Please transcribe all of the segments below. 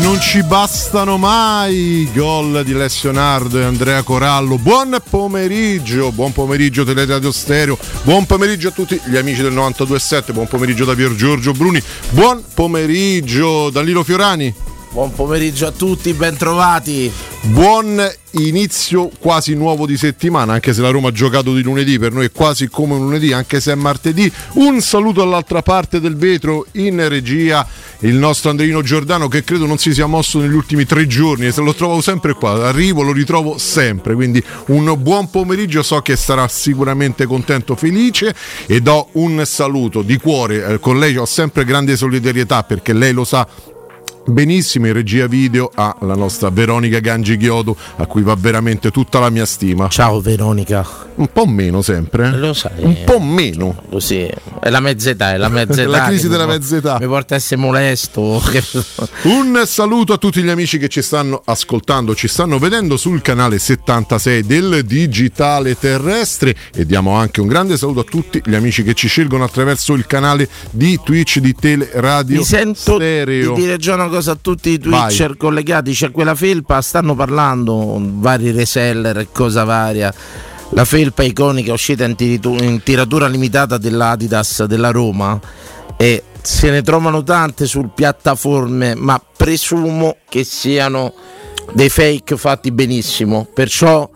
non ci bastano mai. Gol di Alessio Nardo e Andrea Corallo. Buon pomeriggio Teleradio Stereo. Buon pomeriggio a tutti gli amici del 92.7. Buon pomeriggio da Pier Giorgio Bruni. Buon pomeriggio Danilo Fiorani. Buon pomeriggio a tutti, ben trovati. Buon inizio quasi nuovo di settimana, anche se la Roma ha giocato di lunedì, per noi è quasi come un lunedì, anche se è martedì. Un saluto all'altra parte del vetro in regia, il nostro Andreino Giordano, che credo non si sia mosso negli ultimi 3 giorni, se lo trovo sempre qua, arrivo, lo ritrovo sempre, quindi un buon pomeriggio, so che sarà sicuramente contento, felice, e do un saluto di cuore, con lei ho sempre grande solidarietà perché lei lo sa benissimo, in regia video alla nostra Veronica Gangi Chiodo, a cui va veramente tutta la mia stima. Ciao Veronica. Un po' meno sempre. Lo sai. Un po' meno. Così. È la mezza età, la crisi della mezza età. Mi porta a essere molesto. Un saluto a tutti gli amici che ci stanno ascoltando, ci stanno vedendo sul canale 76 del Digitale Terrestre, e diamo anche un grande saluto a tutti gli amici che ci scelgono attraverso il canale di Twitch di Teleradio Stereo. Di dire già una cosa a tutti i Twitcher collegati, c'è quella felpa, stanno parlando vari reseller e cosa varia. La felpa iconica uscita in tiratura limitata dell'Adidas della Roma, e se ne trovano tante su piattaforme, ma presumo che siano dei fake fatti benissimo, perciò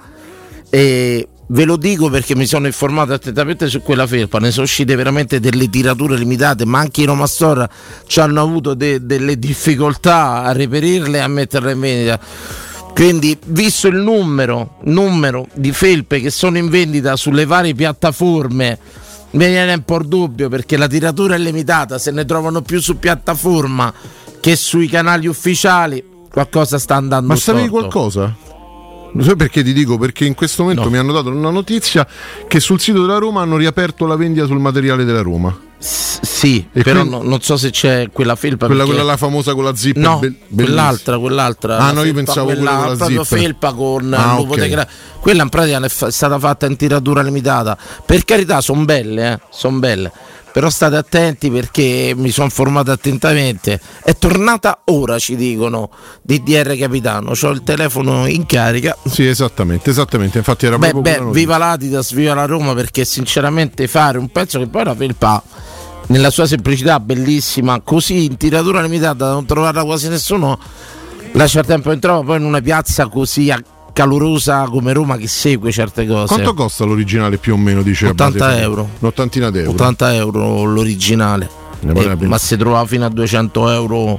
ve lo dico perché mi sono informato attentamente su quella felpa, ne sono uscite veramente delle tirature limitate, ma anche i Roma Store ci hanno avuto delle difficoltà a reperirle e a metterle in vendita. Quindi, visto il numero di felpe che sono in vendita sulle varie piattaforme, mi viene un po' il dubbio, perché la tiratura è limitata, se ne trovano più su piattaforma che sui canali ufficiali, qualcosa sta andando Ma storto. sapevi qualcosa? Non so perché ti dico, perché in questo momento mi hanno dato una notizia che sul sito della Roma hanno riaperto la vendita sul materiale della Roma. Sì, e però quindi, non so se c'è quella felpa. Quella la famosa con la zip. No, quell'altra. Ah no, io pensavo quella con la proprio zip. felpa con l'uovo quella in pratica è stata fatta in tiratura limitata. Per carità, sono belle. Però state attenti, perché mi sono informato attentamente. È tornata ora, ci dicono, DDR Capitano. C'ho il telefono in carica. Sì, esattamente. Infatti era proprio viva l'Adidas, viva la Roma, perché sinceramente fare un pezzo che poi la felpa nella sua semplicità bellissima, così in tiratura limitata, da non trovarla quasi nessuno, lascia il tempo che trova, poi in una piazza così calorosa come Roma, che segue certe cose. Quanto costa l'originale più o meno, dice 80 euro. Un'ottantina d'euro. 80 euro l'originale, ma si trova fino a 200 euro.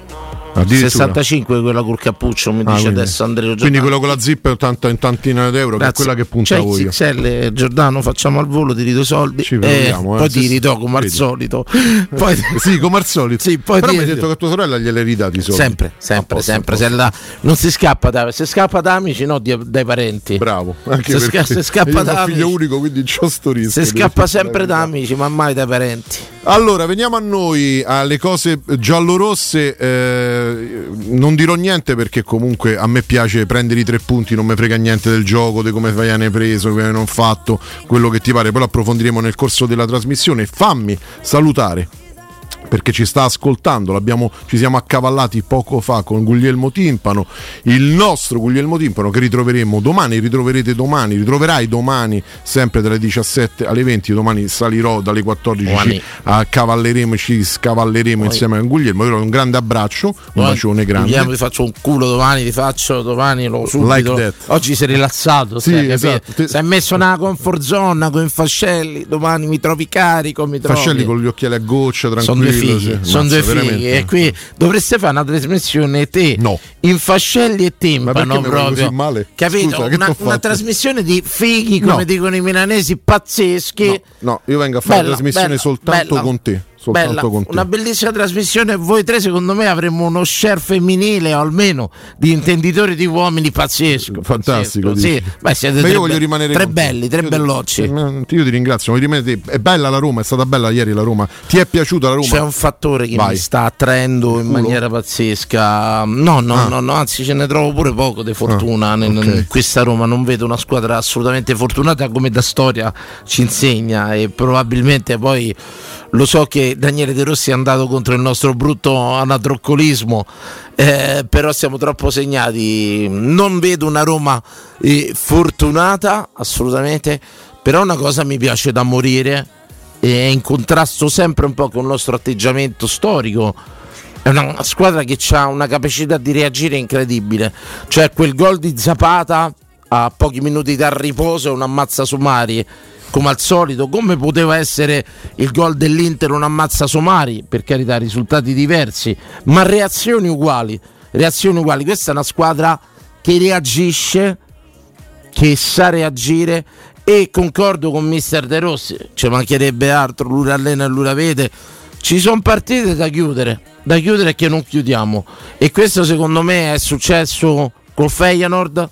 65 quella col cappuccio, mi dice adesso Andrea Giordano. Quindi quello con la zip è un'ottantina d'euro. Grazie. Che è quella che puntavo io. XXL, Giordano, facciamo al volo, ti ridò i soldi, poi ti ridò come al solito. Poi, sì, come al solito. Sì, poi però mi hai detto che a tua sorella gliele ridati i soldi. Sempre. Non si scappa se scappa da amici, no, dai parenti. Bravo. Anche se scappa da amici, figlio unico, quindi c'ho sto rischio. Se scappa sempre da amici, ma mai dai parenti. Allora, veniamo a noi, alle cose giallorosse. Non dirò niente, perché comunque a me piace prendere i 3 punti, non mi frega niente del gioco, di come viene preso, come non fatto, quello che ti pare, poi lo approfondiremo nel corso della trasmissione. Fammi salutare, perché ci sta ascoltando, ci siamo accavallati poco fa con Guglielmo Timpano, il nostro Guglielmo Timpano, che ritroverai domani sempre dalle 17 alle 20. Domani salirò dalle 14, ci scavalleremo insieme a Guglielmo. Io un grande abbraccio, un bacione grande. Guglielmo, ti faccio un culo domani, lo subito. Like oggi sei rilassato, sì, esatto. Sei messo nella comfort zone con Fascelli, domani mi trovi carico, Fascelli con gli occhiali a goccia, tranquillo. Sono due figli, e qui dovreste fare una trasmissione in Fascelli e Timpano, proprio male? Capito? Scusa, una trasmissione di fighi, come dicono i milanesi, pazzeschi. No, io vengo a fare la trasmissione soltanto con te. Una bellissima trasmissione. Voi tre, secondo me, avremmo uno share femminile, o almeno di intenditori di uomini pazzesco. Fantastico. Sì. Siete io voglio rimanere tre bellocci. Io ti ringrazio. È bella la Roma, è stata bella ieri la Roma. Ti è piaciuta la Roma? C'è un fattore che mi sta attraendo in maniera pazzesca. No, anzi ce ne trovo pure poco di fortuna in questa Roma. Non vedo una squadra assolutamente fortunata, come da storia ci insegna, e probabilmente poi lo so che Daniele De Rossi è andato contro il nostro brutto anatroccolismo, però siamo troppo segnati. Non vedo una Roma fortunata assolutamente, però una cosa mi piace da morire, è in contrasto sempre un po' con il nostro atteggiamento storico. È una squadra che ha una capacità di reagire incredibile, cioè quel gol di Zapata a pochi minuti dal riposo è un ammazza Somari, come al solito, come poteva essere il gol dell'Inter un ammazza Somari, per carità, risultati diversi, ma reazioni uguali. Questa è una squadra che reagisce, che sa reagire, e concordo con mister De Rossi, ci mancherebbe altro, lui allena e lui la vede, ci sono partite da chiudere che non chiudiamo, e questo secondo me è successo col Feyenoord,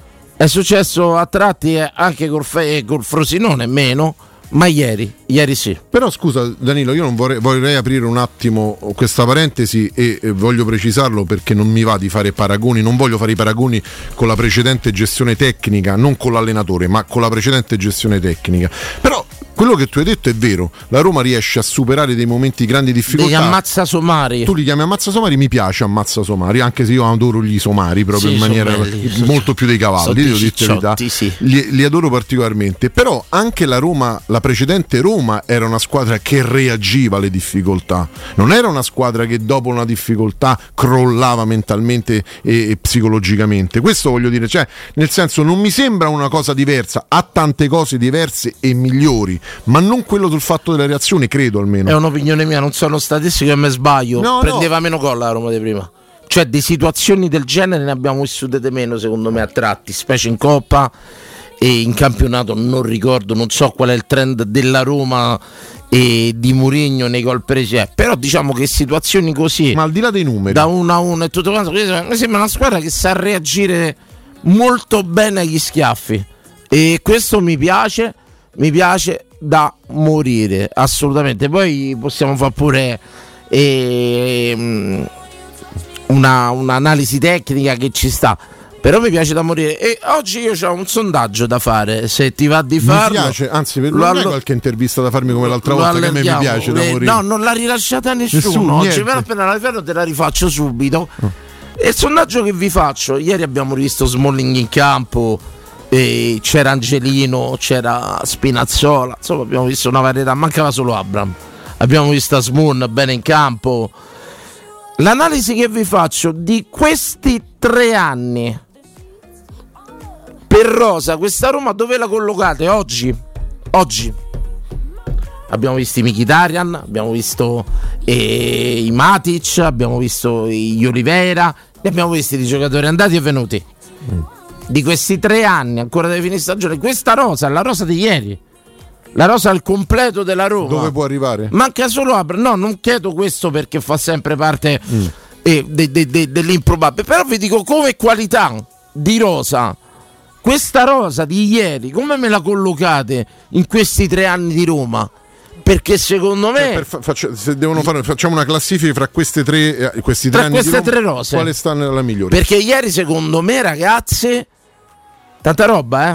è successo a tratti anche col Frosinone, meno, ma ieri sì. Però scusa Danilo, io non vorrei aprire un attimo questa parentesi e voglio precisarlo, perché non mi va di fare paragoni, non voglio fare i paragoni con la precedente gestione tecnica, non con l'allenatore, ma con la precedente gestione tecnica. Però quello che tu hai detto è vero, la Roma riesce a superare dei momenti di grandi difficoltà. Degli ammazza Somari. Tu li chiami ammazza Somari, mi piace ammazza Somari, anche se io adoro gli somari proprio, sì, in maniera molto più dei cavalli, devo dirti la verità. Sì. Li adoro particolarmente. Però anche la Roma, la precedente Roma, era una squadra che reagiva alle difficoltà, non era una squadra che dopo una difficoltà crollava mentalmente e psicologicamente. Questo voglio dire, cioè, nel senso, non mi sembra una cosa diversa, ha tante cose diverse e migliori, ma non quello sul fatto della reazione, credo almeno. È un'opinione mia, non sono statistiche, me sbaglio. Prendeva meno gol la Roma di prima. Cioè di situazioni del genere ne abbiamo vissute di meno, secondo me, a tratti, specie in Coppa e in campionato. Non ricordo, non so qual è il trend della Roma e di Mourinho nei gol presi, però diciamo che situazioni così, ma al di là dei numeri, da 1-1 e tutto quanto, mi sembra una squadra che sa reagire molto bene agli schiaffi, e questo mi piace da morire, assolutamente. Poi possiamo fare pure un'analisi tecnica che ci sta, però mi piace da morire. E oggi io ho un sondaggio da fare, se ti va di farlo. Mi piace, anzi, non hai qualche intervista da farmi come l'altra volta, che a me mi piace da morire. No, non l'ha rilasciata nessuno oggi, però appena la riferro te la rifaccio subito. E il sondaggio che vi faccio: ieri abbiamo rivisto Smalling in campo, e c'era Angelino, c'era Spinazzola, insomma abbiamo visto una varietà, mancava solo Abraham, abbiamo visto Asmun bene in campo. L'analisi che vi faccio di questi 3 anni per rosa, questa Roma dove la collocate oggi? Abbiamo visto i Mkhitaryan, abbiamo visto i Matic, abbiamo visto gli Oliveira, ne abbiamo visti di giocatori andati e venuti. Di questi 3 anni, ancora deve finire stagione, questa rosa, la rosa di ieri, la rosa al completo della Roma, dove può arrivare? Manca solo Abraham. No, non chiedo questo perché fa sempre parte dell'improbabile, però vi dico come qualità di rosa, questa rosa di ieri, come me la collocate in questi 3 anni di Roma? Perché secondo me facciamo una classifica fra queste tre anni queste di Roma, 3 rose, quale sta nella migliore? Perché ieri secondo me, ragazzi, tanta roba,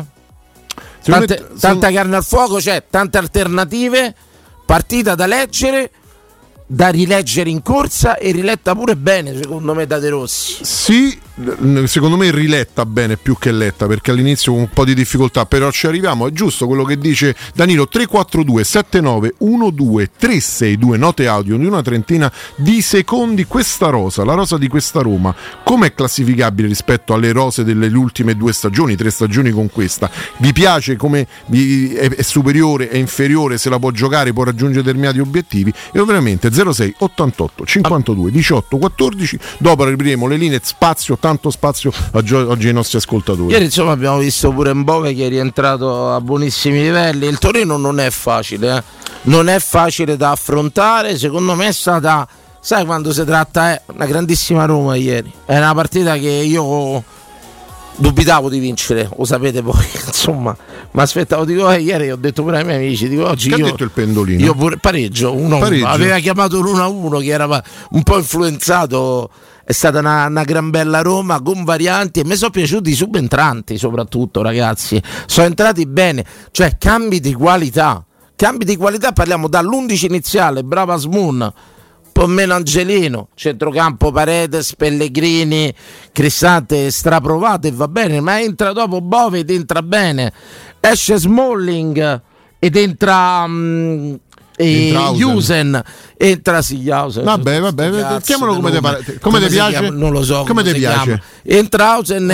tanta carne al fuoco, cioè tante alternative, partita da leggere, da rileggere in corsa e riletta pure bene, secondo me, da De Rossi. Sì, secondo me riletta bene più che letta, perché all'inizio con un po' di difficoltà, però ci arriviamo. È giusto quello che dice Danilo. 342 79 12 362, note audio di una trentina di secondi. Questa rosa, la rosa di questa Roma, come è classificabile rispetto alle rose delle ultime 2 stagioni, 3 stagioni con questa? Vi piace? Come è superiore, è inferiore, se la può giocare, può raggiungere determinati obiettivi? E ovviamente 06 88 52 18 14. Dopo apriremo le linee, tanto spazio oggi ai nostri ascoltatori. Ieri insomma abbiamo visto pure Mbove che è rientrato a buonissimi livelli. Il Torino non è facile, non è facile da affrontare. Secondo me è stata, sai, quando si tratta, una grandissima Roma ieri. È una partita che io dubitavo di vincere, lo sapete voi, insomma, ma aspettavo, dico, ieri ho detto pure ai miei amici, dico, oggi che ha detto il pendolino? Io pure pareggio, aveva chiamato l'1-1 che era un po' influenzato. È stata una gran bella Roma con varianti, e mi sono piaciuti i subentranti soprattutto, ragazzi, sono entrati bene, cioè cambi di qualità, cambi di qualità, parliamo dall'11 iniziale, bravo Asmun, un po' meno Angelino, centrocampo Paredes, Pellegrini, Cristante straprovato e va bene, ma entra dopo Bove ed entra bene, esce Smalling ed entra Jusen, entra Sigliausen. Vabbè, chiamalo come ti pare. Come ti piace? Non lo so. Come ti piace? Entra Hausen,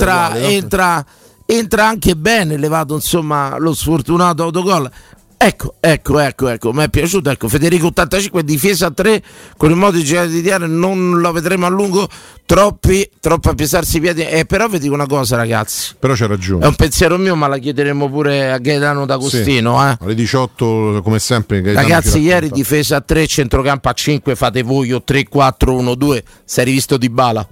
entra anche bene, levato insomma lo sfortunato autogol. Ecco, mi è piaciuto. Ecco, Federico 85, difesa 3 con il modo di giocare di Diana, non lo vedremo a lungo, troppo a pesarsi i piedi. Però vi dico una cosa, ragazzi. Però c'è ragione. È un pensiero mio, ma la chiederemo pure a Gaetano D'Agostino. Sì. Alle 18, come sempre. Gaetano, ragazzi, ieri difesa 3, centrocampo a 5, fate voi o 3-4-1-2. Si è rivisto Dybala.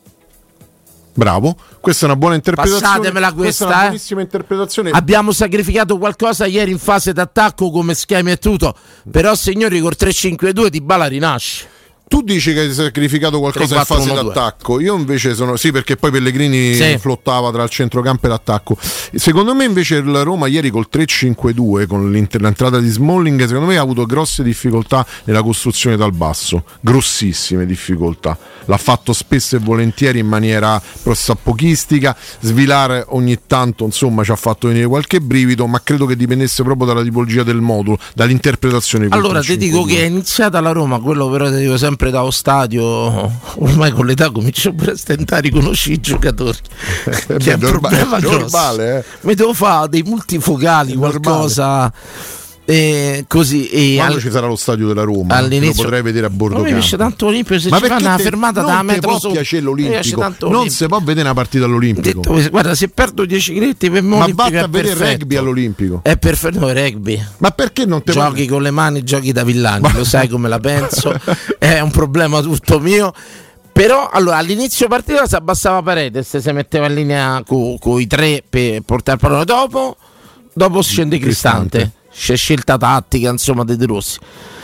Bravo, questa è una buona interpretazione. Passatemela questa, è una buonissima interpretazione. Abbiamo sacrificato qualcosa ieri in fase d'attacco come schemi e tutto, però signori col 3-5-2 Dybala rinasce. Tu dici che hai sacrificato qualcosa in fase d'attacco, io invece sono sì, perché poi Pellegrini flottava tra il centrocampo e l'attacco. Secondo me invece il Roma ieri col 3-5-2 con l'entrata di Smalling, secondo me ha avuto grosse difficoltà nella costruzione dal basso, grossissime difficoltà. L'ha fatto spesso e volentieri in maniera pressappochistica. Svilare ogni tanto insomma ci ha fatto venire qualche brivido, ma credo che dipendesse proprio dalla tipologia del modulo, dall'interpretazione. Allora ti dico che è iniziata la Roma, quello però ti dico sempre dallo stadio, ormai con l'età comincio pure a stentare a riconoscere i giocatori. Che è un problema normale, mi devo fare dei multifocali, qualcosa così. Quando ci sarà lo stadio della Roma lo potrei vedere a bordo campo. Mi piace tanto l'Olimpio, se ci fanno una fermata da metro non ti può piacere l'Olimpico, non si può vedere una partita all'Olimpico. Guarda, se perdo 10 gretti per me, ma vatti a vedere rugby all'Olimpico. È perfetto, no, rugby. Ma perché non te giochi con le mani, giochi da villani, lo sai come la penso. È un problema tutto mio. Però allora all'inizio partita si abbassava Paredes, si metteva in linea con i tre per portare il pallone, dopo scende Cristante. C'è scelta tattica insomma dei De Rossi.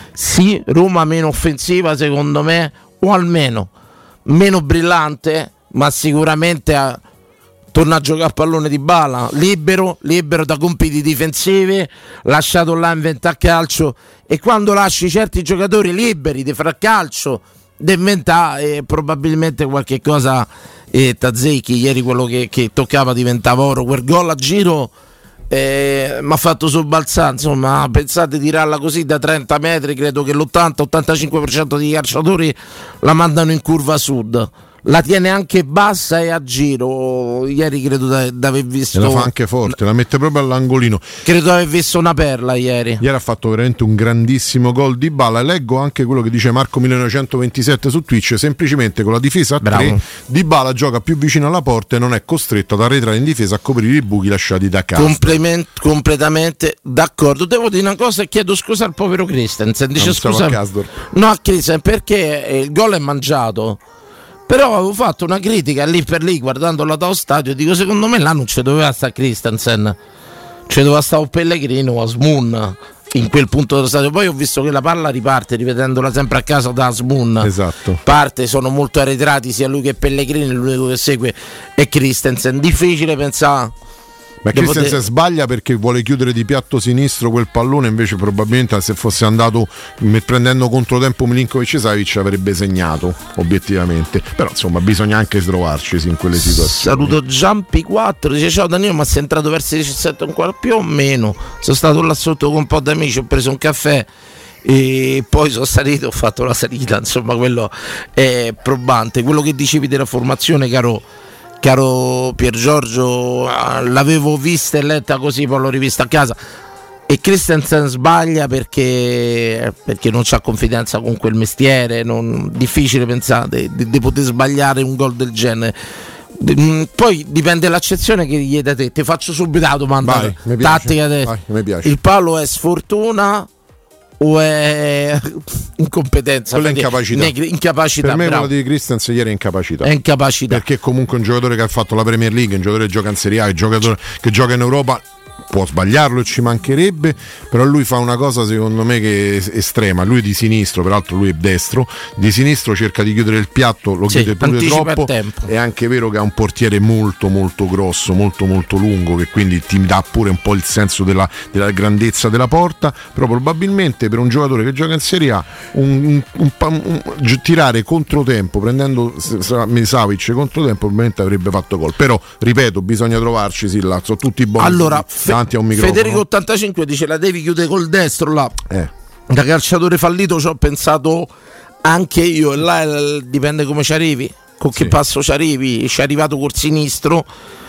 Sì, Roma meno offensiva secondo me, o almeno meno brillante, ma sicuramente torna a giocare a pallone di Dybala, libero da compiti difensivi, lasciato là inventare calcio, e quando lasci certi giocatori liberi di far calcio, di inventare, probabilmente qualche cosa t'azzecchi. Ieri quello che toccava diventava oro, quel gol a giro mi ha fatto sobbalzare, insomma. Pensate di tirarla così da 30 metri, credo che l'80-85% dei calciatori la mandano in curva sud, la tiene anche bassa e a giro. Ieri credo di aver visto, e la fa anche forte, la mette proprio all'angolino, credo di aver visto una perla ieri ha fatto veramente un grandissimo gol di Dybala. Leggo anche quello che dice Marco 1927 su Twitch: semplicemente con la difesa a 3 Dybala gioca più vicino alla porta e non è costretto ad arretrare in difesa a coprire i buchi lasciati da casa. Completamente d'accordo. Devo dire una cosa e chiedo scusa al povero Christensen, dice scusa a Christensen perché il gol è mangiato. Però avevo fatto una critica lì per lì guardandola dallo stadio, dico secondo me là non ci doveva stare Christensen, ci doveva stare Pellegrino o Asmun in quel punto dello stadio. Poi ho visto che la palla riparte, rivedendola sempre a casa da Asmun, esatto, parte, sono molto arretrati sia lui che Pellegrini, l'unico che segue è Christensen. Difficile pensare. Ma Christensen sbaglia perché vuole chiudere di piatto sinistro quel pallone, invece probabilmente se fosse andato prendendo controtempo Milinkovic-Savic avrebbe segnato obiettivamente. Però insomma bisogna anche trovarci in quelle situazioni. Saluto Giampi 4, dice ciao Danilo, ma sei entrato verso i 17 un quarto più o meno, sono stato là sotto con un po' di amici, ho preso un caffè e poi sono salito, ho fatto la salita, insomma quello è probante. Quello che dicevi della formazione, caro Pier Giorgio, l'avevo vista e letta così, poi l'ho rivista a casa, e Christensen sbaglia perché non c'ha confidenza con quel mestiere, difficile pensare di poter sbagliare un gol del genere. Poi dipende dall'accezione che gli dà te. Ti faccio subito la domanda tattica. Mi piace. Il palo è sfortuna o è incompetenza? Quella incapacità. Per me bravo. quella di Christensen ieri è incapacità. È incapacità. Perché comunque un giocatore che ha fatto la Premier League, un giocatore che gioca in Serie A, un giocatore che gioca in Europa, può sbagliarlo e ci mancherebbe, però lui fa una cosa secondo me che è estrema. Lui di sinistro, peraltro lui è destro, di sinistro cerca di chiudere il piatto, lo chiude pure troppo. È anche vero che ha un portiere molto molto grosso, molto molto lungo, che quindi ti dà pure un po' il senso della grandezza della porta, però probabilmente per un giocatore che gioca in Serie A tirare controtempo prendendo Misavic controtempo probabilmente avrebbe fatto gol, però ripeto bisogna trovarci sono tutti buoni. Allora davanti a un microfono. Federico 85 dice la devi chiudere col destro là. Da calciatore fallito ci ho pensato anche io, e là dipende come ci arrivi, con che passo ci arrivi. Ci è arrivato col sinistro.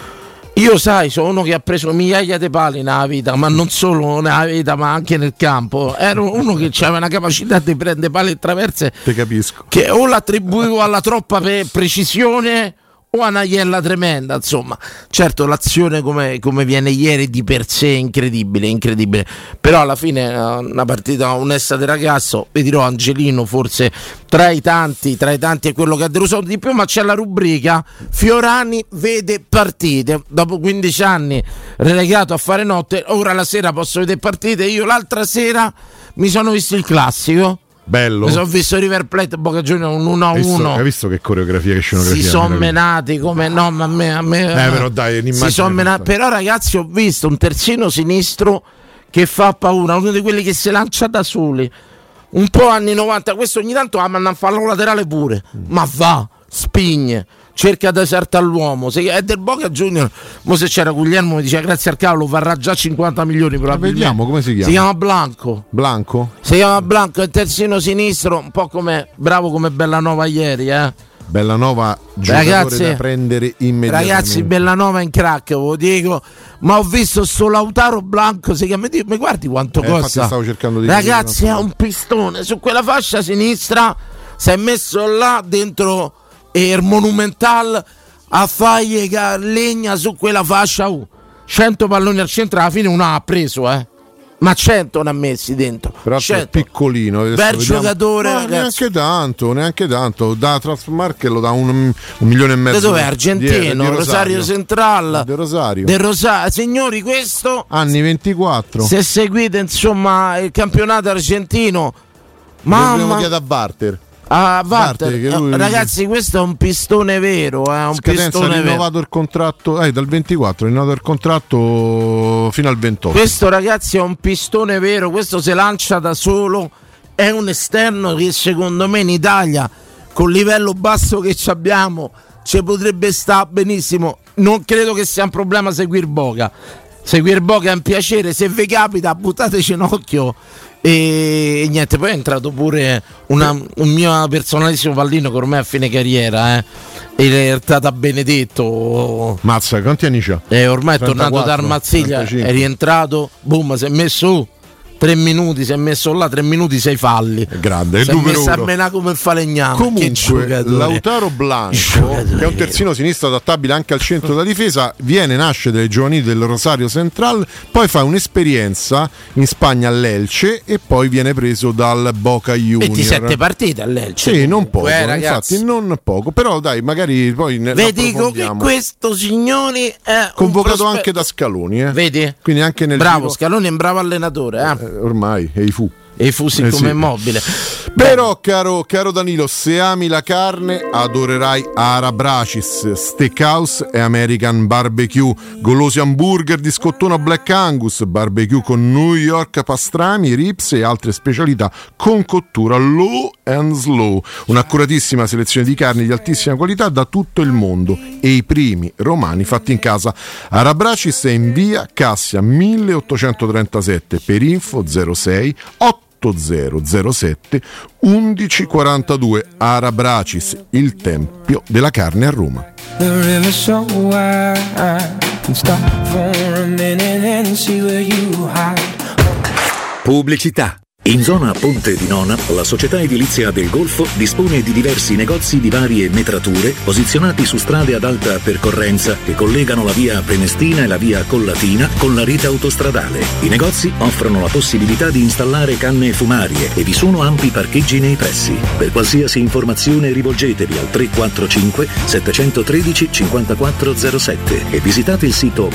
Io sono uno che ha preso migliaia di pali nella vita, ma non solo nella vita ma anche nel campo. Ero uno che aveva una capacità di prendere pali e traverse, te capisco, che o l'attribuivo alla troppa precisione o una iella tremenda, insomma. Certo l'azione come viene ieri di per sé è incredibile, però alla fine una partita onesta di ragazzo. Vi dirò Angelino forse tra i tanti è quello che ha deluso di più, ma c'è la rubrica Fiorani vede partite. Dopo 15 anni relegato a fare notte, ora la sera posso vedere partite. Io l'altra sera mi sono visto il classico. Bello. Mi sono visto River Plate Boca Juniors un 1-1. Hai visto che coreografia, che scenografia? Si sono menati come no, ma a me però dai, si sono menati. Però ragazzi, ho visto un terzino sinistro che fa paura, uno di quelli che si lancia da soli. Un po' anni 90, questo ogni tanto mandano a farlo laterale pure. Ma va, spigne, cerca di esertare l'uomo. È del Boca Juniors. Mo se c'era Guglielmo mi diceva grazie al cavolo varrà già 50 milioni probabilmente. Vediamo come si chiama. Si chiama Blanco. Si chiama Blanco, è terzino sinistro, un po' come bravo come Bellanova ieri, Bellanova, giocatore ragazzi, da prendere immediatamente. Ragazzi, Bellanova in crack, ve lo dico. Ma ho visto sto Lautaro Blanco, si chiama, mi guardi quanto costa? Stavo cercando di ragazzi, ha un pistone su quella fascia sinistra, si è messo là dentro il Monumental a fare legna su quella fascia. 100 palloni al centro, alla fine uno ha preso, ma 100 ne ha messi dentro. Però è piccolino, bel giocatore, ma neanche tanto da Transfermarkt lo dà 1,5 milioni. Da dov'è? Argentino, Rosario Central del Rosario. Signori, questo anni 24. Se seguite insomma il campionato argentino, dobbiamo chiedere a Barter. Ragazzi, questo è un pistone vero, un pistone rinnovato vero. Il contratto dal 24 rinnovato il contratto fino al 28. Questo ragazzi è un pistone vero, questo si lancia da solo, è un esterno che secondo me in Italia col livello basso che abbiamo ci potrebbe stare benissimo. Non credo che sia un problema seguire Boca è un piacere, se vi capita buttateci un occhio. E niente, poi è entrato pure un mio personalissimo pallino che ormai è a fine carriera, è stato a Benedetto. Mazza, quanti anni c'ha? Ormai 34, è tornato da Armazziglia, 35. È rientrato, boom, si è messo 3 minuti, si è messo là 3 minuti, 6 falli. È grande, si è messo a menare come falegname. Comunque Lautaro Blanco, che è un terzino sinistro adattabile anche al centro da difesa, nasce dalle giovanili del Rosario Central, poi fa un'esperienza in Spagna all'Elche e poi viene preso dal Boca Juniors. 27 partite all'Elche. Sì, non poco, infatti non poco, però dai, magari poi vi dico che questo signori è convocato anche da Scaloni, Vedi? Quindi anche nel bravo Scaloni è un bravo allenatore, ormai è i fu siccome Immobile. Però caro Danilo, se ami la carne adorerai Arabracis Steakhouse e American Barbecue, golosi hamburger di scottone Black Angus, barbecue con New York pastrami, ribs e altre specialità con cottura low and slow, un'accuratissima selezione di carni di altissima qualità da tutto il mondo e i primi romani fatti in casa. Arabracis è in via Cassia 1837, per info 06 8007 1142. Arabracis, il tempio della carne a Roma. Pubblicità. In zona Ponte di Nona, la società edilizia del Golfo dispone di diversi negozi di varie metrature posizionati su strade ad alta percorrenza che collegano la via Prenestina e la via Collatina con la rete autostradale. I negozi offrono la possibilità di installare canne fumarie e vi sono ampi parcheggi nei pressi. Per qualsiasi informazione rivolgetevi al 345 713 5407 e visitate il sito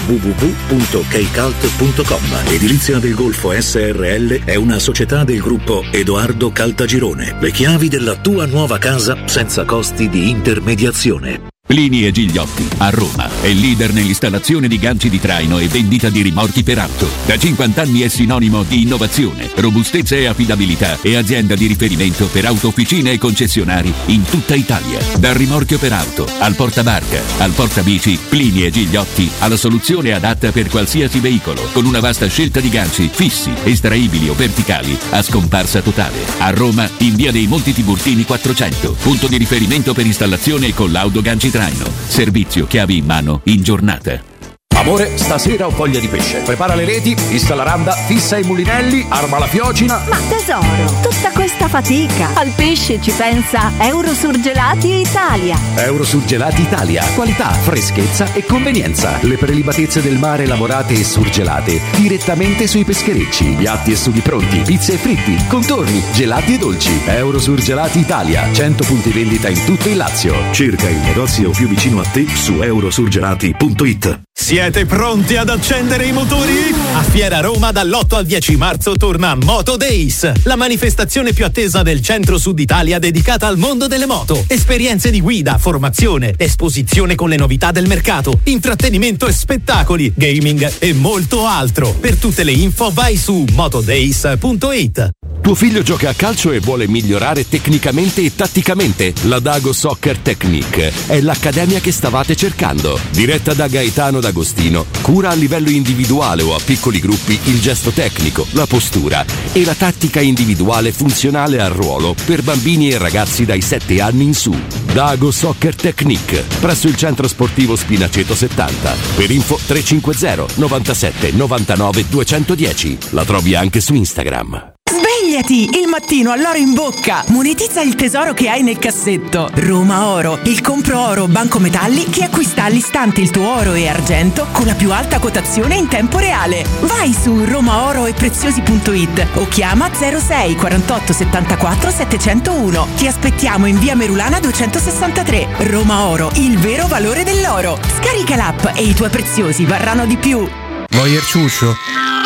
www.keicalt.com. Edilizia del Golfo SRL è una società del gruppo Edoardo Caltagirone. Le chiavi della tua nuova casa senza costi di intermediazione. Plini e Gigliotti, a Roma, è leader nell'installazione di ganci di traino e vendita di rimorchi per auto. Da 50 anni è sinonimo di innovazione, robustezza e affidabilità e azienda di riferimento per autofficine e concessionari in tutta Italia. Dal rimorchio per auto, al portabarca, al portabici, Plini e Gigliotti ha la soluzione adatta per qualsiasi veicolo, con una vasta scelta di ganci fissi, estraibili o verticali, a scomparsa totale. A Roma, in via dei Monti Tiburtini 400, punto di riferimento per installazione e collaudo ganci traino. Servizio chiavi in mano in giornata. Amore, stasera ho voglia di pesce. Prepara le reti, fissa la randa, fissa i mulinelli, arma la fiocina. Ma tesoro, tutta questa fatica. Al pesce ci pensa Eurosurgelati Italia. Eurosurgelati Italia. Qualità, freschezza e convenienza. Le prelibatezze del mare lavorate e surgelate direttamente sui pescherecci. Piatti e sughi pronti, pizze e fritti, contorni, gelati e dolci. Eurosurgelati Italia. 100 punti vendita in tutto il Lazio. Cerca il negozio più vicino a te su eurosurgelati.it. Siete pronti ad accendere i motori? A Fiera Roma dall'8 al 10 marzo torna Moto Days, la manifestazione più attesa del centro-sud Italia dedicata al mondo delle moto. Esperienze di guida, formazione, esposizione con le novità del mercato, intrattenimento e spettacoli, gaming e molto altro. Per tutte le info vai su motodays.it. Tuo figlio gioca a calcio e vuole migliorare tecnicamente e tatticamente? La Dago Soccer Technique è l'accademia che stavate cercando. Diretta da Gaetano D'Agostino, cura a livello individuale o a piccoli gruppi il gesto tecnico, la postura e la tattica individuale funzionale al ruolo per bambini e ragazzi dai 7 anni in su. Dago Soccer Technique, presso il centro sportivo Spinaceto 70. Per info 350 97 99 210. La trovi anche su Instagram. Svegliati, il mattino all'oro in bocca. Monetizza il tesoro che hai nel cassetto. Roma Oro, il compro oro Banco Metalli che acquista all'istante il tuo oro e argento con la più alta quotazione in tempo reale. Vai su romaoroepreziosi.it o chiama 06 48 74 701. Ti aspettiamo in via Merulana 263. Roma Oro, il vero valore dell'oro. Scarica l'app e i tuoi preziosi varranno di più. Voyer ciuscio?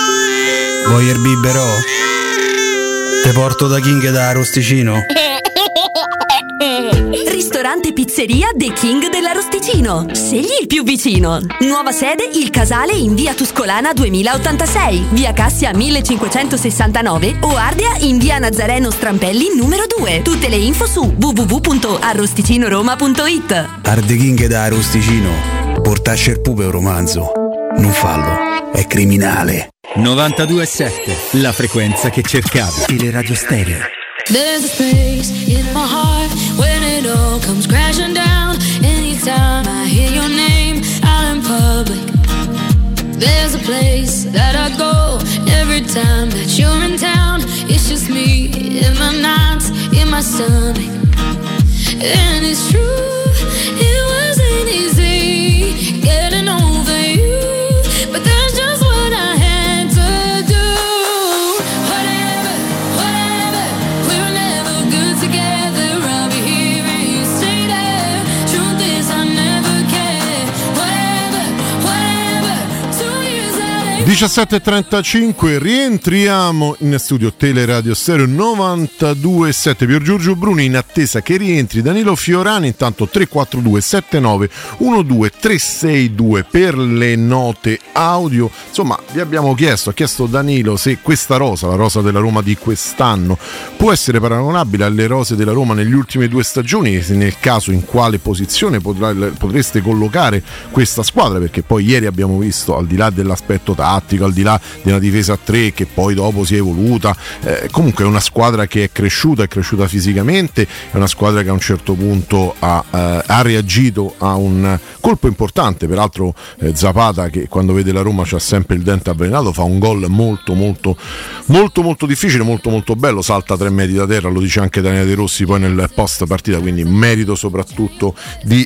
Voyer biberò? Te porto da King da Arosticino. Ristorante Pizzeria The King dell'Arosticino. Scegli il più vicino. Nuova sede Il Casale in via Tuscolana 2086, via Cassia 1569 o Ardea in via Nazareno Strampelli numero 2. Tutte le info su www.arrosticinoroma.it. Arde King da Arosticino. Portasce il pupe un romanzo. Non fallo, è criminale. 92.7, la frequenza che cercavi. Teleradio Stereo. There's a space in my heart when it all comes crashing down. Anytime I hear your name out in public, there's a place that I go every time that you're in town. It's just me in my nights, in my stomach. And it's true, it wasn't easy getting over you, but that's just what I had to do. Whatever, we were never good together. I'll be here and you stay there. Truth is I never cared. Whatever, 2 years later. 17.35, rientriamo in studio Teleradio Stereo 92.7. Pier Giorgio Bruni in attesa che rientri Danilo Fiorani. Intanto 342 79 12 362 per le note audio. Insomma, vi abbiamo chiesto, ha chiesto Danilo se questa rosa, la rosa della Roma di quest'anno, può essere paragonabile alle rose della Roma negli ultimi 2 stagioni, e nel caso in quale posizione potreste collocare questa squadra, perché poi ieri abbiamo visto, al di là dell'aspetto tattico, tattico, al di là della difesa a 3 che poi dopo si è evoluta, comunque è una squadra che è cresciuta fisicamente, è una squadra che a un certo punto ha reagito a un colpo importante, peraltro Zapata, che quando vede la Roma c'ha sempre il dente avvelenato, fa un gol molto difficile, molto bello, salta 3 metri da terra, lo dice anche Daniele De Rossi poi nel post partita, quindi merito soprattutto di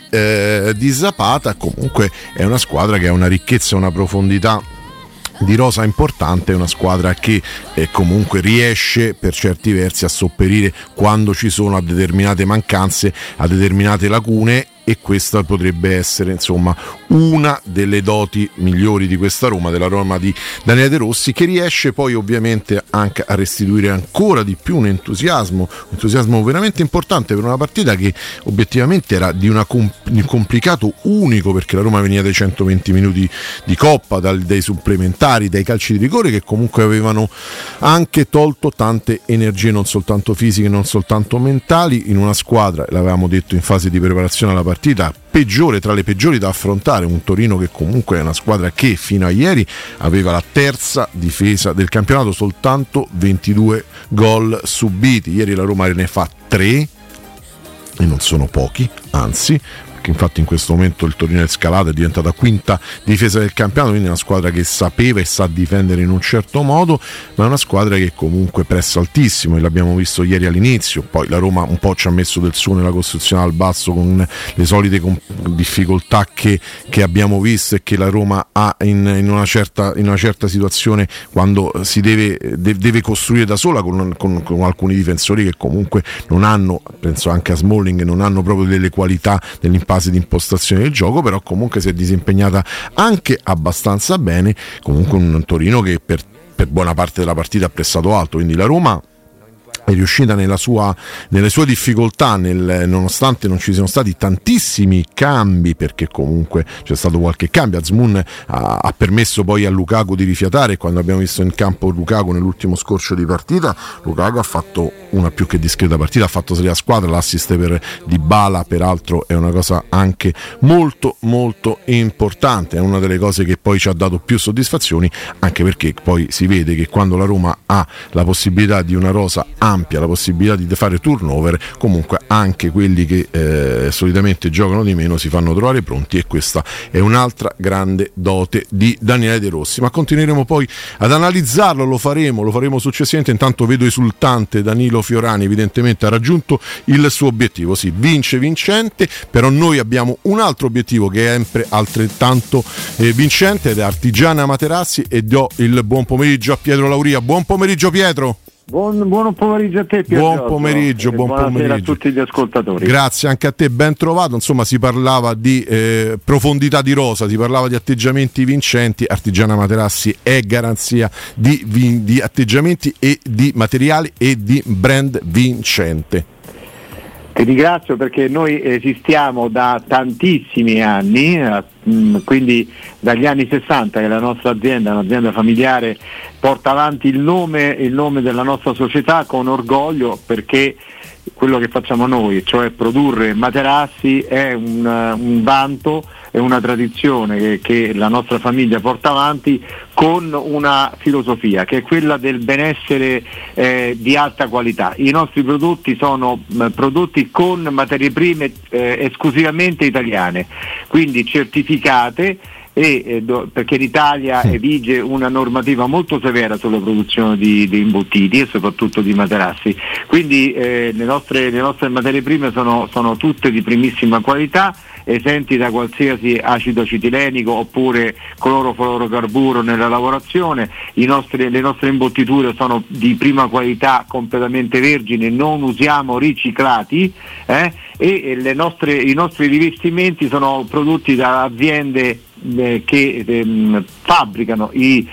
Zapata. Comunque è una squadra che ha una ricchezza, una profondità di rosa importante, è una squadra che comunque riesce per certi versi a sopperire quando ci sono a determinate mancanze, a determinate lacune, e questa potrebbe essere insomma una delle doti migliori di questa Roma, della Roma di Daniele De Rossi, che riesce poi ovviamente anche a restituire ancora di più un entusiasmo veramente importante per una partita che obiettivamente era di un complicato unico, perché la Roma veniva dai 120 minuti di Coppa, dai supplementari, dai calci di rigore che comunque avevano anche tolto tante energie, non soltanto fisiche, non soltanto mentali, in una squadra, l'avevamo detto in fase di preparazione alla partita, peggiore, tra le peggiori da affrontare, un Torino che comunque è una squadra che fino a ieri aveva la terza difesa del campionato, soltanto 22 gol subiti. Ieri la Roma ne fa 3 e non sono pochi, anzi, che infatti in questo momento il Torino è scalato, è diventata quinta difesa del campionato, quindi è una squadra che sapeva e sa difendere in un certo modo, ma è una squadra che comunque pressa altissimo, e l'abbiamo visto ieri all'inizio. Poi la Roma un po' ci ha messo del suo nella costruzione al basso, con le solite difficoltà che abbiamo visto e che la Roma ha in una certa situazione, quando si deve costruire da sola con alcuni difensori che comunque non hanno, penso anche a Smalling, non hanno proprio delle qualità dell'impatto fase di impostazione del gioco, però comunque si è disimpegnata anche abbastanza bene. Comunque un Torino che per buona parte della partita ha pressato alto, quindi la Roma è riuscita nelle sue difficoltà, nonostante non ci siano stati tantissimi cambi, perché comunque c'è stato qualche cambio. Azmoun ha permesso poi a Lukaku di rifiatare. Quando abbiamo visto in campo Lukaku nell'ultimo scorcio di partita, Lukaku ha fatto una più che discreta partita, ha fatto salire la squadra, l'assist per Dybala peraltro è una cosa anche molto importante, è una delle cose che poi ci ha dato più soddisfazioni, anche perché poi si vede che quando la Roma ha la possibilità di una rosa ampia, la possibilità di fare turnover, comunque anche quelli che solitamente giocano di meno si fanno trovare pronti, e questa è un'altra grande dote di Daniele De Rossi. Ma continueremo poi ad analizzarlo, lo faremo successivamente. Intanto vedo esultante Danilo Fiorani, evidentemente ha raggiunto il suo obiettivo, sì, vincente, però noi abbiamo un altro obiettivo che è sempre altrettanto vincente, ed è Artigiana Materassi, e do il buon pomeriggio a Pietro Lauria. Buon pomeriggio Pietro. Buon pomeriggio a te Pietro. Buon pomeriggio a tutti gli ascoltatori. Grazie anche a te, ben trovato. Insomma, si parlava di profondità di rosa, si parlava di atteggiamenti vincenti. Artigiana Materassi è garanzia di atteggiamenti e di materiali e di brand vincente. Ti ringrazio, perché noi esistiamo da tantissimi anni, quindi dagli anni 60 che la nostra azienda, un'azienda familiare, porta avanti il nome della nostra società con orgoglio, perché quello che facciamo noi, cioè produrre materassi, è un vanto, è una tradizione che la nostra famiglia porta avanti con una filosofia che è quella del benessere di alta qualità. I nostri prodotti sono prodotti con materie prime esclusivamente italiane, quindi certificate, perché l'Italia vige una normativa molto severa sulla produzione di imbottiti e soprattutto di materassi, quindi le nostre materie prime sono tutte di primissima qualità, esenti da qualsiasi acido acetilenico oppure clorofluorocarburo nella lavorazione. Le nostre imbottiture sono di prima qualità, completamente vergini, non usiamo riciclati, e i nostri rivestimenti sono prodotti da aziende che fabbricano i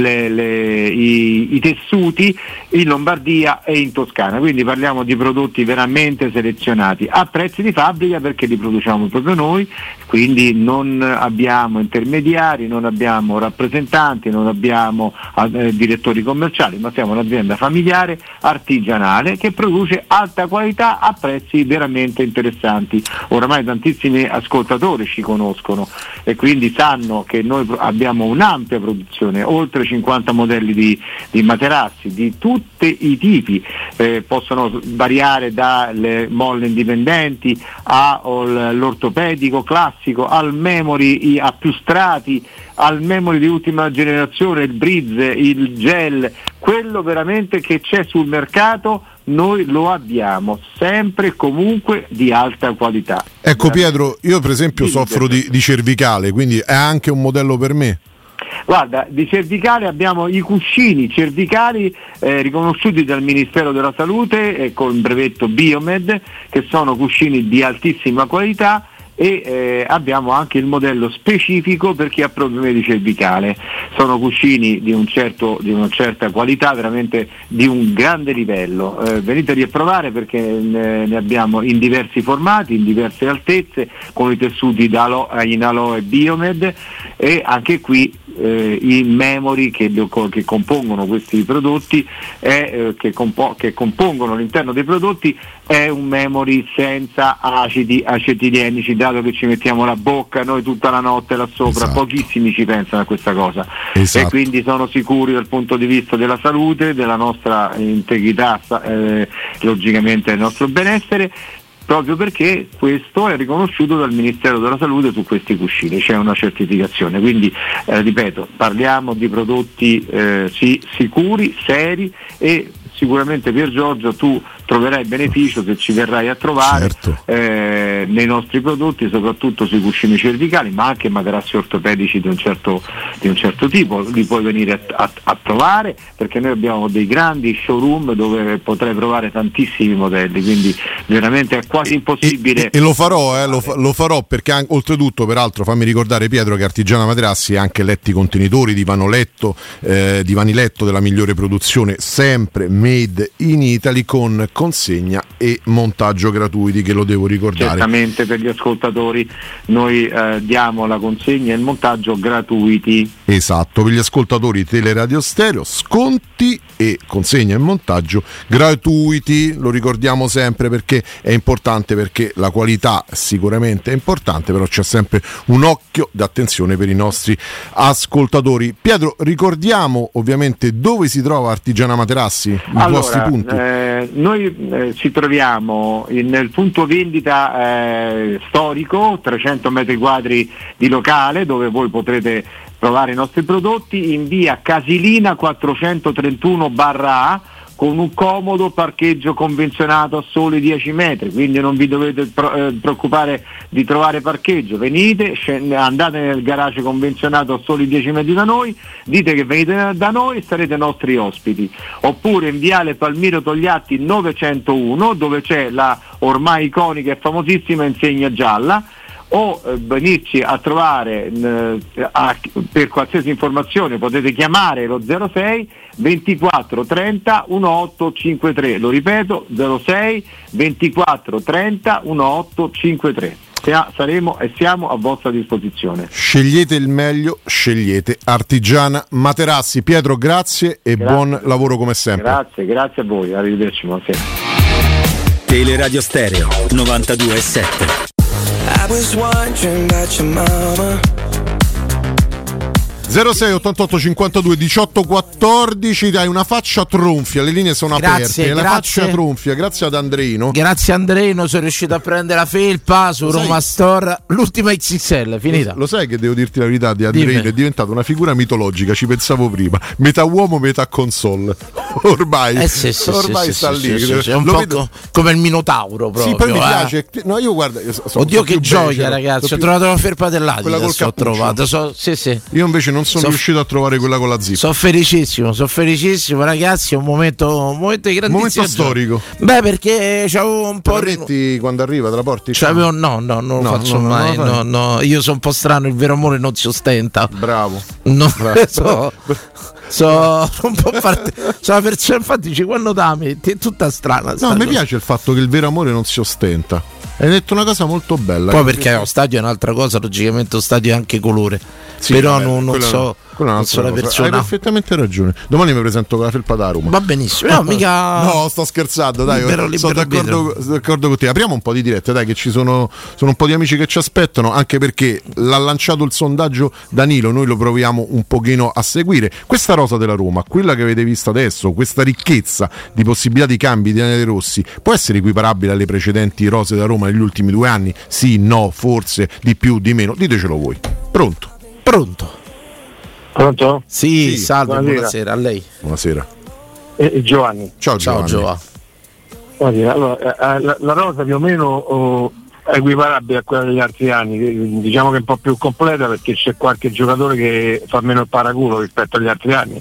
tessuti in Lombardia e in Toscana, quindi parliamo di prodotti veramente selezionati a prezzi di fabbrica, perché li produciamo proprio noi, quindi non abbiamo intermediari, non abbiamo rappresentanti, non abbiamo direttori commerciali, ma siamo un'azienda familiare artigianale che produce alta qualità a prezzi veramente interessanti. Oramai tantissimi ascoltatori ci conoscono e quindi sanno che noi abbiamo un'ampia produzione, oltre 50 modelli di materassi di tutti i tipi, possono variare dalle molle indipendenti all'ortopedico classico, al memory a più strati, al memory di ultima generazione, il bridge, il gel, quello veramente che c'è sul mercato noi lo abbiamo, sempre e comunque di alta qualità. Ecco Pietro, io per esempio soffro di cervicale, quindi è anche un modello per me? Guarda, di cervicale abbiamo i cuscini cervicali riconosciuti dal Ministero della Salute con brevetto Biomed, che sono cuscini di altissima qualità, e abbiamo anche il modello specifico per chi ha problemi di cervicale. Sono cuscini di una certa qualità, veramente di un grande livello. Veniteli a provare, perché ne abbiamo in diversi formati, in diverse altezze, con i tessuti in aloe Biomed, e anche qui i memory che compongono questi prodotti, che compongono all'interno dei prodotti, è un memory senza acidi acetilenici, dato che ci mettiamo la bocca noi tutta la notte là sopra. Esatto. Pochissimi ci pensano a questa cosa. Esatto. E quindi sono sicuri dal punto di vista della salute, della nostra integrità, logicamente del nostro benessere, proprio perché questo è riconosciuto dal Ministero della Salute su questi cuscini, c'è una certificazione. Quindi ripeto, parliamo di prodotti sicuri, seri, e sicuramente Pier Giorgio tu troverai beneficio se ci verrai a trovare. Certo. Nei nostri prodotti, soprattutto sui cuscini cervicali, ma anche materassi ortopedici di un certo tipo, li puoi venire a trovare, perché noi abbiamo dei grandi showroom dove potrai provare tantissimi modelli, quindi veramente è quasi impossibile. E lo farò perché oltretutto, peraltro, fammi ricordare Pietro che Artigiana Materassi ha anche letti contenitori, divani letto della migliore produzione, sempre made in Italy, con consegna e montaggio gratuiti, che lo devo ricordare. Certamente, per gli ascoltatori noi diamo la consegna e il montaggio gratuiti. Esatto, per gli ascoltatori Teleradio Stereo, sconti e consegna e montaggio gratuiti, lo ricordiamo sempre perché è importante, perché la qualità sicuramente è importante, però c'è sempre un occhio d'attenzione per i nostri ascoltatori. Pietro, ricordiamo ovviamente dove si trova Artigiana Materassi, i vostri punti. Noi ci troviamo nel punto vendita storico, 300 metri quadri di locale, dove voi potrete provare i nostri prodotti, in via Casilina 431/A, con un comodo parcheggio convenzionato a soli 10 metri, quindi non vi dovete preoccupare di trovare parcheggio. Venite, andate nel garage convenzionato a soli 10 metri da noi, dite che venite da noi e sarete nostri ospiti. Oppure in viale Palmiro Togliatti 901, dove c'è la ormai iconica e famosissima insegna gialla, o venirci a trovare per qualsiasi informazione potete chiamare lo 06 24 30 1853, lo ripeto, 06 24 30 1853. Saremo e siamo a vostra disposizione. Scegliete il meglio, scegliete Artigiana Materassi. Pietro, grazie e buon lavoro come sempre. Grazie a voi, arrivederci, buonasera. Teleradio Stereo 92.7. I was wondering about your mama. 06 88 52 18 14, dai una faccia tronfia, le linee sono aperte, la faccia tronfia, grazie ad Andreino. Grazie Andreino, sono riuscito a prendere la felpa su Roma Store, l'ultima XXL, finita. Lo sai che devo dirti la verità, di Andreino è diventato una figura mitologica, ci pensavo prima, metà uomo, metà console. Ormai sta lì. È un po' come il Minotauro proprio. Sì, poi mi piace. No, io guarda, oddio che gioia, ragazzi, ho trovato la felpa dell'Adidas, ho trovato. Io invece non sono riuscito a trovare quella con la zip. Sono felicissimo ragazzi, è un momento di grandissimo, momento storico. Beh, perché c'avevo un po' quando arriva te la porti? No, non lo faccio mai. No, io sono un po' strano, il vero amore non si ostenta. Bravo. So un po' infatti quando dami è tutta strana. No, mi piace il fatto che il vero amore non si ostenta. Hai detto una cosa molto bella. Poi perché lo stadio è un'altra cosa, logicamente lo stadio è anche colore. Sì, però vabbè, non so la persona. Hai perfettamente ragione. Domani mi presento con la felpa da Roma. Va benissimo. No, mica. No, sto scherzando, dai. Libero, sono d'accordo con te. Apriamo un po' di dirette, dai, che ci sono un po' di amici che ci aspettano, anche perché l'ha lanciato il sondaggio Danilo, noi lo proviamo un pochino a seguire. Questa rosa della Roma, quella che avete visto adesso, questa ricchezza di possibilità di cambi di Daniele De Rossi, può essere equiparabile alle precedenti rose da Roma negli ultimi 2 anni? Sì, no, forse, di più, di meno? Ditecelo voi. Pronto? Pronto? Sì, salve, buonasera a lei. Buonasera. Giovanni. Ciao Giovanni. Allora, la rosa più o meno è equiparabile a quella degli altri anni, diciamo che è un po' più completa perché c'è qualche giocatore che fa meno il paraculo rispetto agli altri anni.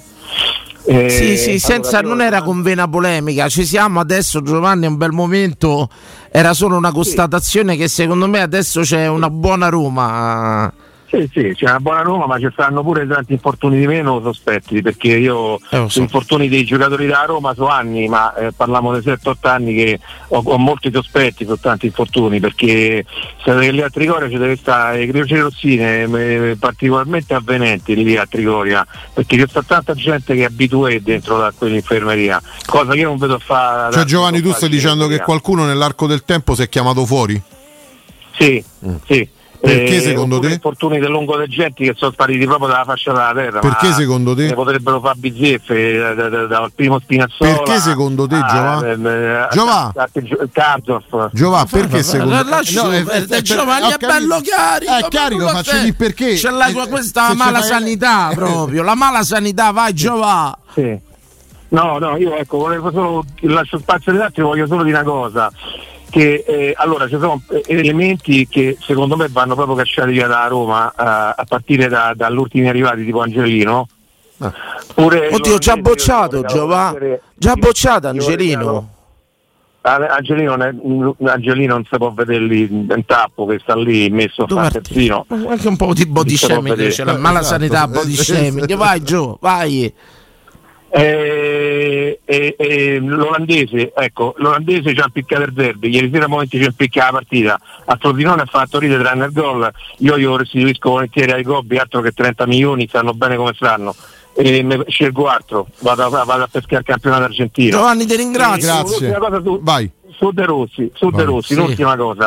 Sì, senza, non era con vena polemica, ci siamo adesso, Giovanni, è un bel momento, era solo una constatazione che secondo me adesso c'è una buona Roma. Sì, c'è una buona Roma, ma ci saranno pure tanti infortuni di meno sospetti, perché io so. infortuni dei giocatori della Roma sono anni, ma parliamo di 7-8 anni che ho molti sospetti su tanti infortuni, perché se negli a Trigoria ci deve stare Croce Rossine particolarmente avvenenti lì a Trigoria, perché c'è stata tanta gente che è abitué dentro da quell'infermeria, cosa che io non vedo fare. Cioè Giovanni, tu stai dicendo che qualcuno nell'arco del tempo si è chiamato fuori? Sì. Perché secondo te? Infortuni del lungo dei Genti che sono spariti proprio dalla fascia della terra. Perché secondo te? Potrebbero fare bizzeffe dal primo Spinazzola. Perché secondo te, Giova? Giova, perché secondo te? Giovanni è bello carico. Carico, faccio di perché. C'è questa mala sanità proprio. La mala sanità, vai Giova. Sì. No, io volevo solo, lascio spazio agli altri, voglio solo dire una cosa. Che allora ci sono elementi che secondo me vanno proprio cacciati via da Roma a partire dall'ultimi arrivati tipo Angelino. Oddio, già bocciato Giova, già bocciato Angelino. Angelino non si può vedere lì in tappo che sta lì messo a terzino. Anche un po' di body shaming, c'è la mala sanità, body shaming. Vai Gio, vai. L'olandese c'ha impiccato il derby, ieri sera a momenti ci impicca la partita, a Frosinone ha fatto ridere tranne il gol, io lo restituisco volentieri ai Gobbi, altro che 30 milioni, sanno bene come stanno, e scelgo altro, vado a pescare il campionato argentino. Giovanni, ti ringrazio. Grazie. Vai. Su De Rossi, sì. L'ultima cosa,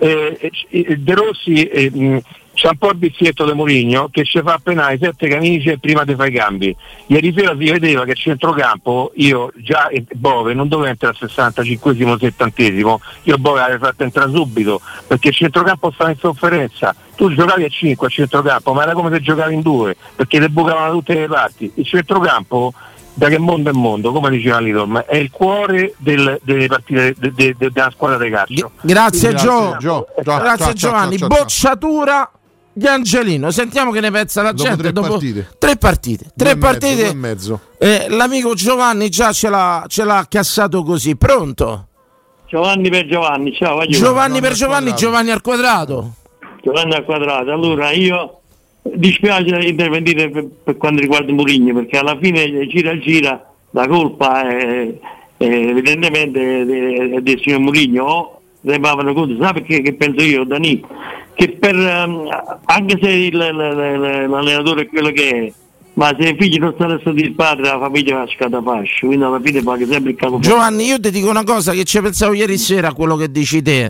De Rossi c'ha un po' il vizietto di Mourinho che ci fa penare 7 camicie prima di fare i cambi. Ieri sera si vedeva che a centrocampo io già Bove non doveva entrare al 65esimo, 70esimo, io Bove l'avevo fatto entrare subito perché il centrocampo stava in sofferenza. Tu giocavi a 5 a centrocampo, ma era come se giocavi in 2 perché te bucavano da tutte le parti. Il centrocampo, da che mondo è mondo, come diceva Lidl, è il cuore delle partite della squadra di calcio. Grazie Grazie Giovanni. Bocciatura di Angelino, sentiamo che ne pensa la gente dopo 3 partite. 3 partite. E mezzo. L'amico Giovanni già ce l'ha cassato così. Pronto? Giovanni per Giovanni, ciao. Giovanni per Giovanni, Giovanni al quadrato. Giovanni al quadrato. Allora io dispiace intervenire per quanto riguarda Mourinho, perché alla fine gira la colpa è evidentemente del signor Mourinho. Sa perché che penso io, Dani, che anche se l'allenatore è quello che è, ma se i figli non stanno il padre, la famiglia va a scatafascio, quindi alla fine paga sempre il capo. Giovanni, io ti dico una cosa che ci pensavo ieri sera a quello che dici te.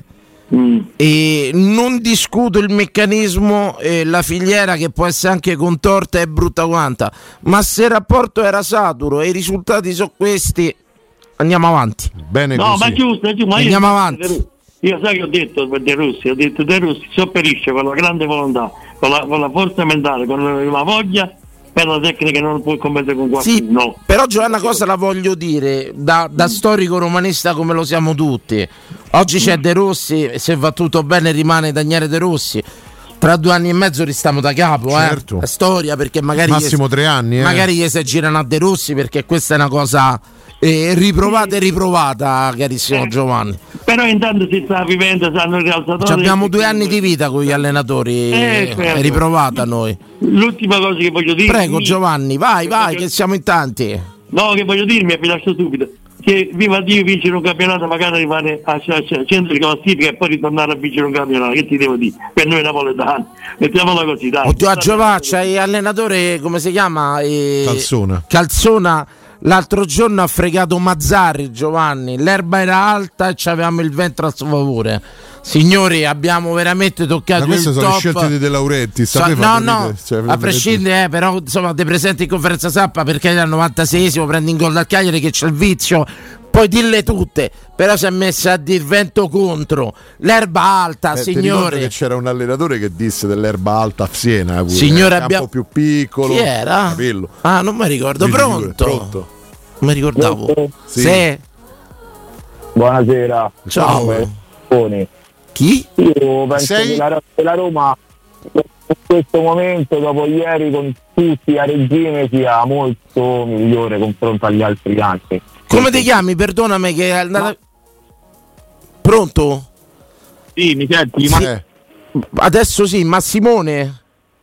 E non discuto il meccanismo, la filiera che può essere anche contorta e brutta quanta, ma se il rapporto era saturo e i risultati sono questi, andiamo avanti. Bene, no, così. ma giusto, andiamo avanti. Io sai che ho detto per De Rossi sopperisce con la grande volontà, con la forza mentale, con la voglia, per la tecnica non può commettere con qualcuno. Sì, no. Però Giovanna, una cosa la voglio dire da storico romanista come lo siamo tutti. Oggi c'è De Rossi, se va tutto bene rimane Daniele De Rossi. Tra 2 anni e mezzo ristiamo da capo, certo. La storia, perché magari massimo 3 anni. Magari gli si girano a De Rossi, perché questa è una cosa riprovata e riprovata, carissimo Giovanni. Però intanto si sta vivendo, sanno il rialzatore. Abbiamo 2 anni di vita con gli allenatori, certo. È riprovata noi. L'ultima cosa che voglio dire. Prego Giovanni, vai che siamo in tanti. No, che voglio dirmi, vi lascio subito. che viva Dio vincere un campionato, magari rimane a centro di classifica e poi ritornare a vincere un campionato. Che ti devo dire? Per noi napoletani, mettiamola così, dai. Oddio, a Giovanni c'hai allenatore, come si chiama? Calzona. L'altro giorno ha fregato Mazzarri, Giovanni. L'erba era alta e avevamo il vento a suo favore. Signori, abbiamo veramente toccato il top. Queste sono le scelte di De Laurenti. No, a prescindere, però insomma, te presenti in conferenza stampa perché al 96esimo prendi in gol dal Cagliari che c'è il vizio. Poi dille tutte, però si è messa a dir vento contro, l'erba alta, signore. Che c'era un allenatore che disse dell'erba alta a Siena, pure, signore, abbiamo un po' più piccolo. Chi era? Capello. Ah, non mi ricordo. Pronto? Non mi ricordavo. Sì. Buonasera. Ciao. Chi? Io penso che la Roma in questo momento, dopo ieri con tutti a regime, sia molto migliore confronto agli altri anni. Come ti chiami? Perdonami che è andata... Pronto? Sì, mi senti? Adesso sì, Massimone?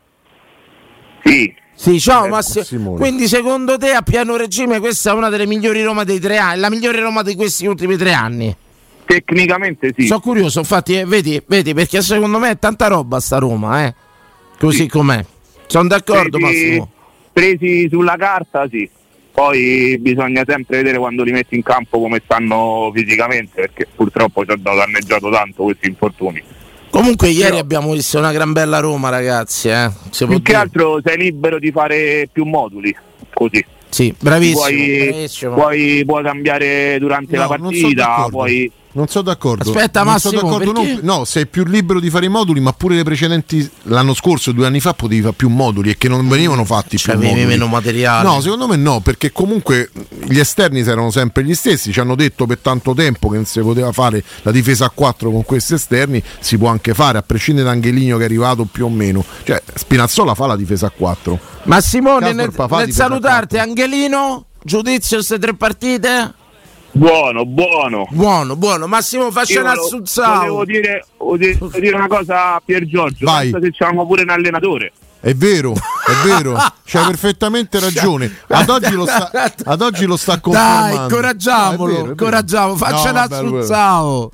Sì, ciao Massimone. Quindi secondo te a pieno regime questa è una delle migliori Roma dei 3 anni, la migliore Roma di questi ultimi 3 anni? Tecnicamente sì. Sono curioso, infatti, vedi, perché secondo me è tanta roba sta Roma, così com'è. Sono d'accordo, Massimo. Presi sulla carta, sì. Poi bisogna sempre vedere quando li metti in campo come stanno fisicamente, perché purtroppo ci ha danneggiato tanto questi infortuni. Comunque ieri abbiamo visto una gran bella Roma, ragazzi. Più che altro sei libero di fare più moduli, così. Sì, bravissimo. Puoi cambiare durante la partita, Non sono d'accordo. Aspetta, Massimo, no, sei più libero di fare i moduli, ma pure le precedenti l'anno scorso, 2 anni fa potevi fare più moduli e che non venivano fatti più moduli. Meno materiale. No, secondo me no, perché comunque gli esterni erano sempre gli stessi, ci hanno detto per tanto tempo che non si poteva fare la difesa a 4 con questi esterni, si può anche fare, a prescindere da Angeligno che è arrivato più o meno. Cioè, Spinazzola fa la difesa a 4. Ma Simone, nel salutarti, Angelino, giudizio queste 3 partite? Buono. Massimo, faccia un assunzao. Volevo dire una cosa a Pier Giorgio. Pensa se c'avevamo pure un allenatore. È vero, c'hai perfettamente ragione. Ad oggi lo sta confermando. Dai, coraggiamolo, faccia un assunzao.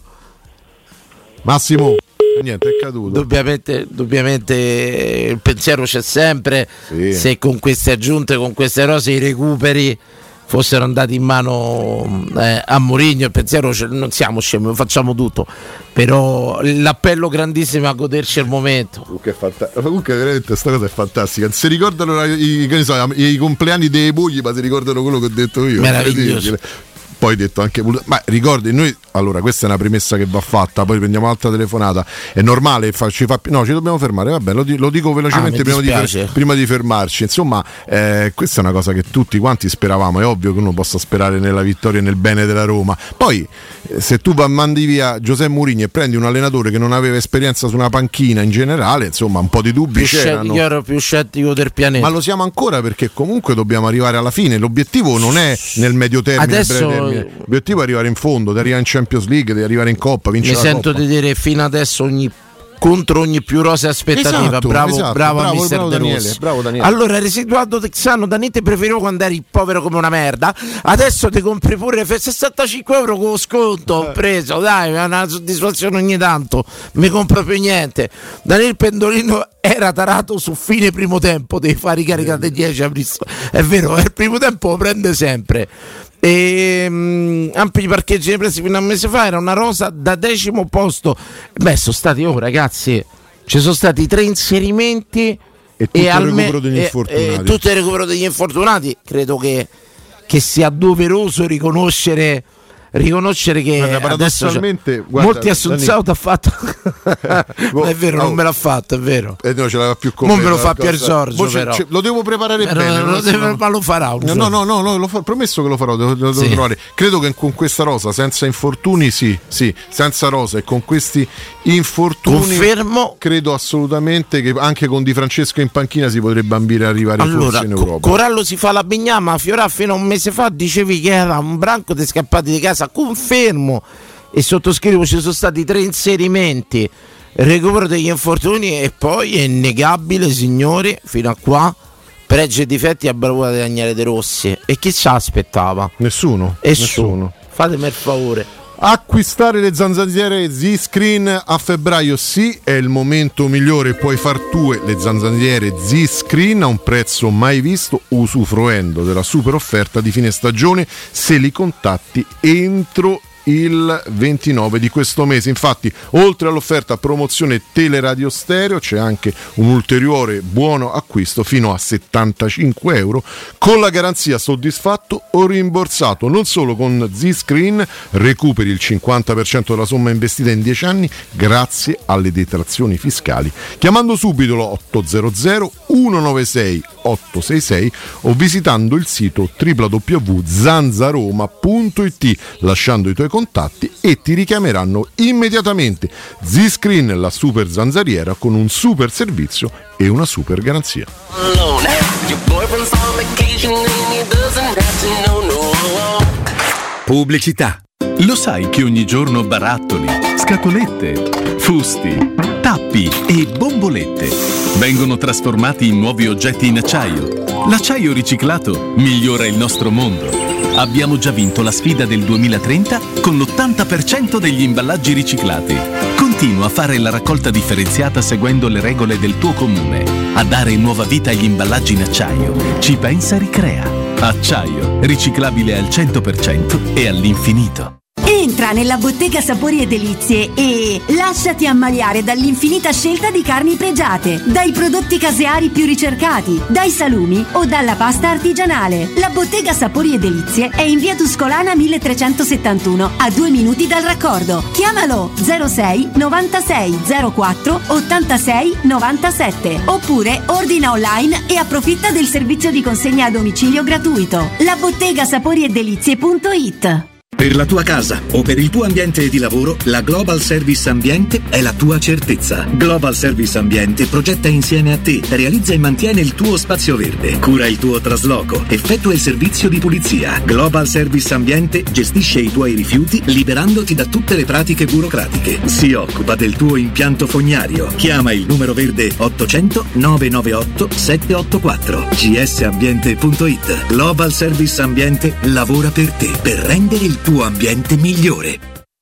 Massimo, niente, è caduto. Indubbiamente il pensiero c'è sempre. Sì. Se con queste aggiunte, con queste rose, i recuperi fossero andati in mano a Mourinho, il pensiero non siamo scemi, lo facciamo tutto, però l'appello grandissimo a goderci il momento. Comunque veramente questa cosa è fantastica, si ricordano i compleanni dei mogli, ma si ricordano quello che ho detto io. Meraviglioso. Poi detto anche, ma ricordi, noi, allora questa è una premessa che va fatta, poi prendiamo un'altra telefonata, è normale, ci dobbiamo fermare, vabbè, lo dico velocemente prima di fermarci, insomma, questa è una cosa che tutti quanti speravamo, è ovvio che uno possa sperare nella vittoria e nel bene della Roma, poi se tu mandi via Giuseppe Mourinho e prendi un allenatore che non aveva esperienza su una panchina in generale, insomma un po' di dubbi c'erano. Io ero più scettico del pianeta, ma lo siamo ancora, perché comunque dobbiamo arrivare alla fine, l'obiettivo non è nel medio termine, adesso l'obiettivo è arrivare in fondo, di arrivare in Champions League, di arrivare in Coppa, vincere la Coppa. Mi sento di dire fino adesso contro ogni più rosea aspettativa. Esatto, bravo Mister De Rossi. Bravo Daniele. Allora, il residuato texano da te preferivo quando eri povero come una merda, adesso ti compri pure 65 euro con sconto, ho preso, dai, è una soddisfazione ogni tanto, mi compro più niente. Daniele Pendolino era tarato su fine primo tempo, devi fare ricaricate 10, è vero, il primo tempo lo prende sempre. Ampi parcheggi nei pressi fino a un mese fa, era una rosa da 10° posto. Sono stati ragazzi, ci sono stati 3 inserimenti e tutto il recupero degli infortunati. Tutto il recupero degli infortunati. Credo che sia doveroso riconoscere che paradossalmente molti assunzao ti ha fatto è vero, non me l'ha fatto, è vero, no, ce l'aveva più non me lo fa Pier Giorgio, però lo devo preparare bene, ma lo farà no, promesso che lo farò, devo trovare. Credo che con questa rosa senza infortuni sì, senza rosa e con questi infortuni confermo, credo assolutamente che anche con Di Francesco in panchina si potrebbe ambire a arrivare forse in Europa. Corallo si fa la bignama, Fiorà fino a un mese fa dicevi che era un branco di scappati di casa, confermo e sottoscrivo, ci sono stati 3 inserimenti, recupero degli infortuni e poi è innegabile, signori, fino a qua pregi e difetti a bravura di Daniele De Rossi. E chi ci aspettava? Nessuno. Fatemi il favore. Acquistare le zanzariere Z-Screen a febbraio, sì, è il momento migliore. Puoi far tue le zanzariere Z-Screen a un prezzo mai visto, usufruendo della super offerta di fine stagione se li contatti entro il 29 di questo mese. Infatti, oltre all'offerta promozione Teleradio Stereo, c'è anche un ulteriore buono acquisto fino a €75 con la garanzia soddisfatto o rimborsato. Non solo, con Z-Screen recuperi il 50% della somma investita in 10 anni grazie alle detrazioni fiscali, chiamando subito l'800 196 866 o visitando il sito www.zanzaroma.it, lasciando i tuoi contatti e ti richiameranno immediatamente. Z-Screen, la super zanzariera con un super servizio e una super garanzia. Pubblicità. Lo sai che ogni giorno barattoli, scatolette, fusti, tappi e bombolette vengono trasformati in nuovi oggetti in acciaio. L'acciaio riciclato migliora il nostro mondo. Abbiamo già vinto la sfida del 2030 con l'80% degli imballaggi riciclati. Continua a fare la raccolta differenziata seguendo le regole del tuo comune. A dare nuova vita agli imballaggi in acciaio. Ci pensa Ricrea. Acciaio, riciclabile al 100% e all'infinito. Entra nella Bottega Sapori e Delizie e lasciati ammaliare dall'infinita scelta di carni pregiate, dai prodotti caseari più ricercati, dai salumi o dalla pasta artigianale. La Bottega Sapori e Delizie è in via Tuscolana 1371, a 2 minuti dal raccordo. Chiamalo 06 96 04 86 97 oppure ordina online e approfitta del servizio di consegna a domicilio gratuito. La Bottega Sapori e Delizie.it. Per la tua casa o per il tuo ambiente di lavoro, la Global Service Ambiente è la tua certezza. Global Service Ambiente progetta insieme a te, realizza e mantiene il tuo spazio verde, cura il tuo trasloco, effettua il servizio di pulizia. Global Service Ambiente gestisce i tuoi rifiuti liberandoti da tutte le pratiche burocratiche. Si occupa del tuo impianto fognario. Chiama il numero verde 800 998 784. gsambiente.it. Global Service Ambiente lavora per te, per rendere il tuo ambiente migliore.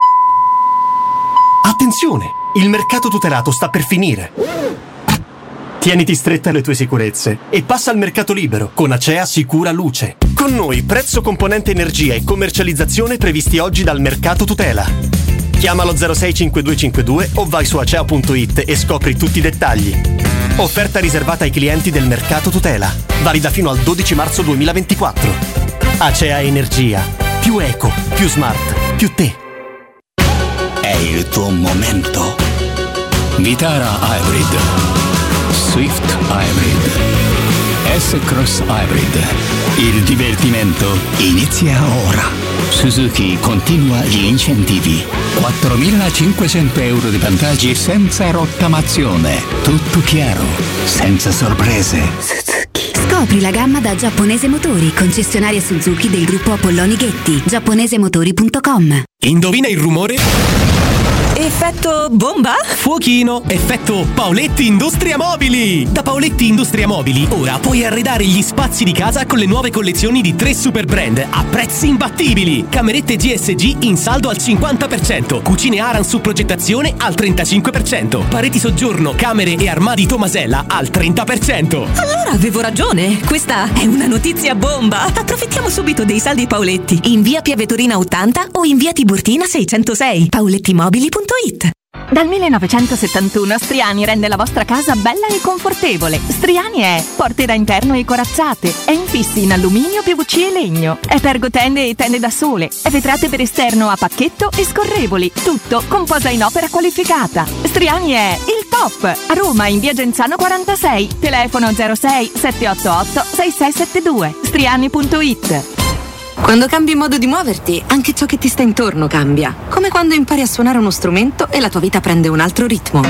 Attenzione! Il mercato tutelato sta per finire. Tieniti stretta alle tue sicurezze e passa al mercato libero con Acea Sicura Luce. Con noi prezzo, componente energia e commercializzazione previsti oggi dal mercato tutela. Chiamalo 065252 o vai su acea.it e scopri tutti i dettagli. Offerta riservata ai clienti del mercato tutela. Valida fino al 12 marzo 2024. Acea Energia. Più eco, più smart, più te. È il tuo momento. Vitara Hybrid, Swift Hybrid, S-Cross Hybrid. Il divertimento inizia ora. Suzuki continua gli incentivi. 4.500 euro di vantaggi senza rottamazione. Tutto chiaro, senza sorprese. Scopri la gamma da Giapponese Motori, concessionaria Suzuki del gruppo Apolloni Ghetti. giapponesemotori.com. Indovina il rumore? Effetto bomba? Fuochino! Effetto Paoletti Industria Mobili! Da Paoletti Industria Mobili ora puoi arredare gli spazi di casa con le nuove collezioni di 3 super brand a prezzi imbattibili. Camerette GSG in saldo al 50%, cucine Aran su progettazione al 35%, pareti soggiorno, camere e armadi Tomasella al 30%. Allora avevo ragione, questa è una notizia bomba. Approfittiamo subito dei saldi Paoletti in via Piavetorina 80 o in via Tiburtina 606. paolettimobili.it. Dal 1971 Striani rende la vostra casa bella e confortevole. Striani è porte da interno e corazzate, è infissi in alluminio, PVC e legno, è pergotende e tende da sole, è vetrate per esterno a pacchetto e scorrevoli, tutto con posa in opera qualificata. Striani è il top! A Roma in via Genzano 46, telefono 06 788 6672, striani.it. Quando cambi modo di muoverti, anche ciò che ti sta intorno cambia. Come quando impari a suonare uno strumento e la tua vita prende un altro ritmo.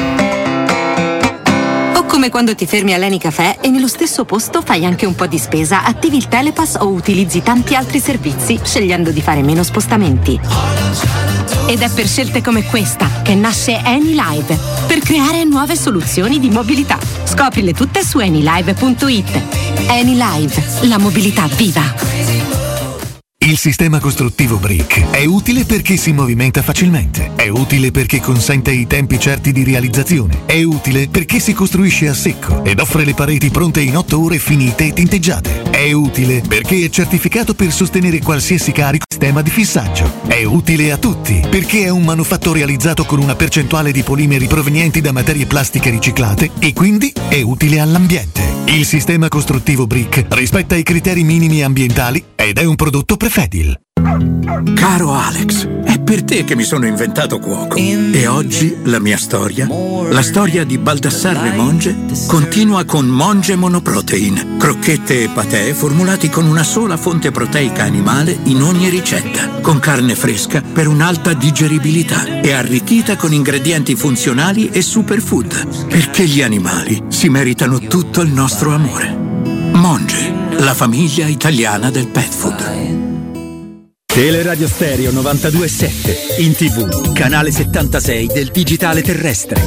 O come quando ti fermi all'Eni Café e nello stesso posto fai anche un po' di spesa, attivi il Telepass o utilizzi tanti altri servizi, scegliendo di fare meno spostamenti. Ed è per scelte come questa che nasce Eni Live, per creare nuove soluzioni di mobilità. Scoprile tutte su enilive.it. Eni Live, la mobilità viva. Il sistema costruttivo Brick è utile perché si movimenta facilmente, è utile perché consente i tempi certi di realizzazione, è utile perché si costruisce a secco ed offre le pareti pronte in 8 ore finite e tinteggiate, è utile perché è certificato per sostenere qualsiasi carico sistema di fissaggio, è utile a tutti perché è un manufatto realizzato con una percentuale di polimeri provenienti da materie plastiche riciclate e quindi è utile all'ambiente. Il sistema costruttivo Brick rispetta i criteri minimi ambientali ed è un prodotto Prefedil. Caro Alex, è per te che mi sono inventato cuoco. E oggi la mia storia, la storia di Baldassarre Monge, continua con Monge Monoprotein. Crocchette e patè formulati con una sola fonte proteica animale in ogni ricetta, con carne fresca per un'alta digeribilità e arricchita con ingredienti funzionali e superfood, perché gli animali si meritano tutto il nostro amore. Monge, la famiglia italiana del pet food. Teleradio Stereo 92.7, in TV, canale 76 del digitale terrestre.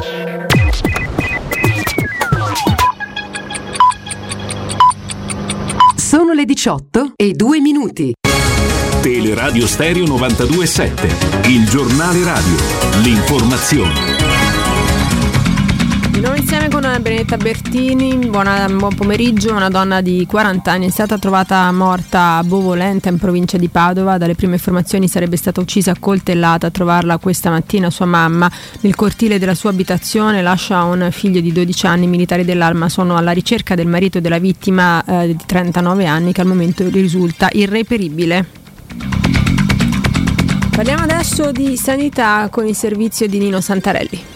Sono le 18:02. Teleradio Stereo 92.7, il giornale radio, l'informazione. Di nuovo insieme con Benedetta Bertini. Buon pomeriggio. Una donna di 40 anni è stata trovata morta a Bovolenta, in provincia di Padova. Dalle prime informazioni sarebbe stata uccisa a coltellata. A trovarla questa mattina sua mamma nel cortile della sua abitazione. Lascia un figlio di 12 anni. I militari dell'Alma sono alla ricerca del marito della vittima di 39 anni, che al momento risulta irreperibile. Parliamo adesso di sanità con il servizio di Nino Santarelli.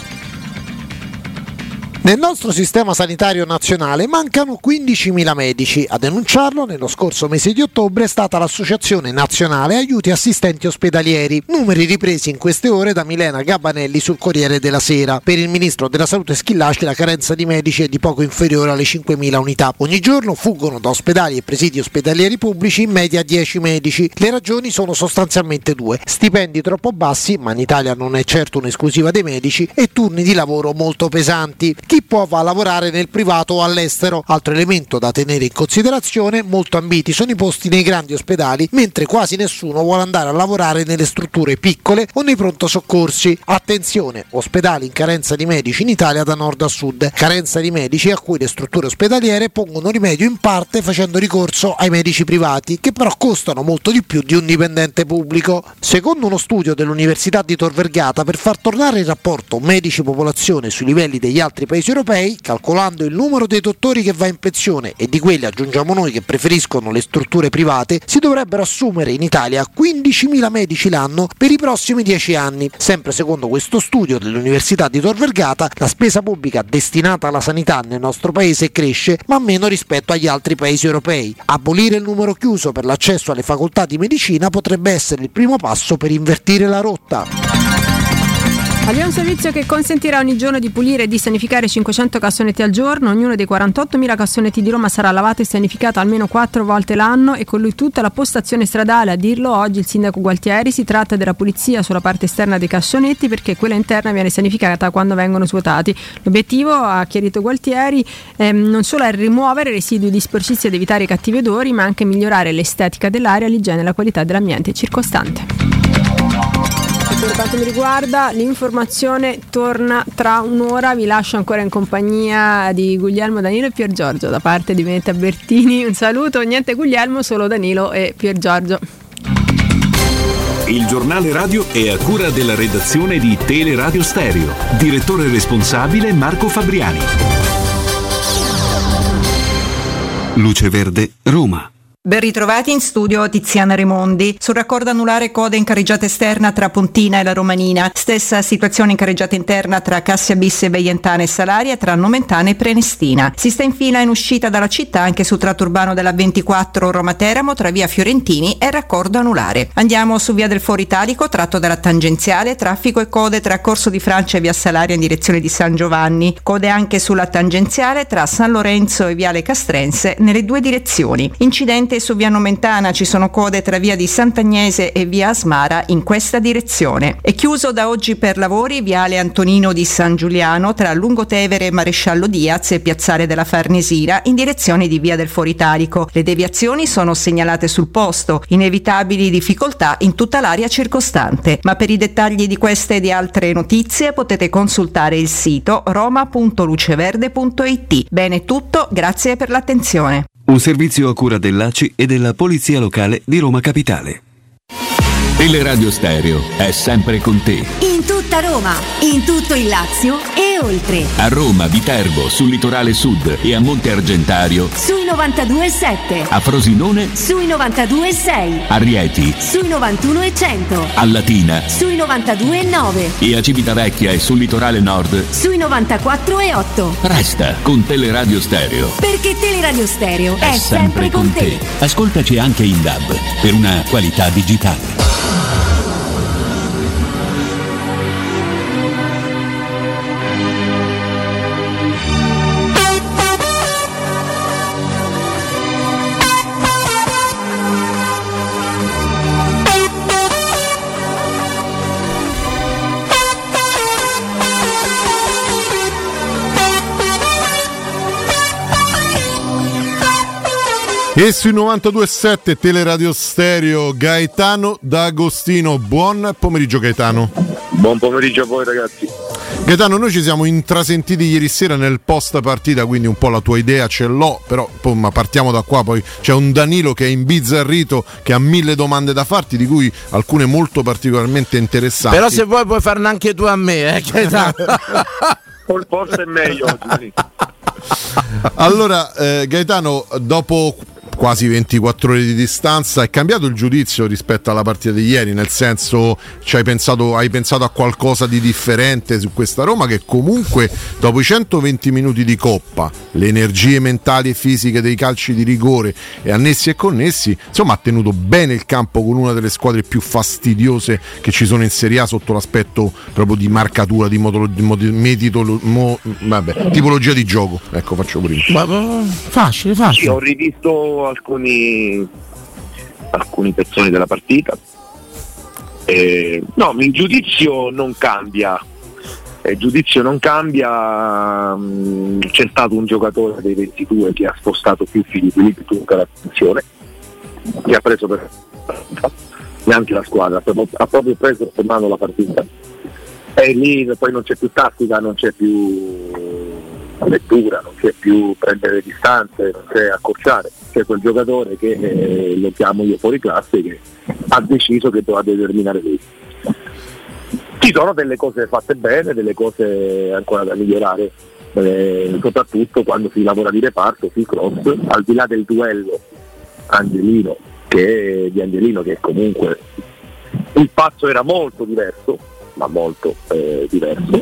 Nel nostro sistema sanitario nazionale mancano 15.000 medici. A denunciarlo nello scorso mese di ottobre è stata l'Associazione Nazionale Aiuti Assistenti Ospedalieri, numeri ripresi in queste ore da Milena Gabanelli sul Corriere della Sera. Per il ministro della Salute Schillaci la carenza di medici è di poco inferiore alle 5.000 unità. Ogni giorno fuggono da ospedali e presidi ospedalieri pubblici in media 10 medici. Le ragioni sono sostanzialmente due: stipendi troppo bassi, ma in Italia non è certo un'esclusiva dei medici, e turni di lavoro molto pesanti. Chi può va a lavorare nel privato o all'estero. Altro elemento da tenere in considerazione: molto ambiti sono i posti nei grandi ospedali, mentre quasi nessuno vuole andare a lavorare nelle strutture piccole o nei pronto soccorsi. Attenzione, ospedali in carenza di medici in Italia da nord a sud, carenza di medici a cui le strutture ospedaliere pongono rimedio in parte facendo ricorso ai medici privati, che però costano molto di più di un dipendente pubblico. Secondo uno studio dell'Università di Tor Vergata, per far tornare il rapporto medici-popolazione sui livelli degli altri paesi europei, calcolando il numero dei dottori che va in pensione e di quelli, aggiungiamo noi, che preferiscono le strutture private, si dovrebbero assumere in Italia 15.000 medici l'anno per i prossimi 10 anni. Sempre secondo questo studio dell'Università di Tor Vergata, la spesa pubblica destinata alla sanità nel nostro paese cresce, ma meno rispetto agli altri paesi europei. Abolire il numero chiuso per l'accesso alle facoltà di medicina potrebbe essere il primo passo per invertire la rotta. Abbiamo un servizio che consentirà ogni giorno di pulire e di sanificare 500 cassonetti al giorno. Ognuno dei 48.000 cassonetti di Roma sarà lavato e sanificato almeno 4 volte l'anno, e con lui tutta la postazione stradale. A dirlo oggi il sindaco Gualtieri: si tratta della pulizia sulla parte esterna dei cassonetti, perché quella interna viene sanificata quando vengono svuotati. L'obiettivo, ha chiarito Gualtieri, non solo è rimuovere residui di sporcizia ed evitare i cattivi odori, ma anche migliorare l'estetica dell'aria, l'igiene e la qualità dell'ambiente circostante. Per quanto mi riguarda, l'informazione torna tra un'ora. Vi lascio ancora in compagnia di Guglielmo, Danilo e Pier Giorgio da parte di Benedetta Bertini. Un saluto, niente Guglielmo, solo Danilo e Pier Giorgio. Il giornale radio è a cura della redazione di Teleradio Stereo. Direttore responsabile Marco Fabriani. Luce Verde, Roma. Ben ritrovati in studio Tiziana Remondi. Sul raccordo anulare coda in carreggiata esterna tra Pontina e la Romanina. Stessa situazione in carreggiata interna tra Cassia Bis e Veientana e Salaria, tra Nomentana e Prenestina. Si sta in fila in uscita dalla città anche sul tratto urbano della 24 Roma Teramo tra via Fiorentini e raccordo anulare. Andiamo su via del Foro Italico, tratto dalla tangenziale, traffico e code tra Corso di Francia e via Salaria in direzione di San Giovanni. Code anche sulla tangenziale tra San Lorenzo e viale Castrense nelle due direzioni. Incidente Anche su via Nomentana ci sono code tra via di Sant'Agnese e via Asmara in questa direzione. È chiuso da oggi per lavori viale Antonino di San Giuliano tra Lungotevere e Maresciallo Diaz e Piazzale della Farnesira in direzione di via del Foritalico. Le deviazioni sono segnalate sul posto, inevitabili difficoltà in tutta l'area circostante. Ma per i dettagli di queste e di altre notizie potete consultare il sito roma.luceverde.it. Bene, tutto, grazie per l'attenzione. Un servizio a cura dell'ACI e della Polizia Locale di Roma Capitale. Teleradio Stereo è sempre con te. In tutta Roma, in tutto il Lazio e oltre. A Roma, Viterbo, sul litorale sud e a Monte Argentario. Sui 92.7. A Frosinone. Sui 92.6. A Rieti. Sui 91.100. A Latina. Sui 92.9. E a Civitavecchia e sul litorale nord. Sui 94.8. Resta con Teleradio Stereo. Perché Teleradio Stereo è sempre con te. Ascoltaci anche in DAB per una qualità digitale. E sui 92.7 Teleradio Stereo Gaetano D'Agostino. Buon pomeriggio Gaetano. Buon pomeriggio a voi ragazzi. Gaetano, noi ci siamo intrasentiti ieri sera nel post partita, quindi un po' la tua idea ce l'ho, però ma partiamo da qua. Poi c'è un Danilo che è imbizzarrito, che ha 1000 domande da farti, di cui alcune molto particolarmente interessanti. Però se vuoi puoi farne anche tu a me, Gaetano. Forse è meglio oggi. Allora Gaetano, dopo quasi 24 ore di distanza è cambiato il giudizio rispetto alla partita di ieri, nel senso hai pensato a qualcosa di differente su questa Roma che comunque dopo i 120 minuti di Coppa, le energie mentali e fisiche dei calci di rigore e annessi e connessi, insomma ha tenuto bene il campo con una delle squadre più fastidiose che ci sono in Serie A sotto l'aspetto proprio di marcatura, di tipologia di gioco. Ecco, faccio prima. Facile. Sì, ho rivisto alcuni pezzoni della partita. No, il giudizio non cambia. C'è stato un giocatore dei 22 che ha spostato più Filippi tutta l'attenzione, che ha preso per neanche la squadra, ha proprio preso per mano la partita. E lì poi non c'è più tattica, non c'è più lettura, non c'è più prendere distanze, non c'è accorciare. C'è quel giocatore che lo chiamo io fuori classe, che ha deciso che doveva determinare lui. Ci sono delle cose fatte bene, delle cose ancora da migliorare, soprattutto quando si lavora di reparto, sui cross, al di là del duello Angelino, che comunque il passo era molto diverso, ma molto diverso,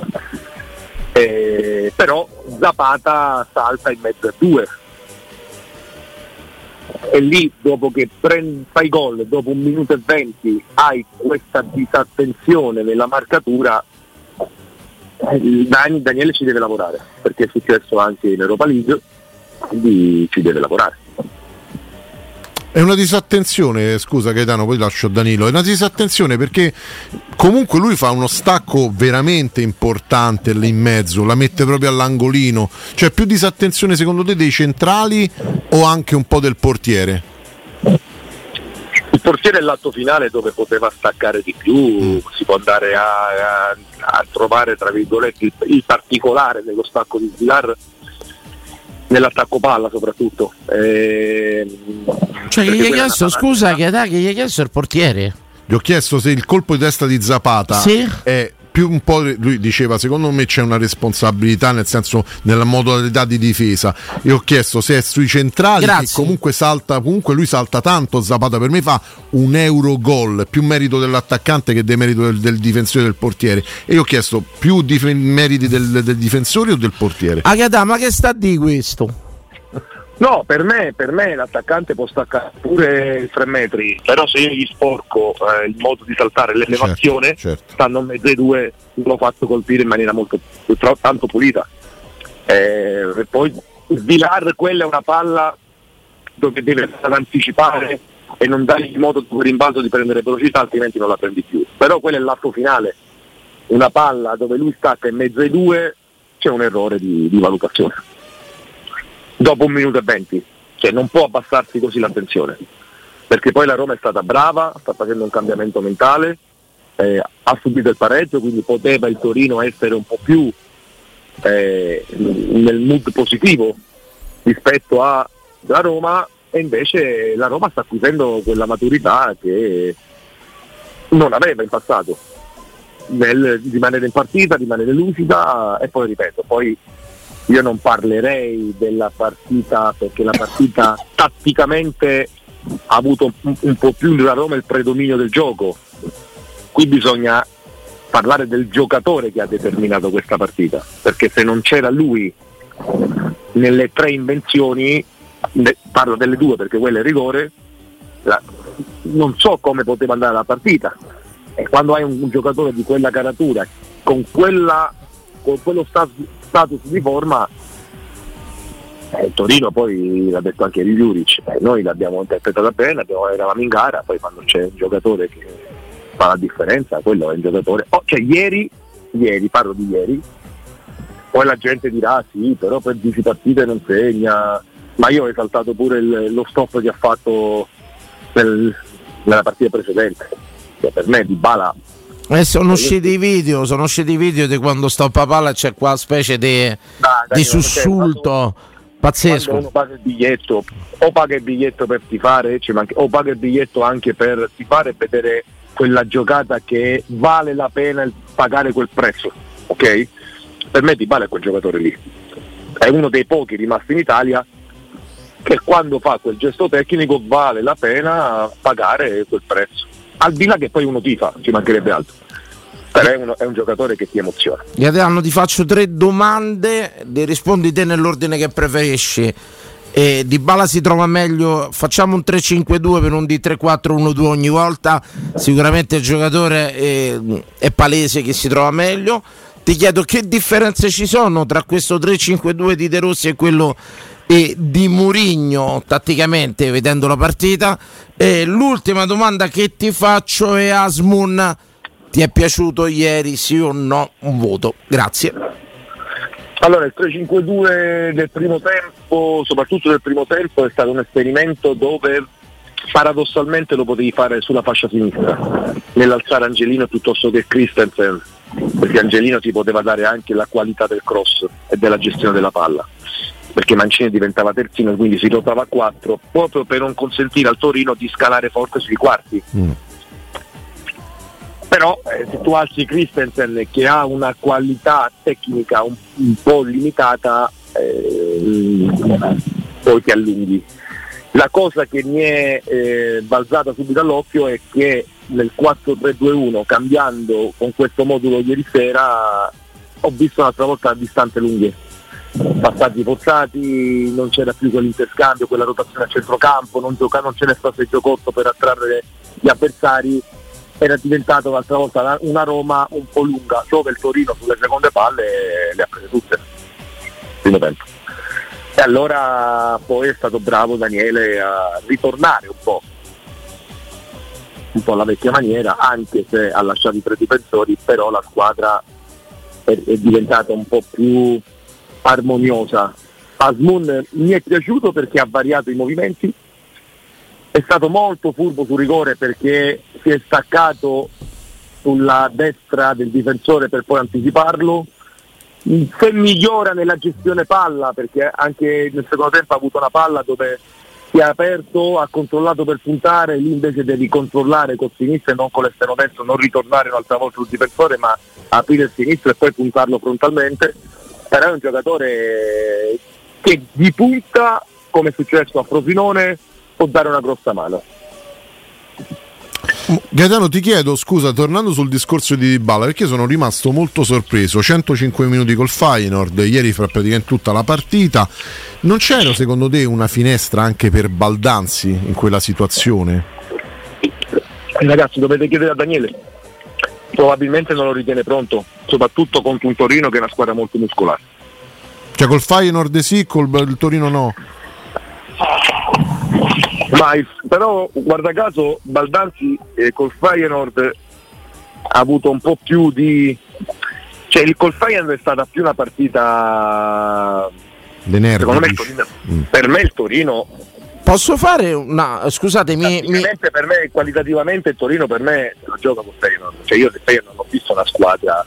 però Zapata salta in mezzo a due, e lì dopo che fai gol, dopo 1 minuto e 20 hai questa disattenzione nella marcatura. Daniele ci deve lavorare, perché è successo anche in Europa League, quindi ci deve lavorare. È una disattenzione, scusa Gaetano, poi lascio Danilo, è una disattenzione perché comunque lui fa uno stacco veramente importante lì in mezzo, la mette proprio all'angolino. Cioè, più disattenzione secondo te dei centrali o anche un po' del portiere? Il portiere è l'atto finale dove poteva staccare di più, si può andare a trovare tra virgolette il particolare dello stacco di Vilar, nell'attacco palla soprattutto. Cioè, gli hai chiesto, scusa, che gli hai chiesto il portiere? Gli ho chiesto se il colpo di testa di Zapata è più un po', lui diceva secondo me c'è una responsabilità, nel senso nella modalità di difesa. Io ho chiesto se è sui centrali, che comunque lui salta tanto. Zapata per me fa un euro gol, più merito dell'attaccante che demerito del difensore, del portiere. E io ho chiesto più meriti del difensore o del portiere. Agatha, ma che sta di questo? No, per me l'attaccante può staccare pure 3 metri, però se io gli sporco il modo di saltare, l'elevazione, certo. Stanno in mezzo ai due, l'ho fatto colpire in maniera tanto pulita. E poi Vilar, quella è una palla dove deve anticipare e non dargli modo per rimbalzo di prendere velocità, altrimenti non la prendi più. Però quello è l'atto finale, una palla dove lui stacca in mezzo ai due, c'è un errore di valutazione dopo 1 minuto e 20, cioè non può abbassarsi così l'attenzione, perché poi la Roma è stata brava, sta facendo un cambiamento mentale, ha subito il pareggio, quindi poteva il Torino essere un po' più nel mood positivo rispetto alla Roma, e invece la Roma sta acquisendo quella maturità che non aveva in passato nel rimanere in partita, rimanere lucida. E poi ripeto, poi io non parlerei della partita, perché la partita tatticamente ha avuto un po' più la Roma il predominio del gioco, qui bisogna parlare del giocatore che ha determinato questa partita, perché se non c'era lui nelle 3 invenzioni, parlo delle 2 perché quella è rigore, non so come poteva andare la partita. E quando hai un giocatore di quella caratura, con quello status di forma, il Torino poi l'ha detto anche di Juric, noi l'abbiamo interpretata bene, eravamo in gara, poi quando c'è un giocatore che fa la differenza, quello è un giocatore. Cioè ieri, parlo di ieri, poi la gente dirà sì, però per 10 partite non segna, ma io ho esaltato pure lo stop che ha fatto nella partita precedente, cioè, per me Dybala sono usciti i video di quando stoppa palla, c'è qua specie di sussulto pazzesco. Quando uno paga il biglietto, o paga il biglietto per tifare, o paga il biglietto anche per tifare e vedere quella giocata che vale la pena pagare quel prezzo, ok? Per me Dybala è quel giocatore lì, è uno dei pochi rimasti in Italia che quando fa quel gesto tecnico vale la pena pagare quel prezzo, al di là che poi uno tifa, ci mancherebbe altro, però è un giocatore che ti emoziona. Gaetano, ti faccio 3 domande, rispondi te nell'ordine che preferisci. Dybala si trova meglio, facciamo un 3-5-2 per un D3-4-1-2 ogni volta, sicuramente il giocatore è palese che si trova meglio. Ti chiedo che differenze ci sono tra questo 3-5-2 di De Rossi e quello di Mourinho tatticamente, vedendo la partita. E l'ultima domanda che ti faccio è: Asmun ti è piaciuto ieri, sì o no? Un voto, grazie. Allora, il 3-5-2 del primo tempo, soprattutto del primo tempo, è stato un esperimento dove paradossalmente lo potevi fare sulla fascia sinistra, nell'alzare Angelino piuttosto che Christensen, perché Angelino ti poteva dare anche la qualità del cross e della gestione della palla, perché Mancini diventava terzino, quindi si rotava a 4 proprio per non consentire al Torino di scalare forte sui quarti. Però se tu alzi Christensen, che ha una qualità tecnica un po' limitata, poi ti allunghi. La cosa che mi è balzata subito all'occhio è che nel 4-3-2-1, cambiando con questo modulo ieri sera, ho visto un'altra volta distanze lunghe, passaggi forzati, non c'era più quell'interscambio, quella rotazione a centrocampo, non ce n'è stato il gioco corto per attrarre gli avversari. Era diventata un'altra volta una Roma un po' lunga, dove il Torino sulle seconde palle le ha prese tutte primo tempo. E allora poi è stato bravo Daniele a ritornare un po' alla vecchia maniera, anche se ha lasciato i 3 difensori, però la squadra è diventata un po' più armoniosa. Asmun mi è piaciuto perché ha variato i movimenti, è stato molto furbo sul rigore perché si è staccato sulla destra del difensore per poi anticiparlo. Se migliora nella gestione palla, perché anche nel secondo tempo ha avuto una palla dove si è aperto, ha controllato per puntare, lì invece devi controllare col sinistro e non con l'esterno destro, non ritornare un'altra volta sul difensore, ma aprire il sinistro e poi puntarlo frontalmente. Però è un giocatore che di punta, come è successo a Frosinone, può dare una grossa mano. Gaetano, ti chiedo scusa, tornando sul discorso di Dybala, perché sono rimasto molto sorpreso. 105 minuti col Feyenoord, ieri fra praticamente tutta la partita. Non c'era secondo te una finestra anche per Baldanzi in quella situazione? Ragazzi, dovete chiedere a Daniele, probabilmente non lo ritiene pronto, soprattutto contro un Torino che è una squadra molto muscolare. Cioè col Feyenoord sì, col Torino no? Però guarda caso Baldanzi col Feyenoord ha avuto un po' più di, cioè il col Feyenoord è stata più una partita de nervi, secondo me per me il Torino, posso fare una, scusatemi, per me qualitativamente il Torino per me lo gioca con Feyenoord, cioè io del Feyenoord non ho visto una squadra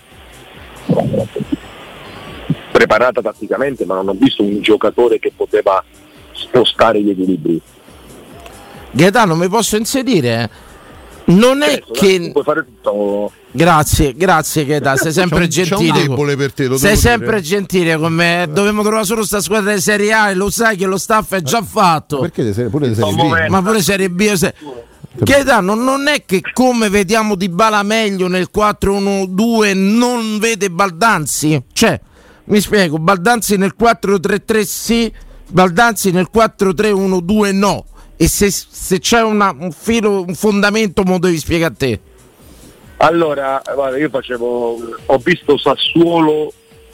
preparata tatticamente, ma non ho visto un giocatore che poteva spostare gli equilibri. Gaetano, mi posso inserire? Non è che puoi fare tutto. Grazie Gaetano, sei sempre gentile. C'è un debole per te, sei sempre gentile con me. Dovremmo trovare solo sta squadra di Serie A e lo sai che lo staff è già fatto. Perché pure di Serie B? Ma pure Serie B. Gaetano, non è che come vediamo Dybala meglio nel 4-1-2 non vede Baldanzi? Cioè, mi spiego, Baldanzi nel 4-3-3 sì, Baldanzi nel 4-3-1-2 no. E se c'è un filo, un fondamento, me lo devi spiegare a te. Allora, guarda, io ho visto Sassuolo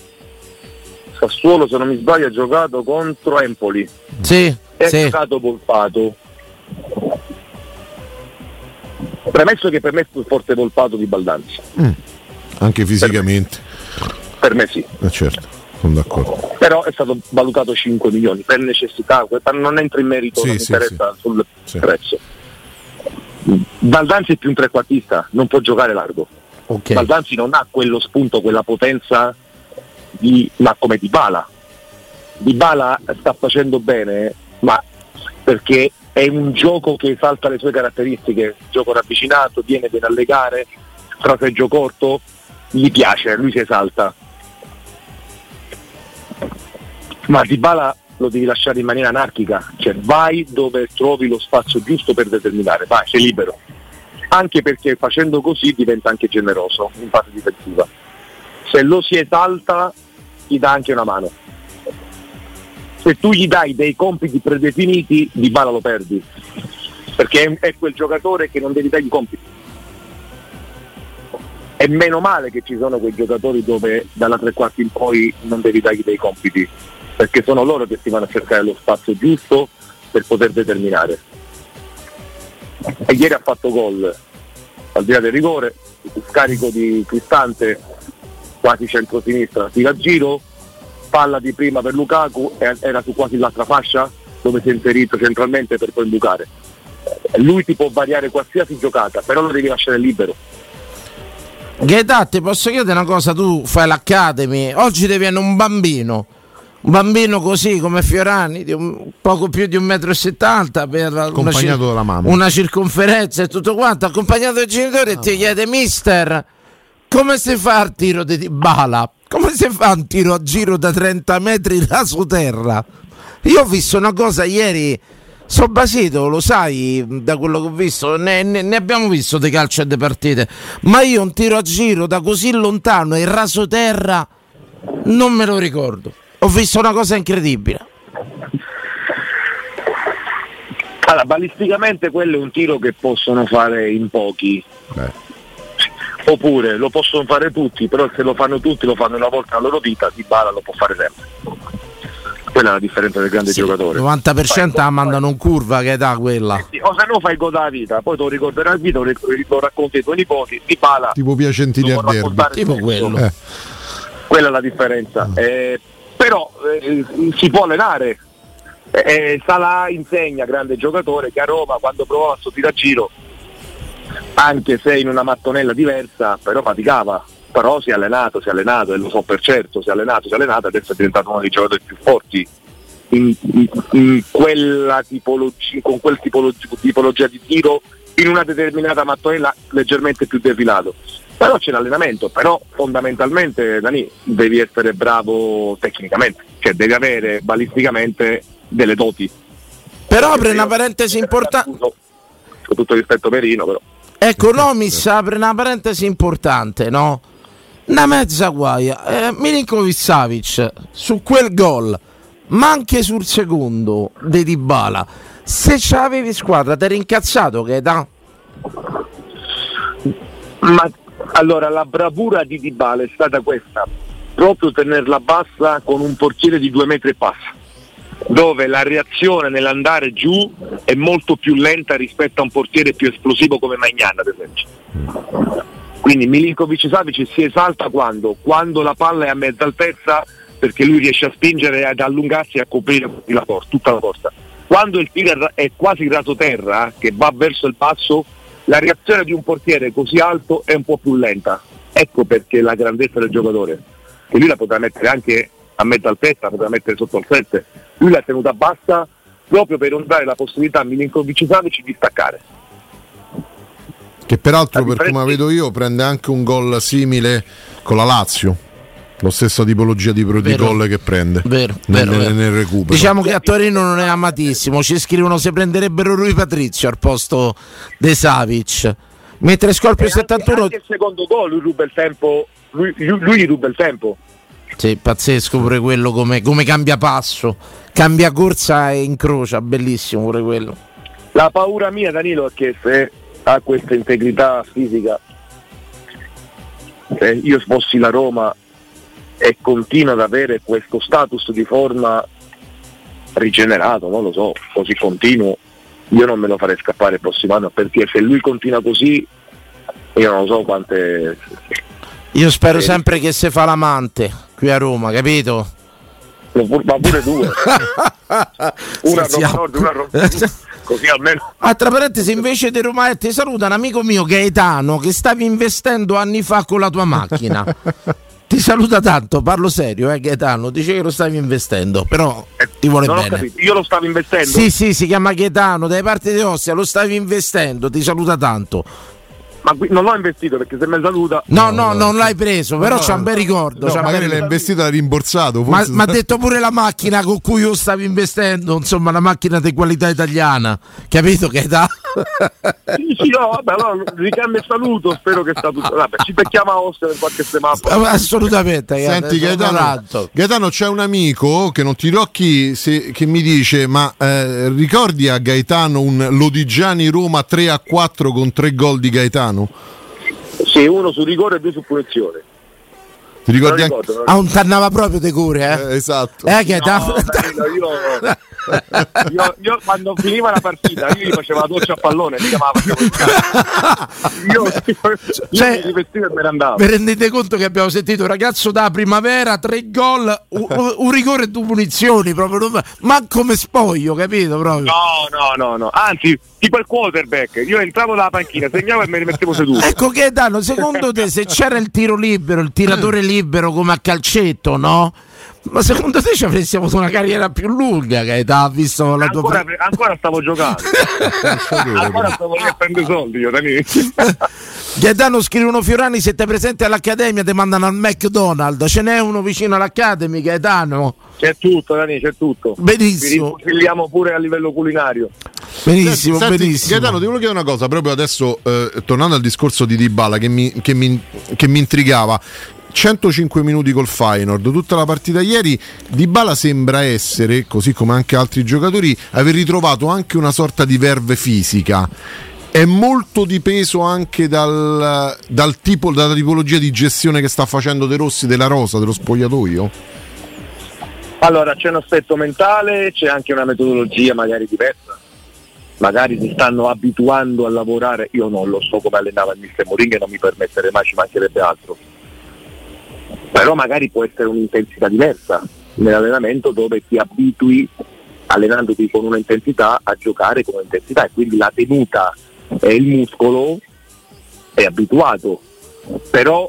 se non mi sbaglio ha giocato contro Empoli. Sì. Ha giocato Volpato. Premesso che per me è più forte Volpato di Baldanzi. Anche fisicamente. Per me sì. Certo, sono d'accordo. Però è stato valutato 5 milioni per necessità, non entra in merito, non mi interessa sul prezzo. Baldanzi è più un trequartista, non può giocare largo. Okay. Baldanzi non ha quello spunto, quella potenza ma come Dybala. Dybala sta facendo bene, ma perché è un gioco che esalta le sue caratteristiche, gioco ravvicinato, viene bene alle gare, fraseggio corto, gli piace, lui si esalta. Ma Dybala lo devi lasciare in maniera anarchica, cioè vai dove trovi lo spazio giusto per determinare, vai, sei libero. Anche perché facendo così diventa anche generoso in fase difensiva. Se lo si esalta gli dà anche una mano. Se tu gli dai dei compiti predefiniti, Dybala lo perdi, perché è quel giocatore che non devi dargli compiti. È meno male che ci sono quei giocatori dove dalla tre quarti in poi non devi dargli dei compiti, perché sono loro che si vanno a cercare lo spazio giusto per poter determinare. E ieri ha fatto gol al di là del rigore, scarico di Cristante, quasi centro-sinistra, tira a giro, palla di prima per Lukaku, era su quasi l'altra fascia dove si è inserito centralmente per poi bucare. Lui ti può variare qualsiasi giocata, però lo devi lasciare libero. Gaetà, ti posso chiedere una cosa? Tu fai l'Academy, oggi ti viene un bambino così come Fiorani, di poco più di 1,70 m, per accompagnato dalla mamma, una circonferenza e tutto quanto, accompagnato dai genitori, e ti chiede: mister, come si fa il tiro di Dybala? Come si fa un tiro a giro da 30 metri raso terra? Io ho visto una cosa ieri, sono basito, lo sai, da quello che ho visto, ne abbiamo visto di calcio e di partite, ma io un tiro a giro da così lontano e raso terra non me lo ricordo. Ho visto una cosa incredibile. Allora, balisticamente quello è un tiro che possono fare in pochi. Oppure lo possono fare tutti, però se lo fanno tutti, lo fanno una volta nella loro vita, Dybala lo può fare sempre. Quella è la differenza del grande giocatore. Il 90% la mandano in curva, che dà quella. O se no fai gol della vita, poi te lo ricorderai il video, lo racconti ai tuoi nipoti, Dybala tipo Piacentini al derby, tipo quello. Quella è la differenza. Però si può allenare. Salah insegna, grande giocatore, che a Roma quando provava a tiro a giro, anche se in una mattonella diversa, però faticava, però si è allenato e lo so per certo, si è allenato, adesso è diventato uno dei giocatori più forti in quella tipologia, con quel tipologia di tiro, in una determinata mattonella leggermente più defilato. Però c'è l'allenamento, però fondamentalmente Dani devi essere bravo tecnicamente, cioè devi avere balisticamente delle doti. Però apre una parentesi importante, con tutto rispetto Perino, però ecco, Nomis apre una parentesi importante, no? Una mezza guaia, Milinkovic-Savic su quel gol, ma anche sul secondo di Dybala, se ce l'avevi squadra ti eri incazzato, che da? Ma allora la bravura di Dybala è stata questa, proprio tenerla bassa con un portiere di 2 metri e passa. dove la reazione nell'andare giù è molto più lenta rispetto a un portiere più esplosivo come Maignan, ad esempio. Quindi Milinkovic-Savic si esalta quando la palla è a mezza altezza, perché lui riesce a spingere, ad allungarsi e a coprire tutta la porta. Quando il tiro è quasi raso terra, che va verso il basso, la reazione di un portiere così alto è un po' più lenta. Ecco perché la grandezza del giocatore, che lui la potrà mettere anche a mezza altezza, la potrà mettere sotto il 7, lui l'ha tenuta bassa proprio per non dare la possibilità a Milinkovic-Savic di staccare. Che peraltro, per come la vedo io, prende anche un gol simile con la Lazio, lo stessa tipologia di gol che prende nel recupero. Diciamo che a Torino non è amatissimo, ci scrivono se prenderebbero Rui Patrizio al posto De Savic, mentre Scorpio 71 anche il secondo gol lui ruba il tempo, lui ruba il tempo. Sì, pazzesco pure quello, come cambia passo, cambia corsa e incrocia, bellissimo pure quello. La paura mia, Danilo, è che se ha questa integrità fisica, se io fossi la Roma e continua ad avere questo status di forma rigenerato, non lo so, così continuo, io non me lo farei scappare il prossimo anno, perché se lui continua così io non so quante. Io spero sempre che se fa l'amante qui a Roma, capito? Ma pure due. Una a Roma Nord, una a Roma Sud, così almeno. Tra parentesi, invece di Roma ti saluta un amico mio Gaetano che stavi investendo anni fa con la tua macchina. Ti saluta tanto, parlo serio, Gaetano, dice che lo stavi investendo, però ti vuole non bene. Ho capito. Io lo stavo investendo? Sì, si chiama Gaetano, dai parti di Ostia, lo stavi investendo, ti saluta tanto. Ma non l'ho investito, perché se mi saluta. No, non l'hai preso, però c'ha un bel ricordo. No, magari l'hai investito e l'hai rimborsato. Ma ha detto pure la macchina con cui io stavo investendo, insomma, una macchina di qualità italiana, capito che età? Sì, no, vabbè, allora ricambio e saluto, spero che sta tutto. Vabbè, ci becchiamo a Ostia per qualche semaforo. Assolutamente. Senti Gaetano, c'è un amico che non ti dirò chi, che mi dice: ma ricordi a Gaetano un Lodigiani Roma 3-4 con 3 gol di Gaetano? Sì, uno su rigore e 2 su punizione. Ti ricordi anche? Un tannava proprio de cure, esatto. Gaetano. Io quando finiva la partita io gli facevo la doccia a pallone, mi chiamava. Io mi rivestivo e me ne andavo. Vi rendete conto che abbiamo sentito un ragazzo da primavera, 3 gol, un rigore e 2 punizioni, proprio, ma come spoglio, capito? Proprio. No, anzi, tipo il quarterback, io entravo dalla panchina, segnavo e me ne mettevo seduto. Ecco Gaetano, secondo te se c'era il tiro libero, il tiratore libero come a calcetto, no? Ma secondo te ci avresti avuto una carriera più lunga, Gaetano, visto la tua ancora stavo giocando. Ancora stavo lì a prendere soldi io, Dani. Gaetano, scrivono Fiorani, se te presenti all'Accademia ti mandano al McDonald's, ce n'è uno vicino all'Academy, Gaetano? C'è tutto, Dani, c'è tutto. Benissimo. Vi riconsigliamo pure a livello culinario. Benissimo, Senti, benissimo. Gaetano, ti volevo chiedere una cosa, proprio adesso, tornando al discorso di Dybala che mi intrigava. 105 minuti col Feyenoord, tutta la partita ieri. Dybala sembra essere, così come anche altri giocatori, aver ritrovato anche una sorta di verve fisica. È molto dipeso anche dalla tipologia di gestione che sta facendo De Rossi della rosa, dello spogliatoio? Allora, c'è un aspetto mentale, c'è anche una metodologia magari diversa. Magari si stanno abituando a lavorare, io non lo so come allenava il mister Mourinho e non mi permetterei mai, ci mancherebbe altro. Però magari può essere un'intensità diversa nell'allenamento, dove ti abitui, allenandoti con un'intensità, a giocare con un'intensità, e quindi la tenuta e il muscolo è abituato. Però,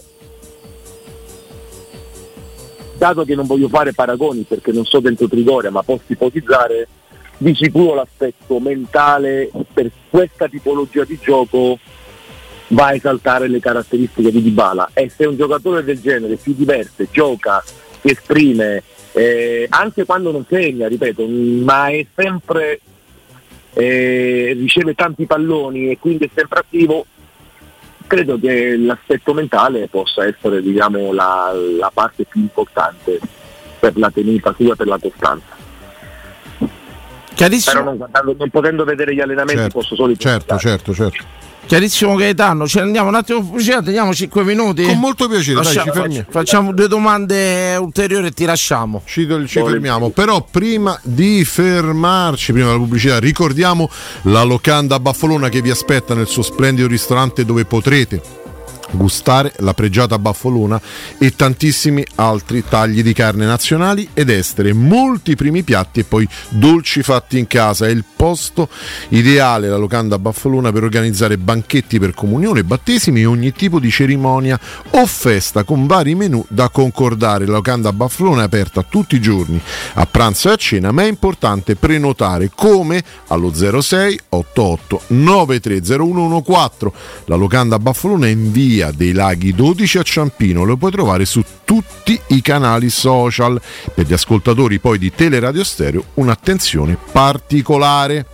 dato che non voglio fare paragoni perché non so dentro Trigoria, ma posso ipotizzare, di sicuro l'aspetto mentale per questa tipologia di gioco va a esaltare le caratteristiche di Dybala, e se un giocatore del genere si diverte, gioca, si esprime, anche quando non segna, ripeto, ma è sempre riceve tanti palloni e quindi è sempre attivo, credo che l'aspetto mentale possa essere, diciamo, la parte più importante per la tenuta sua, per la costanza. Chiarissimo. Però non potendo vedere gli allenamenti, certo, posso solo certo. Chiarissimo Gaetano, ce ne andiamo un attimo pubblicità, teniamo 5 minuti. Con molto piacere, dai, ci fermiamo. Facciamo 2 domande ulteriori e ti lasciamo. Ci fermiamo, però prima di fermarci, prima della pubblicità, ricordiamo la locanda Baffolona che vi aspetta nel suo splendido ristorante dove potrete gustare la pregiata baffolona e tantissimi altri tagli di carne nazionali ed estere, molti primi piatti e poi dolci fatti in casa. È il posto ideale, la locanda Baffolona, per organizzare banchetti per comunione, battesimi e ogni tipo di cerimonia o festa con vari menù da concordare. La locanda Baffolona è aperta tutti i giorni a pranzo e a cena, ma è importante prenotare, come allo 06 88 930114. La locanda Baffolona è in via dei Laghi 12 a Ciampino, lo puoi trovare su tutti i canali social. Per gli ascoltatori poi di Teleradio Stereo un'attenzione particolare.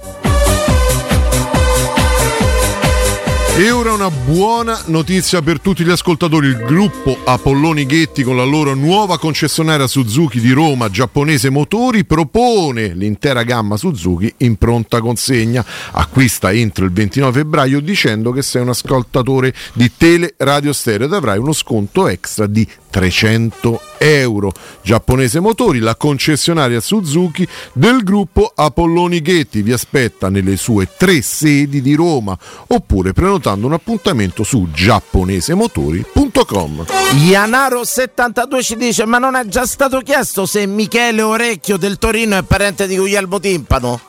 E ora una buona notizia per tutti gli ascoltatori. Il gruppo Apolloni Ghetti, con la loro nuova concessionaria Suzuki di Roma, Giapponese Motori, propone l'intera gamma Suzuki in pronta consegna. Acquista entro il 29 febbraio dicendo che sei un ascoltatore di Teleradio Stereo ed avrai uno sconto extra di 300 euro. Giapponese Motori, la concessionaria Suzuki del gruppo Apolloni Ghetti, vi aspetta nelle sue 3 sedi di Roma, oppure prenotando un appuntamento su giapponesemotori.com. Ianaro72 ci dice: ma non è già stato chiesto se Michele Orecchio del Torino è parente di Guglielmo Timpano?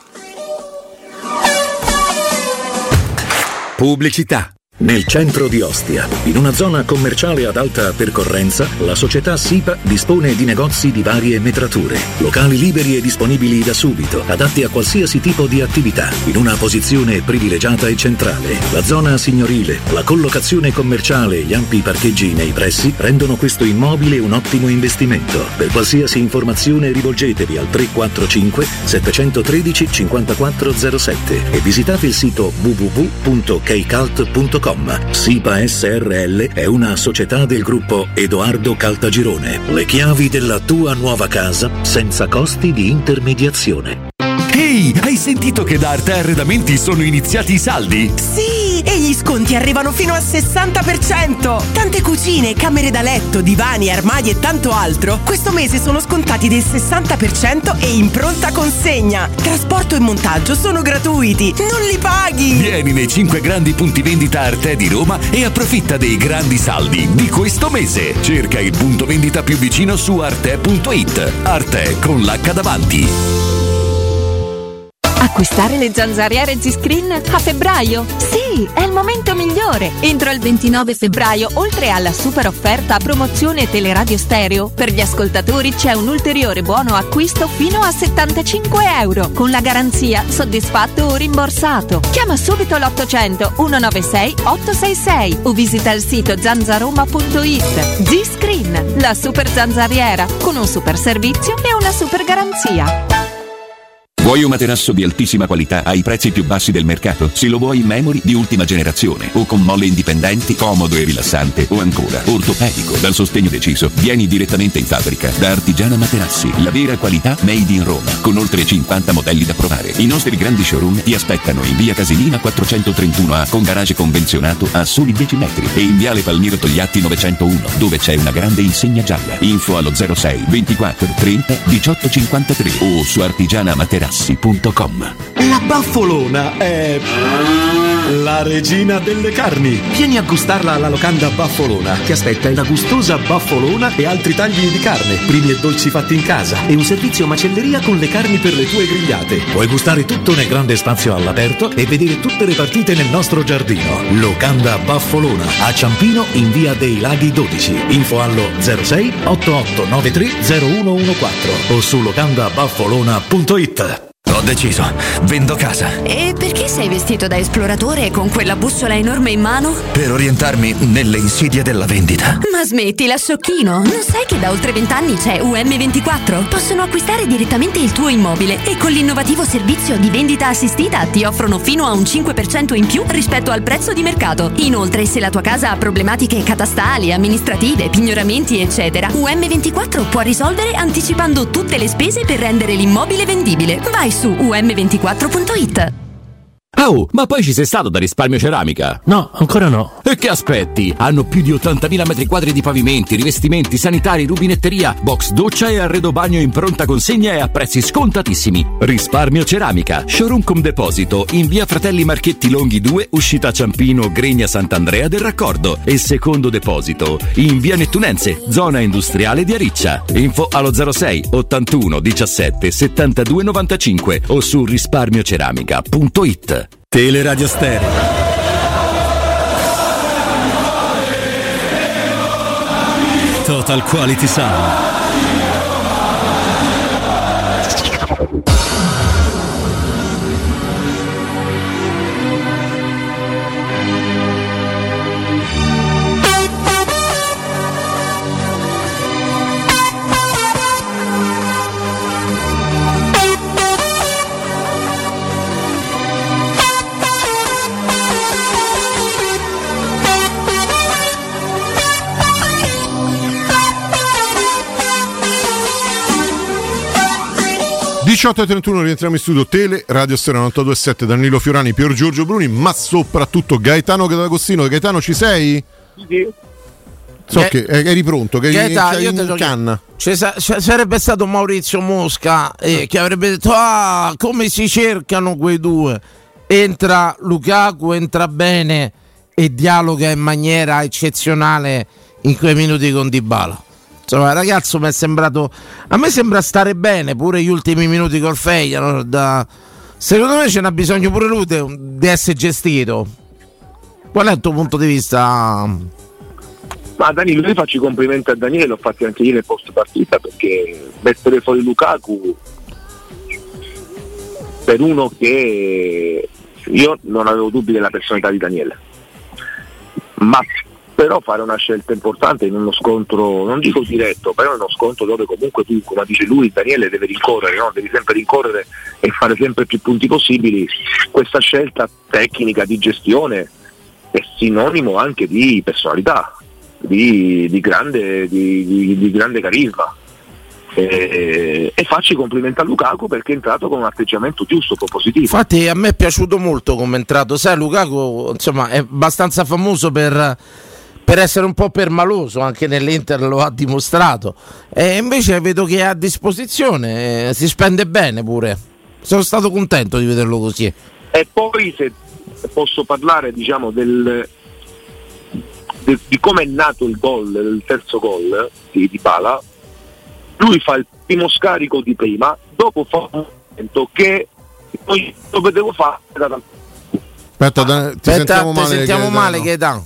Pubblicità. Nel centro di Ostia, in una zona commerciale ad alta percorrenza, la società SIPA dispone di negozi di varie metrature, locali liberi e disponibili da subito, adatti a qualsiasi tipo di attività, in una posizione privilegiata e centrale. La zona signorile, la collocazione commerciale e gli ampi parcheggi nei pressi rendono questo immobile un ottimo investimento. Per qualsiasi informazione rivolgetevi al 345 713 5407 e visitate il sito www.keicalt.com. SIPA SRL è una società del gruppo Edoardo Caltagirone. Le chiavi della tua nuova casa senza costi di intermediazione. Ehi, hai sentito che da Arte Arredamenti sono iniziati i saldi? Sì, e gli sconti arrivano fino al 60%. Tante cucine, camere da letto, divani, armadi e tanto altro questo mese sono scontati del 60% e in pronta consegna. Trasporto e montaggio sono gratuiti, non li paghi. Vieni nei 5 grandi punti vendita Arte di Roma e approfitta dei grandi saldi di questo mese. Cerca il punto vendita più vicino su arte.it. Arte con l'H davanti. Acquistare le zanzariere Z-Screen a febbraio? Sì, è il momento migliore! Entro il 29 febbraio, oltre alla super offerta a promozione Teleradio Stereo, per gli ascoltatori c'è un ulteriore buono acquisto fino a 75 euro, con la garanzia soddisfatto o rimborsato. Chiama subito l'800 196 866 o visita il sito zanzaroma.it. Z-Screen, la super zanzariera, con un super servizio e una super garanzia. Vuoi un materasso di altissima qualità ai prezzi più bassi del mercato? Se lo vuoi in memory di ultima generazione o con molle indipendenti, comodo e rilassante, o ancora ortopedico dal sostegno deciso, vieni direttamente in fabbrica da Artigiana Materassi, la vera qualità made in Roma, con oltre 50 modelli da provare. I nostri grandi showroom ti aspettano in via Casilina 431A con garage convenzionato a soli 10 metri e in viale Palmiro Togliatti 901, dove c'è una grande insegna gialla. Info allo 06 24 30 18 53 o su artigianamaterassi.com. La Baffolona è la regina delle carni. Vieni a gustarla alla locanda Baffolona. Ti aspetta una gustosa baffolona e altri tagli di carne, primi e dolci fatti in casa e un servizio macelleria con le carni per le tue grigliate. Puoi gustare tutto nel grande spazio all'aperto e vedere tutte le partite nel nostro giardino. Locanda Baffolona a Ciampino in via dei Laghi 12. Info allo 06 8893 0114 o su locandabaffolona.it. Ho deciso, vendo casa. E perché sei vestito da esploratore con quella bussola enorme in mano? Per orientarmi nelle insidie della vendita. Ma smettila, sciocchino! Non sai che da oltre 20 anni c'è UM24? Possono acquistare direttamente il tuo immobile e con l'innovativo servizio di vendita assistita ti offrono fino a un 5% in più rispetto al prezzo di mercato. Inoltre, se la tua casa ha problematiche catastali, amministrative, pignoramenti, eccetera, UM24 può risolvere anticipando tutte le spese per rendere l'immobile vendibile. Vai su um24.it. Oh, ma poi ci sei stato da Risparmio Ceramica? No, ancora no. E che aspetti? Hanno più di 80.000 metri quadri di pavimenti, rivestimenti, sanitari, rubinetteria, box doccia e arredo bagno in pronta consegna e a prezzi scontatissimi. Risparmio Ceramica, showroom con deposito in via Fratelli Marchetti Longhi 2, uscita Ciampino, Gregna Sant'Andrea del Raccordo, e secondo deposito in via Nettunense, zona industriale di Ariccia. Info allo 06 81 17 72 95 o su risparmioceramica.it. Teleradio Stereo. Total Quality Sound. e 18:31 rientriamo in studio. Tele Radio Stereo 92.7, Danilo Fiorani, Pier Giorgio Bruni, ma soprattutto Gaetano D'Agostino. Gaetano, ci sei? Sì. So che eri pronto, che eri in canna. Sarebbe stato Maurizio Mosca che avrebbe detto: ah, come si cercano quei due. Entra Lukaku, entra bene e dialoga in maniera eccezionale in quei minuti con Dybala. Insomma, ragazzo, mi è sembrato, a me sembra stare bene pure gli ultimi minuti col Feyenoord. Secondo me ce n'ha bisogno pure lui di essere gestito. Qual è il tuo punto di vista? Ma Danilo, io faccio i complimenti a Daniele, l'ho fatti anche ieri post partita, perché mettere fuori Lukaku per uno che io non avevo dubbi della personalità di Daniele, ma però fare una scelta importante in uno scontro, non dico diretto, però in uno scontro dove comunque tu, come dice lui, Daniele, deve rincorrere, no? Devi sempre rincorrere e fare sempre più punti possibili. Questa scelta tecnica di gestione è sinonimo anche di personalità, di grande carisma. E faccio i complimenti a Lukaku perché è entrato con un atteggiamento giusto, propositivo. Infatti a me è piaciuto molto come è entrato. Sai, Lukaku insomma è abbastanza famoso per essere un po' permaloso, anche nell'Inter lo ha dimostrato, e invece vedo che è a disposizione, si spende bene pure. Sono stato contento di vederlo così. E poi, se posso parlare, diciamo, di come è nato il gol, il terzo gol di Dybala, lui fa il primo scarico di prima, dopo fa un momento che poi lo vedevo fare. Aspetta, sentiamo male, Gaetano.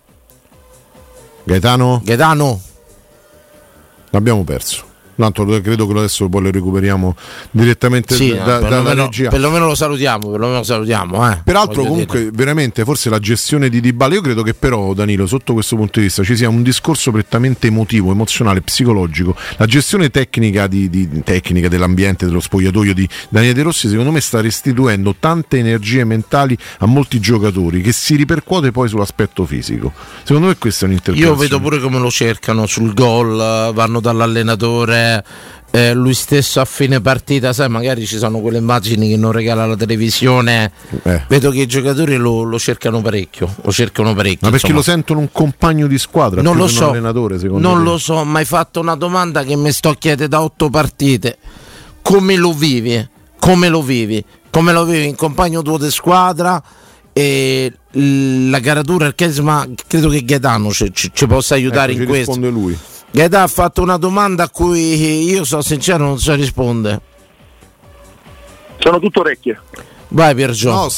Gaetano? L'abbiamo perso. Tanto credo che adesso poi lo recuperiamo direttamente dalla regia. Perlomeno lo salutiamo. Peraltro comunque veramente forse la gestione di Dybala, io credo che però, Danilo, sotto questo punto di vista ci sia un discorso prettamente emotivo, emozionale, psicologico. La gestione tecnica tecnica dell'ambiente, dello spogliatoio di Daniele De Rossi, secondo me sta restituendo tante energie mentali a molti giocatori, che si ripercuote poi sull'aspetto fisico. Secondo me questa è un'interpretazione. Io vedo pure come lo cercano sul gol, vanno dall'allenatore, lui stesso a fine partita, sai, magari ci sono quelle immagini che non regala la televisione. Vedo che i giocatori lo cercano parecchio. Ma perché insomma, lo sentono un compagno di squadra, non più lo che so, un allenatore, secondo non me. lo so, ma hai fatto una domanda che mi sto chiedendo da 8 partite. Come lo vivi? Come lo vivi in compagno tuo di squadra? E la caratura, il carisma, credo che Gaetano ci possa aiutare in questo. Risponde lui. Gaetano ha fatto una domanda a cui io sono sincero, non so rispondere. Sono tutto orecchie. Vai Piergio. No,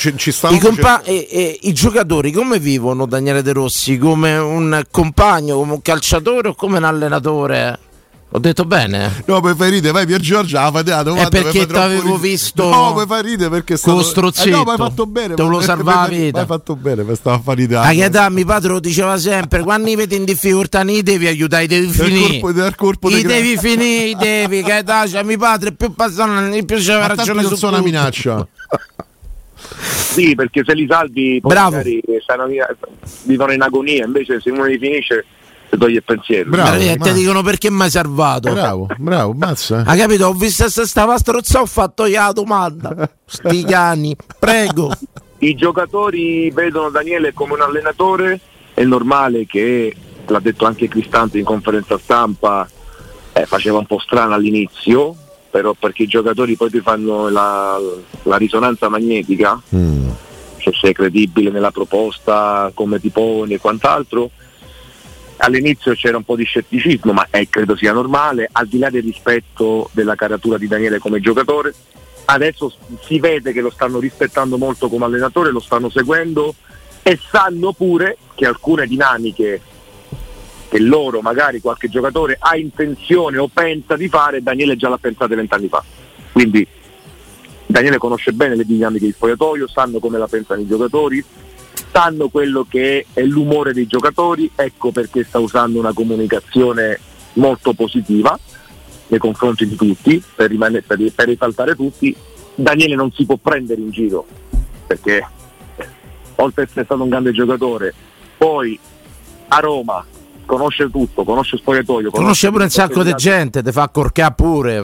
i giocatori come vivono Daniele De Rossi? Come un compagno, come un calciatore o come un allenatore? Ho detto bene? No, poi fai ridere, vai Pier Giorgio, fai la domanda. È perché ti avevo visto. No, poi fai ridere perché con lo strozzetto. No, ma hai fatto bene. Te lo salva la vita. Hai fatto bene, per stare a fare ridere. A Gaetano, mio padre lo diceva sempre: quando li vedi in difficoltà, ne devi aiutare, devi finire. Devi finire, Gaetano, cioè, mio padre più passato, più c'aveva ragione su tutto. Una minaccia. Sì, perché se li salvi poi magari vivono in agonia, invece se uno li finisce ti toglie il pensiero. Ti dicono perché mi hai salvato. Bravo, mazza. Ha capito? Ho visto se stava strozzo, ho fatto io la domanda. Sti cani, prego. I giocatori vedono Daniele come un allenatore, è normale che, l'ha detto anche Cristante in conferenza stampa, faceva un po' strano all'inizio, però perché i giocatori poi ti fanno la risonanza magnetica, se sei credibile nella proposta, come ti poni e quant'altro. All'inizio c'era un po' di scetticismo, ma credo sia normale, al di là del rispetto della caratura di Daniele come giocatore. Adesso si vede che lo stanno rispettando molto come allenatore, lo stanno seguendo e sanno pure che alcune dinamiche che loro, magari qualche giocatore ha intenzione o pensa di fare, Daniele già l'ha pensate 20 anni fa. Quindi Daniele conosce bene le dinamiche di spogliatoio, sanno come la pensano i giocatori, sanno quello che è l'umore dei giocatori, ecco perché sta usando una comunicazione molto positiva nei confronti di tutti, per risaltare tutti. Daniele non si può prendere in giro, perché oltre ad essere stato un grande giocatore, poi a Roma conosce tutto, conosce spogliatoio, conosce pure un sacco di gente, ti fa accorcare pure.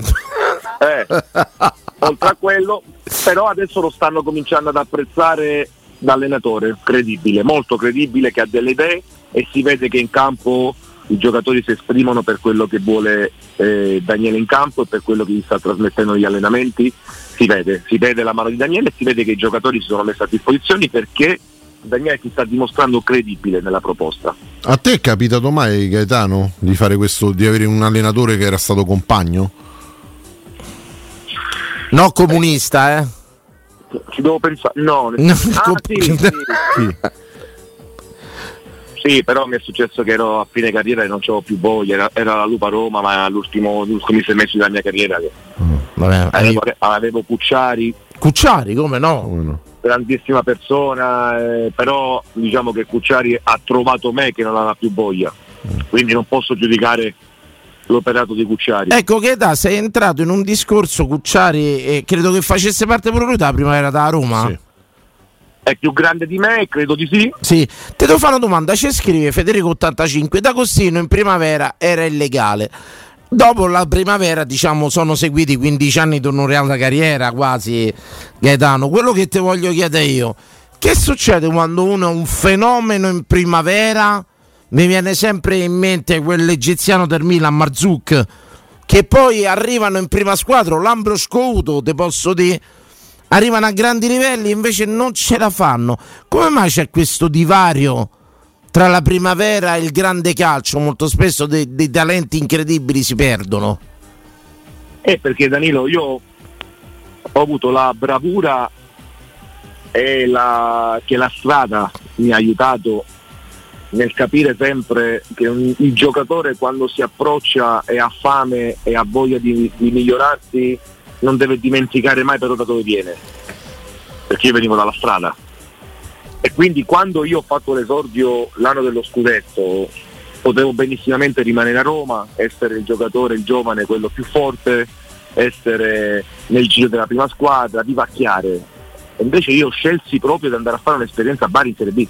Oltre a quello, però adesso lo stanno cominciando ad apprezzare da allenatore credibile, molto credibile, che ha delle idee e si vede che in campo i giocatori si esprimono per quello che vuole Daniele in campo e per quello che gli sta trasmettendo negli allenamenti. Si vede la mano di Daniele e si vede che i giocatori si sono messi a disposizione perché Daniele si sta dimostrando credibile nella proposta. A te è capitato mai, Gaetano, di fare questo, di avere un allenatore che era stato compagno? No, comunista, Ci devo pensare. No. Sì, però mi è successo che ero a fine carriera e non c'avevo più voglia, era la Lupa Roma, ma gli ultimi 6 mesi della mia carriera che avevo Cucciari, come no? Grandissima persona, però diciamo che Cucciari ha trovato me che non aveva più voglia, quindi non posso giudicare l'operato di Cucciari. Ecco che sei entrato in un discorso Cucciari e credo che facesse parte pure lui della primavera da Roma. Sì. È più grande di me, credo di sì. Sì, ti devo fare una domanda, ci scrive Federico 85, D'Agostino in primavera era illegale. Dopo la primavera, diciamo, sono seguiti 15 anni di un'orata carriera quasi, Gaetano. Quello che ti voglio chiedere io, che succede quando uno è un fenomeno in primavera? Mi viene sempre in mente quell'egiziano del Milan, Marzouk, che poi arrivano in prima squadra, Lambro Scouto, te posso dire, arrivano a grandi livelli, invece non ce la fanno. Come mai c'è questo divario tra la primavera e il grande calcio? Molto spesso dei talenti incredibili si perdono. Perché Danilo, io ho avuto la bravura e che la strada mi ha aiutato nel capire sempre che il giocatore, quando si approccia e ha fame e ha voglia di migliorarsi, non deve dimenticare mai però da dove viene, perché io venivo dalla strada e quindi quando io ho fatto l'esordio l'anno dello scudetto potevo benissimamente rimanere a Roma, essere il giocatore, il giovane, quello più forte, essere nel giro della prima squadra, vivacchiare, e invece io scelsi proprio di andare a fare un'esperienza a Bari in Serie B,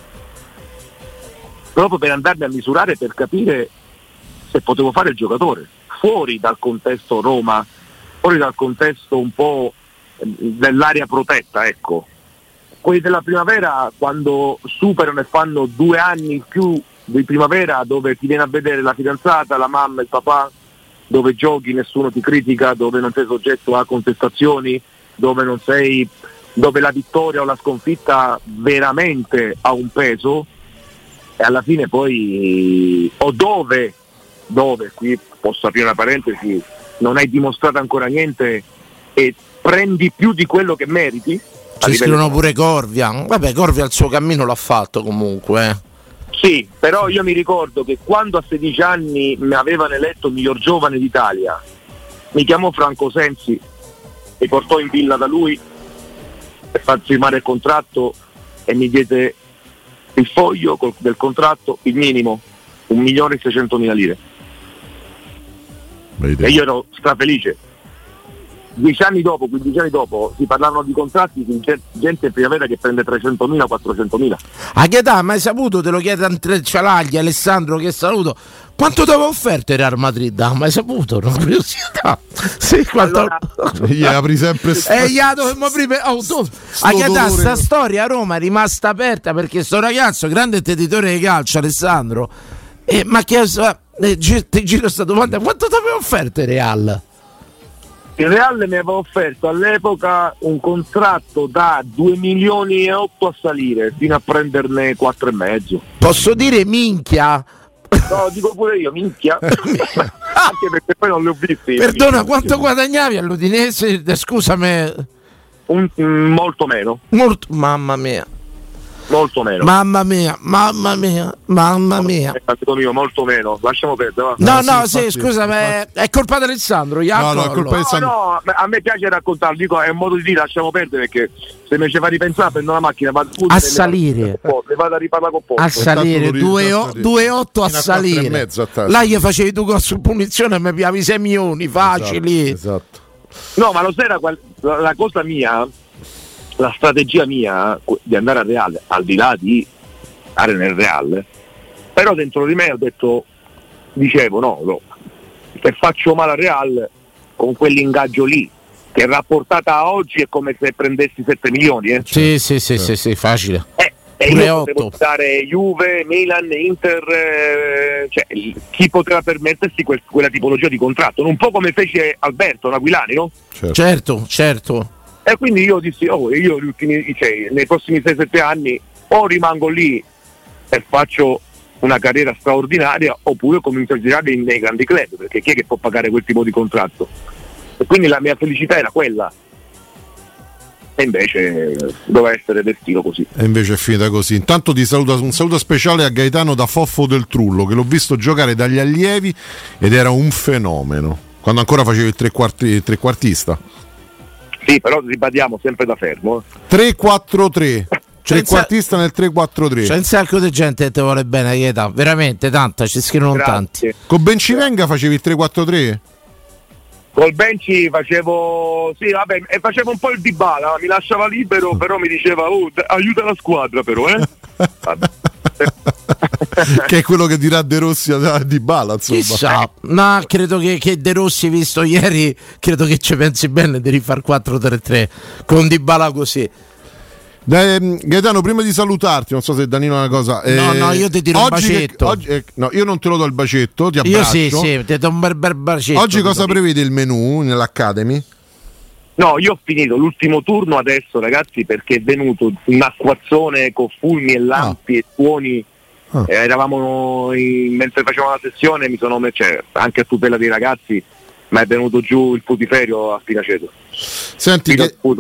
proprio per andarmi a misurare, per capire se potevo fare il giocatore fuori dal contesto Roma, fuori dal contesto un po' dell'area protetta, ecco. Quelli della primavera, quando superano e fanno 2 anni in più di primavera, dove ti viene a vedere la fidanzata, la mamma, il papà, dove giochi, nessuno ti critica, dove non sei soggetto a contestazioni, dove la vittoria o la sconfitta veramente ha un peso, e alla fine poi, o dove, qui posso aprire una parentesi, non hai dimostrato ancora niente e prendi più di quello che meriti. Ci scrivono pure Corvia. Vabbè, Corvia il suo cammino l'ha fatto comunque. Sì, però io mi ricordo che quando a 16 anni mi avevano eletto miglior giovane d'Italia, mi chiamò Franco Sensi, mi portò in villa da lui per far firmare il contratto e mi diede il foglio del contratto, il minimo, 1.600.000 lire. E io ero strafelice. 10 anni dopo, 15 anni dopo, si parlavano di contratti di gente in primavera che prende 300.000, 400.000. A che età? Mai saputo? Te lo chiede Andrea Cialagli, Alessandro, che saluto. Quanto ti aveva offerto il Real Madrid? Ah, mai saputo? Una curiosità. Sì, quanto... Gli apri sempre a che età sta storia a Roma è rimasta aperta perché sto ragazzo, grande intenditore di calcio, Alessandro, ma che ti giro sta domanda, quanto ti aveva offerto il Real? Il Real mi aveva offerto all'epoca un contratto da 2,8 milioni a salire fino a prenderne 4,5. Posso dire minchia? No, dico pure io, minchia. Anche perché poi non li ho visti. Perdona, quanto guadagnavi all'Udinese? Scusami. Molto meno. Mamma mia. Molto meno. Mamma mia. Amico mio, molto meno. Lasciamo perdere. Va. No, sì, scusami, è colpa di Alessandro. No, è colpa di Alessandro. No, a me piace raccontarlo. Dico, è un modo di dire, lasciamo perdere perché se mi ci fa ripensare, prendo la macchina, vado a salire. Le vado a riparare con posto. A salire, 2,8 a salire. Là gli facevi tu con su punizione e mi piavi 6 milioni facili. Esatto. No, ma lo sai la cosa mia, la strategia mia di andare al Real, al di là di stare nel Real, però dentro di me dicevo no, se faccio male al Real con quell'ingaggio lì, che rapportata a oggi è come se prendessi 7 milioni. Sì, facile. E io potevo dare Juve, Milan, Inter, cioè chi poteva permettersi quella tipologia di contratto, un po' come fece Alberto Aquilani, no? Certo. E quindi io dissi, nei prossimi 6-7 anni o rimango lì e faccio una carriera straordinaria oppure comincio a girare nei grandi club, perché chi è che può pagare quel tipo di contratto? E quindi la mia felicità era quella. E invece doveva essere destino così. E invece è finita così. Intanto un saluto speciale a Gaetano da Foffo del Trullo, che l'ho visto giocare dagli allievi ed era un fenomeno quando ancora facevi il trequartista. Sì, però ribadiamo sempre da fermo. 3-4-3. Trequartista nel 3-4-3. C'è un sacco di gente che ti vuole bene, Gaeta, veramente tanta, ci scrivono tanti. Con Bencivenga facevi il 3-4-3? Col Benci facevo un po' il Dybala, mi lasciava libero, però mi diceva aiuta la squadra però, che è quello che dirà De Rossi a Dybala, insomma. Chissà, no, credo che De Rossi, visto ieri, credo che ci pensi bene di rifare 4-3-3 con Dybala così. Gaetano, prima di salutarti, non so se Danilo ha una cosa. No, io ti tiro un bacetto. No, io non te lo do il bacetto, ti abbraccio. Io sì, ti do un bel bacetto. Oggi cosa prevede il menù nell'Academy? No, io ho finito l'ultimo turno adesso, ragazzi, perché è venuto un acquazzone con fulmini e lampi e suoni. Eravamo mentre facevamo la sessione, anche a tutela dei ragazzi, ma è venuto giù il putiferio a Spinaceto. Senti,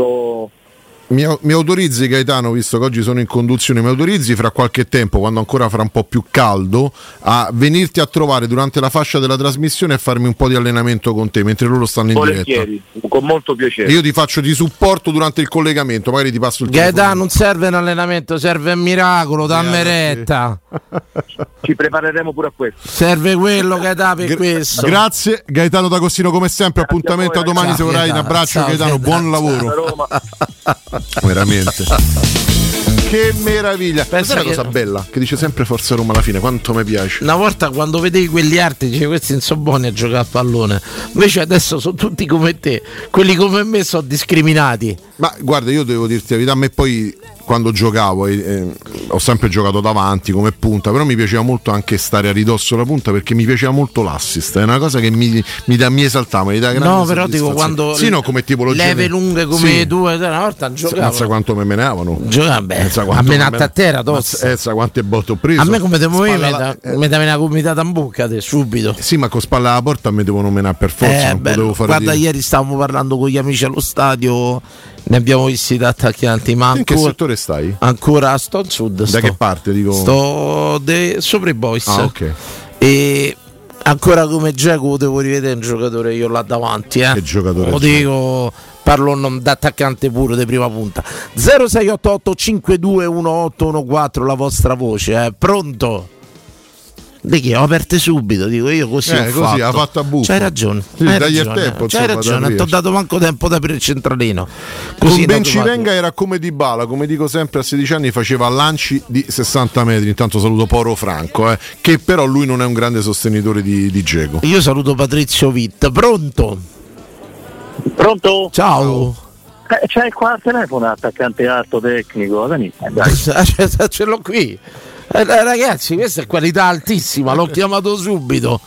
mi autorizzi, Gaetano, visto che oggi sono in conduzione, mi autorizzi fra qualche tempo, quando ancora farà un po' più caldo, a venirti a trovare durante la fascia della trasmissione e farmi un po' di allenamento con te mentre loro stanno in diretta? Con molto piacere. E io ti faccio di supporto durante il collegamento, magari ti passo il Gaetano, telefono. non serve un allenamento, serve un miracolo, dammi retta. Ci prepareremo pure a questo. Serve quello, Gaetano, per questo. Grazie Gaetano D'Agostino, come sempre. Grazie, appuntamento a domani, se vorrai. Un abbraccio, Gaetano, buon lavoro. Veramente. Che meraviglia. Pensa una cosa bella che dice sempre Forza Roma alla fine, quanto mi piace. Una volta quando vedevi quegli arti dicevi questi non sono buoni a giocare a pallone, invece adesso sono tutti come te, quelli come me sono discriminati. Ma guarda, io devo dirti la verità, a me poi quando giocavo ho sempre giocato davanti come punta, però mi piaceva molto anche stare a ridosso della punta, perché mi piaceva molto l'assist, è una cosa che mi esaltava, mi dà grande no, però dico quando come tipologia leve lunghe come tu una volta giocavo. Pensa quanto me menavano. A menata a terra pensa quante botte ho preso. A me come te muovevi mi davi una gomitata in bocca subito. Sì, ma con spalla alla porta mi devono menare per forza, non potevo fare. Guarda, ieri stavamo parlando con gli amici allo stadio, ne abbiamo visti da attaccanti, ma in che settore stai? Ancora sto al sud. Da che parte? Sto sopra i boys. Ok. E ancora come Dzeko devo rivedere un giocatore io là davanti. Che giocatore? Lo dico, parlo da attaccante puro di prima punta. 0688 521814 la vostra voce, pronto? Di chi? Ho aperte subito, dico io così. Così ha fatto a buffo. C'hai ragione. Sì, dagli il tempo, c'hai ragione, non ti ho dato manco tempo da aprire il centralino. Con Bencivenga era come Dybala, come dico sempre, a 16 anni faceva lanci di 60 metri. Intanto saluto Poro Franco, che però lui non è un grande sostenitore di Dzeko. Io saluto Patrizio Witt. Pronto? Ciao. C'è qua al telefono attaccante alto tecnico, dai. Ce l'ho qui. Ragazzi, questa è qualità altissima, l'ho chiamato subito.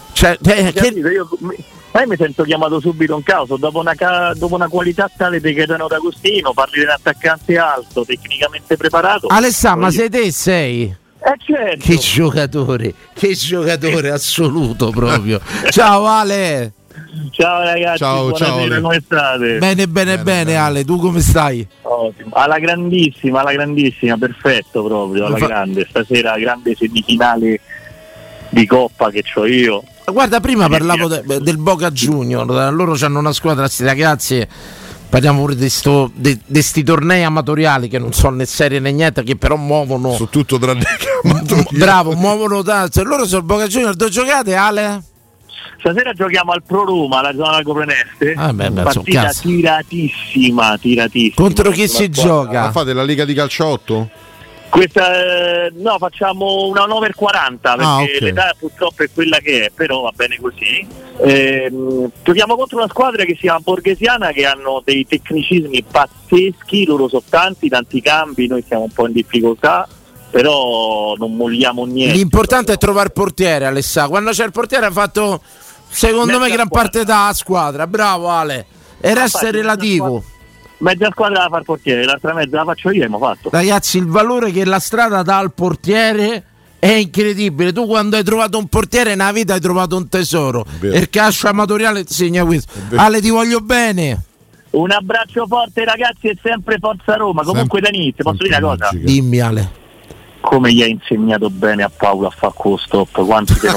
Io mi sento chiamato subito in causa, dopo una qualità tale di Gaetano D'Agostino, parli di un attaccante alto, tecnicamente preparato. Alessà, ma sei te sei? Certo. Che giocatore assoluto proprio. Ciao Ale. Ciao ragazzi, buonasera, come state? Bene Ale, tu come stai? Ottimo. Alla grandissima, perfetto proprio, alla grande. Stasera grande semifinale di Coppa che c'ho io. Guarda, prima parlavo del Boca Junior, loro hanno una squadra, sti ragazzi. Parliamo pure di sti tornei amatoriali che non sono né serie né niente, che però muovono. Su tutto tranne che amatoriali. Bravo, muovono tanto. Loro sono il Boca Junior. Dove giocate, Ale? Stasera giochiamo al Pro Roma, la zona Copreneste. Partita tiratissima. Contro chi si gioca? Ma fate la Liga di Calciotto? Questa no, facciamo una 9,40 perché okay. L'età purtroppo è quella che è, però va bene così. Giochiamo contro una squadra che si chiama Borghesiana, che hanno dei tecnicismi pazzeschi, loro sono tanti cambi, noi siamo un po' in difficoltà, però non molliamo niente. L'importante è trovare portiere, Alessà. Quando c'è il portiere ha fatto, secondo me, gran parte della squadra. Bravo Ale. E il resto è relativo. Mezza squadra da far portiere, l'altra mezza la faccio io e abbiamo fatto. Ragazzi, il valore che la strada dà al portiere è incredibile. Tu quando hai trovato un portiere nella vita hai trovato un tesoro. E il calcio amatoriale ti segna questo. Ale, ti voglio bene. Un abbraccio forte ragazzi e sempre Forza Roma. Comunque Danit, posso dire una cosa? Dimmi Ale. Come gli hai insegnato bene a Paolo a fare co-stop? Quanti te l'ho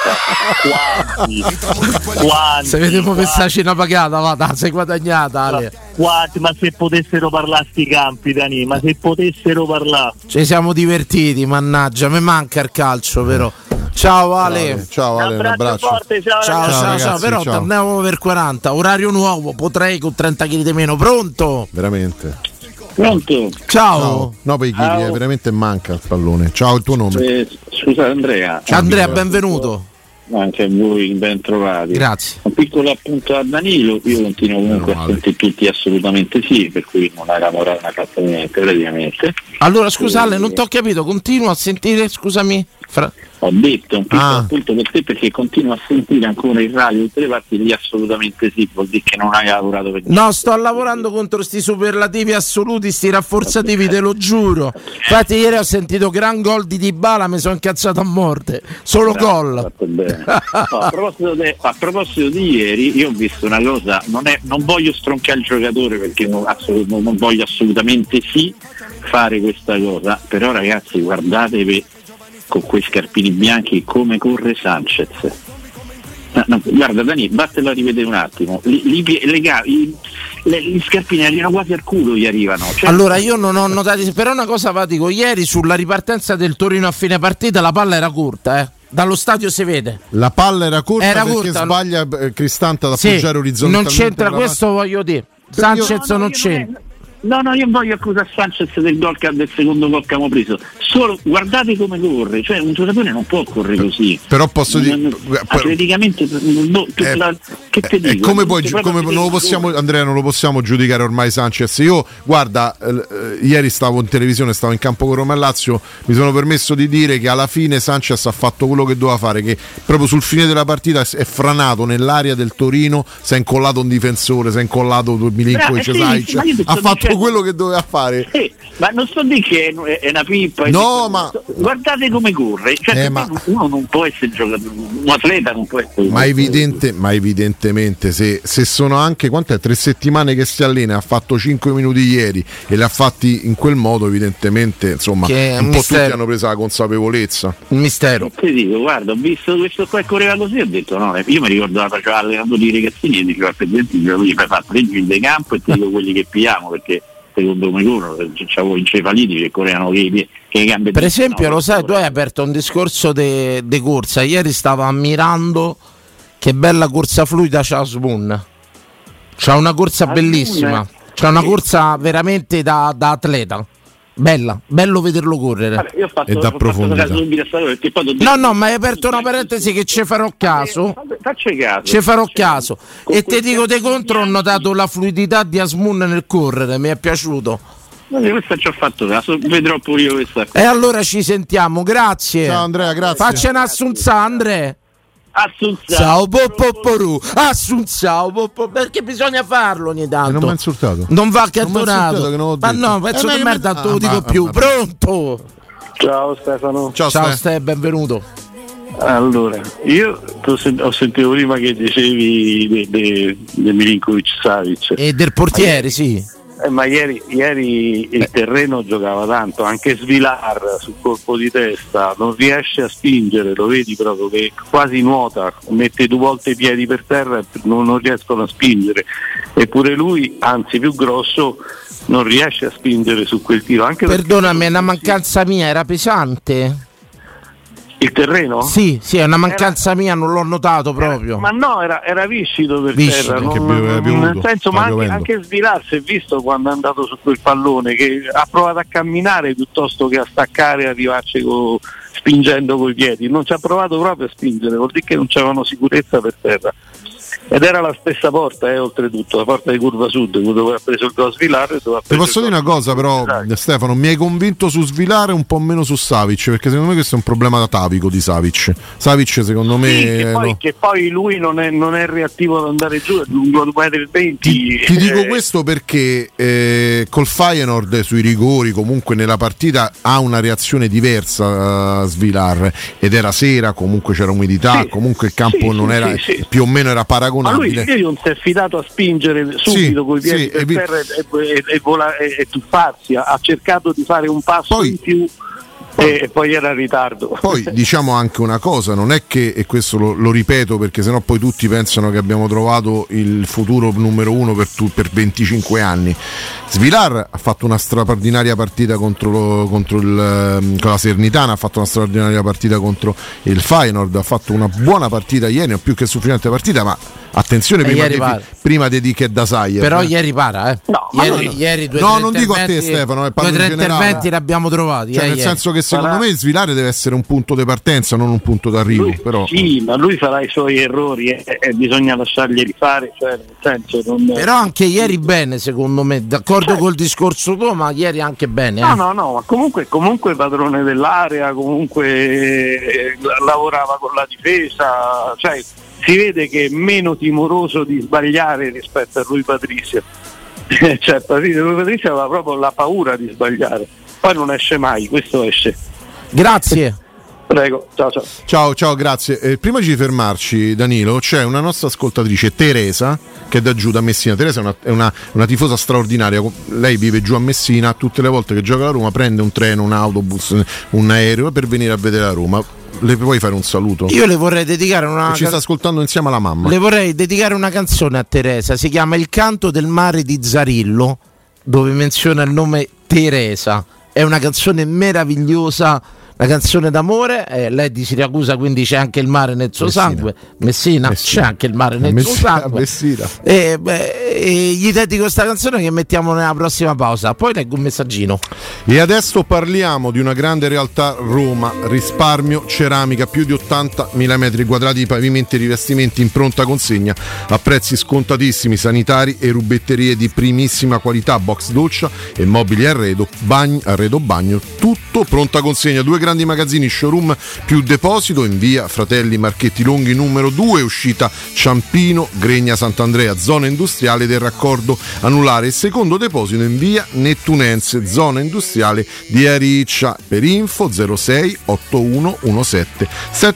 visto? Quanti? Se vediamo questa cena pagata, vada, sei guadagnata Ale. Quanti? Ma se potessero parlare sti campi, Dani, ma se potessero parlare. Ci siamo divertiti, mannaggia, mi manca il calcio però. Ciao Ale. Ciao Ale, un abbraccio. Forte, ciao ragazzi, però torniamo per 40, orario nuovo, potrei con 30 kg di meno. Pronto? Veramente. Pronto? Ciao. No, per i chili veramente manca il pallone. Ciao, il tuo nome? Scusa Andrea. Ciao Andrea, benvenuto. Anche a voi, ben trovati. Grazie. Un piccolo appunto a Danilo, io continuo comunque a sentire tutti assolutamente sì, per cui non era morale una cazzo niente praticamente. Allora scusa Ale, non ti ho capito, continuo a sentire, scusami. Ho detto un piccolo appunto per te perché continuo a sentire ancora in radio tutte le parti lì assolutamente sì, vuol dire che non hai lavorato per no, sto lavorando contro sti superlativi assoluti, sti rafforzativi, te lo giuro. Infatti ieri ho sentito gran gol di Dybala, mi sono incazzato a morte. Solo gol. A proposito di ieri, io ho visto una cosa, non voglio stroncare il giocatore perché non voglio assolutamente sì fare questa cosa, però ragazzi guardatevi con quei scarpini bianchi come corre Sanchez. No, guarda Dani, vattelo a rivedere un attimo. Gli scarpini arrivano quasi al culo, gli arrivano. Cioè, allora io non ho notato, però una cosa va dico, ieri sulla ripartenza del Torino a fine partita la palla era corta, dallo stadio si vede. La palla era corta perché sbaglia Cristante ad appoggiare orizzontalmente. Non c'entra questo, voglio dire. Sanchez non c'entra. No, io non voglio accusare Sanchez del secondo gol che abbiamo preso. Solo guardate come corre, cioè un giocatore non può correre così. Però posso dire atleticamente che te dico? Come non lo possiamo, Andrea, non lo possiamo giudicare ormai Sanchez. Io guarda, ieri stavo in televisione, stavo in campo con Roma e Lazio, mi sono permesso di dire che alla fine Sanchez ha fatto quello che doveva fare, che proprio sul fine della partita è franato nell'area del Torino, si è incollato un difensore, si è incollato Milinkovic, ha fatto quello che doveva fare. Ma non sto di che è una pippa. No, ma guardate come corre. Cioè, uno non può essere giocatore, un atleta non può essere. Ma evidentemente se sono anche 3 settimane che si allena, ha fatto 5 minuti ieri e li ha fatti in quel modo, evidentemente, insomma, un po' tutti hanno preso la consapevolezza. Il mistero. Ti dico, guarda, ho visto questo qua correva così, ho detto no, io mi ricordo la faceva allenando di ragazzini e diceva Presidente, io gli fai fare 3 giri di campo e ti dico quelli che pigliamo, perché forte come corrono, c'avevo encefaliti che correvano che gambe. Per esempio, lo sai, tu hai aperto un discorso di corsa. Ieri stavo ammirando che bella corsa fluida c'ha Asmun. C'ha una corsa bellissima. C'ha una corsa veramente da atleta. Bello vederlo correre. Vabbè, io ho fatto, e da profondità. No, ma hai aperto una parentesi che ci farò caso. Ci farò caso. E ti dico di contro, ho notato la fluidità di Asmun nel correre, mi è piaciuto. Questa ci ho fatto caso, vedrò pure io questa. E allora ci sentiamo, grazie. Ciao Andrea, grazie. Faccia un'assunzà, Andrea. Assunzao, perché bisogna farlo ogni tanto. Non mi ha insultato. Non va cattonato. Ma no, pezzo di merda, te lo dico più. Pronto? Ciao Stefano. Ciao Ste, benvenuto. Allora, io ho sentito prima che dicevi di Milinkovic-Savic e del portiere, sì. Ma ieri il terreno giocava tanto, anche Svilar sul colpo di testa non riesce a spingere, lo vedi proprio che quasi nuota, mette 2 volte i piedi per terra e non riescono a spingere, eppure lui, anzi più grosso, non riesce a spingere su quel tiro. Anche perdonami, è una mancanza mia, era pesante? Il terreno? Sì, è una mancanza mia, non l'ho notato proprio. Ma no, era viscido per viscido, terra, nel senso, ma anche Svilar si è visto quando è andato su quel pallone, che ha provato a camminare piuttosto che a staccare e arrivarci spingendo coi piedi. Non ci ha provato proprio a spingere, vuol dire che non c'avevano sicurezza per terra. Ed era la stessa porta, oltretutto, la porta di curva sud, dove ha preso il gol Svilar. Ti posso dire una cosa però, Stefano, mi hai convinto su Svilar e un po' meno su Savic, perché secondo me questo è un problema atavico di Savic. Savic secondo me... Che poi lui non è reattivo ad andare giù, è lungo 2,20 m. Ti dico questo perché col Feyenoord sui rigori, comunque nella partita ha una reazione diversa Svilar, ed era sera, comunque c'era umidità, comunque il campo non era più o meno era paragonabile. Ma lui non si è fidato a spingere subito coi piedi per terra e tuffarsi, ha cercato di fare un passo in più e poi era in ritardo. Poi diciamo anche una cosa, non è che, e questo lo ripeto perché sennò poi tutti pensano che abbiamo trovato il futuro numero 1 per 25 anni. Svilar ha fatto una straordinaria partita con la Salernitana, ha fatto una straordinaria partita contro il Feyenoord, ha fatto una buona partita ieri, o più che sufficiente partita, ma attenzione prima di che da Sayer. Però ieri para, ieri non dico a te Stefano, 2 o 3 interventi li abbiamo trovati. Nel senso che secondo me Svilare deve essere un punto di partenza, non un punto d'arrivo. Sì, ma lui farà i suoi errori e bisogna lasciarglieli fare. Cioè, nel senso, però anche ieri bene, secondo me, d'accordo col discorso tuo, ma ieri anche bene. No, ma comunque padrone dell'area, comunque lavorava con la difesa, cioè si vede che è meno timoroso di sbagliare rispetto a Rui Patricio. Cioè, Rui Patricio aveva proprio la paura di sbagliare, poi non esce mai, questo esce. Grazie. Prego, ciao, grazie. Prima di fermarci, Danilo, c'è una nostra ascoltatrice, Teresa, che è da giù da Messina. Teresa è una tifosa straordinaria. Lei vive giù a Messina, tutte le volte che gioca la Roma prende un treno, un autobus, un aereo per venire a vedere la Roma. Le puoi fare un saluto? Io le vorrei dedicare ci sta ascoltando insieme alla mamma. Le vorrei dedicare una canzone a Teresa, si chiama Il canto del mare di Zarillo, dove menziona il nome Teresa. È una canzone meravigliosa, una canzone d'amore. Lei è di Siracusa, quindi c'è anche il mare nel suo sangue. Messina, c'è anche il mare nel suo sangue. E gli dedico questa canzone che mettiamo nella prossima pausa. Poi leggo un messaggino. E adesso parliamo di una grande realtà Roma, Risparmio Ceramica, più di 80.000 metri quadrati di pavimenti e rivestimenti in pronta consegna a prezzi scontatissimi, sanitari e rubetterie di primissima qualità, box doccia e mobili arredo bagno, tutto pronta consegna. 2 grandi magazzini, showroom più deposito in via Fratelli Marchetti Longhi numero 2, uscita Ciampino, Gregna Sant'Andrea, zona industriale del raccordo anulare. Il secondo deposito in via Nettunense, zona industriale di Ariccia. Per info 06 8117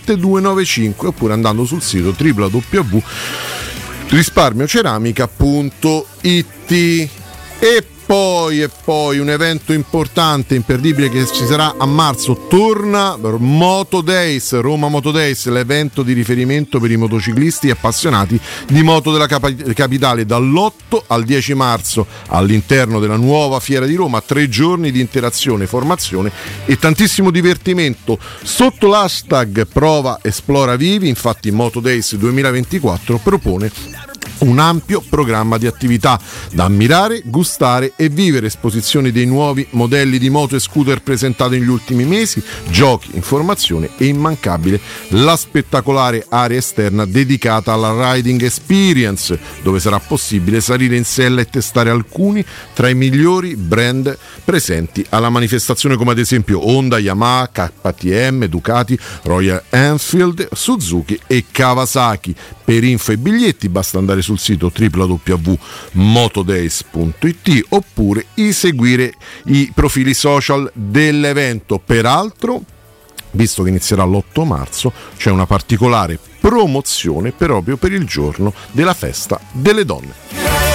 7295 oppure andando sul sito www.risparmioceramica.it. E poi un evento importante, imperdibile, che ci sarà a marzo. Torna Moto Days, Roma Moto Days, l'evento di riferimento per i motociclisti appassionati di moto della capitale, dall'8 al 10 marzo all'interno della nuova Fiera di Roma. 3 giorni di interazione, formazione e tantissimo divertimento. Sotto l'hashtag Prova Esplora Vivi, infatti, Moto Days 2024 propone un ampio programma di attività da ammirare, gustare e vivere, esposizioni dei nuovi modelli di moto e scooter presentati negli ultimi mesi, giochi, informazione e immancabile la spettacolare area esterna dedicata alla Riding Experience, dove sarà possibile salire in sella e testare alcuni tra i migliori brand presenti alla manifestazione, come ad esempio Honda, Yamaha, KTM, Ducati, Royal Enfield, Suzuki e Kawasaki. Per info e biglietti basta andare sul sito www.motodays.it oppure seguire i profili social dell'evento. Peraltro, visto che inizierà l'8 marzo, c'è una particolare promozione proprio per il giorno della festa delle donne.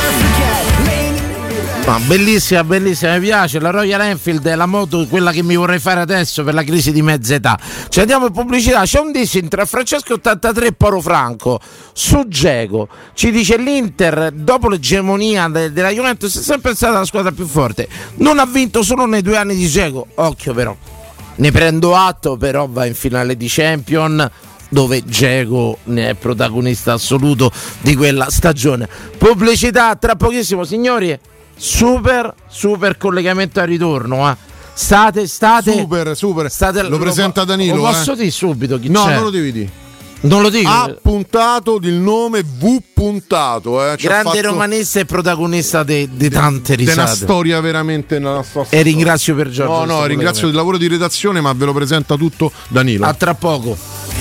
Bellissima, bellissima, mi piace. La Royal Enfield è la moto, quella che mi vorrei fare adesso per la crisi di mezza età. Ci andiamo in pubblicità. C'è un dissing tra Francesco 83 e Poro Franco su Dzeko. Ci dice: l'Inter, dopo l'egemonia della Juventus, è sempre stata la squadra più forte. Non ha vinto solo nei 2 anni di Dzeko. Occhio però, ne prendo atto, però va in finale di Champions, dove Dzeko ne è protagonista assoluto di quella stagione. Pubblicità tra pochissimo, signori. Super collegamento al ritorno, State super lo presenta Danilo. Lo posso dire subito chi no, c'è? Non lo devi dire. Non lo dico. Ha puntato il nome V puntato, grande romanista e protagonista di tante risate. Della storia veramente nella sua storia. E ringrazio per Giorgio. No, ringrazio del lavoro di redazione, ma ve lo presenta tutto Danilo. A tra poco.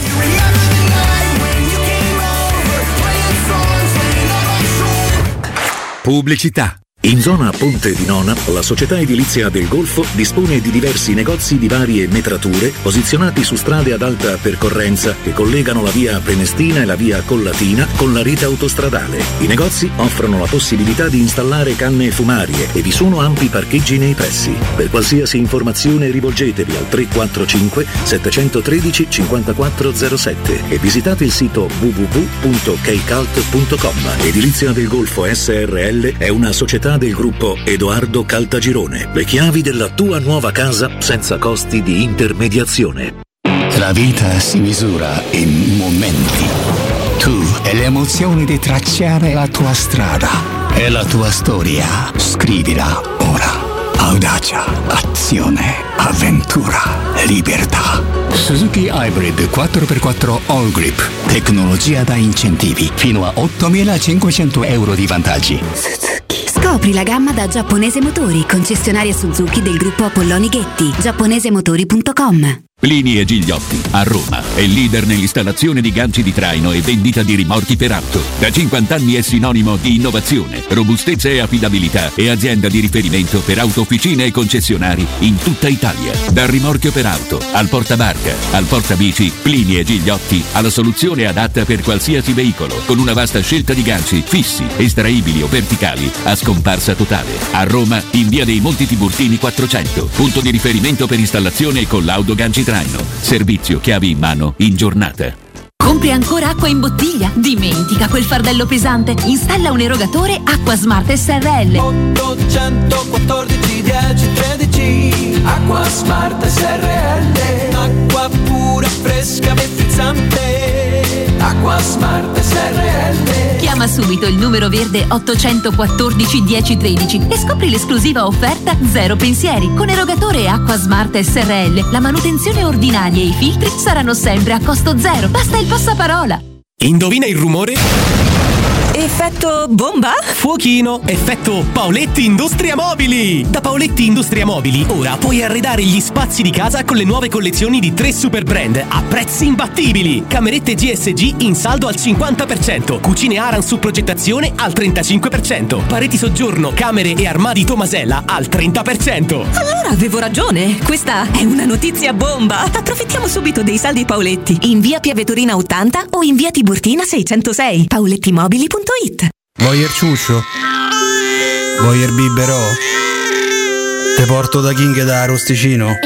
Pubblicità. In zona Ponte di Nona, la società edilizia del Golfo dispone di diversi negozi di varie metrature posizionati su strade ad alta percorrenza che collegano la via Prenestina e la via Collatina con la rete autostradale. I negozi offrono la possibilità di installare canne fumarie e vi sono ampi parcheggi nei pressi. Per qualsiasi informazione rivolgetevi al 345 713 5407 e visitate il sito www.keicalt.com. Edilizia del Golfo SRL è una società del gruppo Edoardo Caltagirone. Le chiavi della tua nuova casa senza costi di intermediazione. La vita si misura in momenti. Tu e le emozioni di tracciare la tua strada e la tua storia. Scrivila ora. Audacia, azione, avventura, libertà. Suzuki Hybrid 4x4 All Grip. Tecnologia da incentivi fino a 8.500 euro di vantaggi. Scopri la gamma da Giapponese Motori, concessionaria Suzuki del gruppo Apolloni Ghetti. giapponesemotori.com. Plini e Gigliotti, a Roma, è leader nell'installazione di ganci di traino e vendita di rimorchi per auto. Da 50 anni è sinonimo di innovazione, robustezza e affidabilità e azienda di riferimento per autofficine e concessionari in tutta Italia. Dal rimorchio per auto, al portabarca, al portabici, Plini e Gigliotti ha la soluzione adatta per qualsiasi veicolo, con una vasta scelta di ganci fissi, estraibili o verticali, a scomparsa totale. A Roma, in via dei Monti Tiburtini 400, punto di riferimento per installazione con l'auto ganci traino. Servizio chiavi in mano in giornata. Compri ancora acqua in bottiglia? Dimentica quel fardello pesante. Installa un erogatore Acqua Smart SRL. 814 10 13. Acqua Smart SRL. Acqua pura, fresca e frizzante. Acqua Smart SRL. Chiama subito il numero verde 814 10 13 e scopri l'esclusiva offerta Zero Pensieri. Con erogatore Acqua Smart SRL la manutenzione ordinaria e i filtri saranno sempre a costo zero. Basta il passaparola. Indovina il rumore? Effetto bomba? Fuochino, effetto Paoletti Industria Mobili. Da Paoletti Industria Mobili ora puoi arredare gli spazi di casa con le nuove collezioni di 3 super brand a prezzi imbattibili. Camerette GSG in saldo al 50%, cucine Aran su progettazione al 35%, pareti soggiorno, camere e armadi Tomasella al 30%. Allora avevo ragione, questa è una notizia bomba. Approfittiamo subito dei saldi Paoletti in via Piavetorina 80 o in via Tiburtina 606. paolettimobili.it. Voyer ciuscio? Voyer biberò? Te porto da King da Arosticino.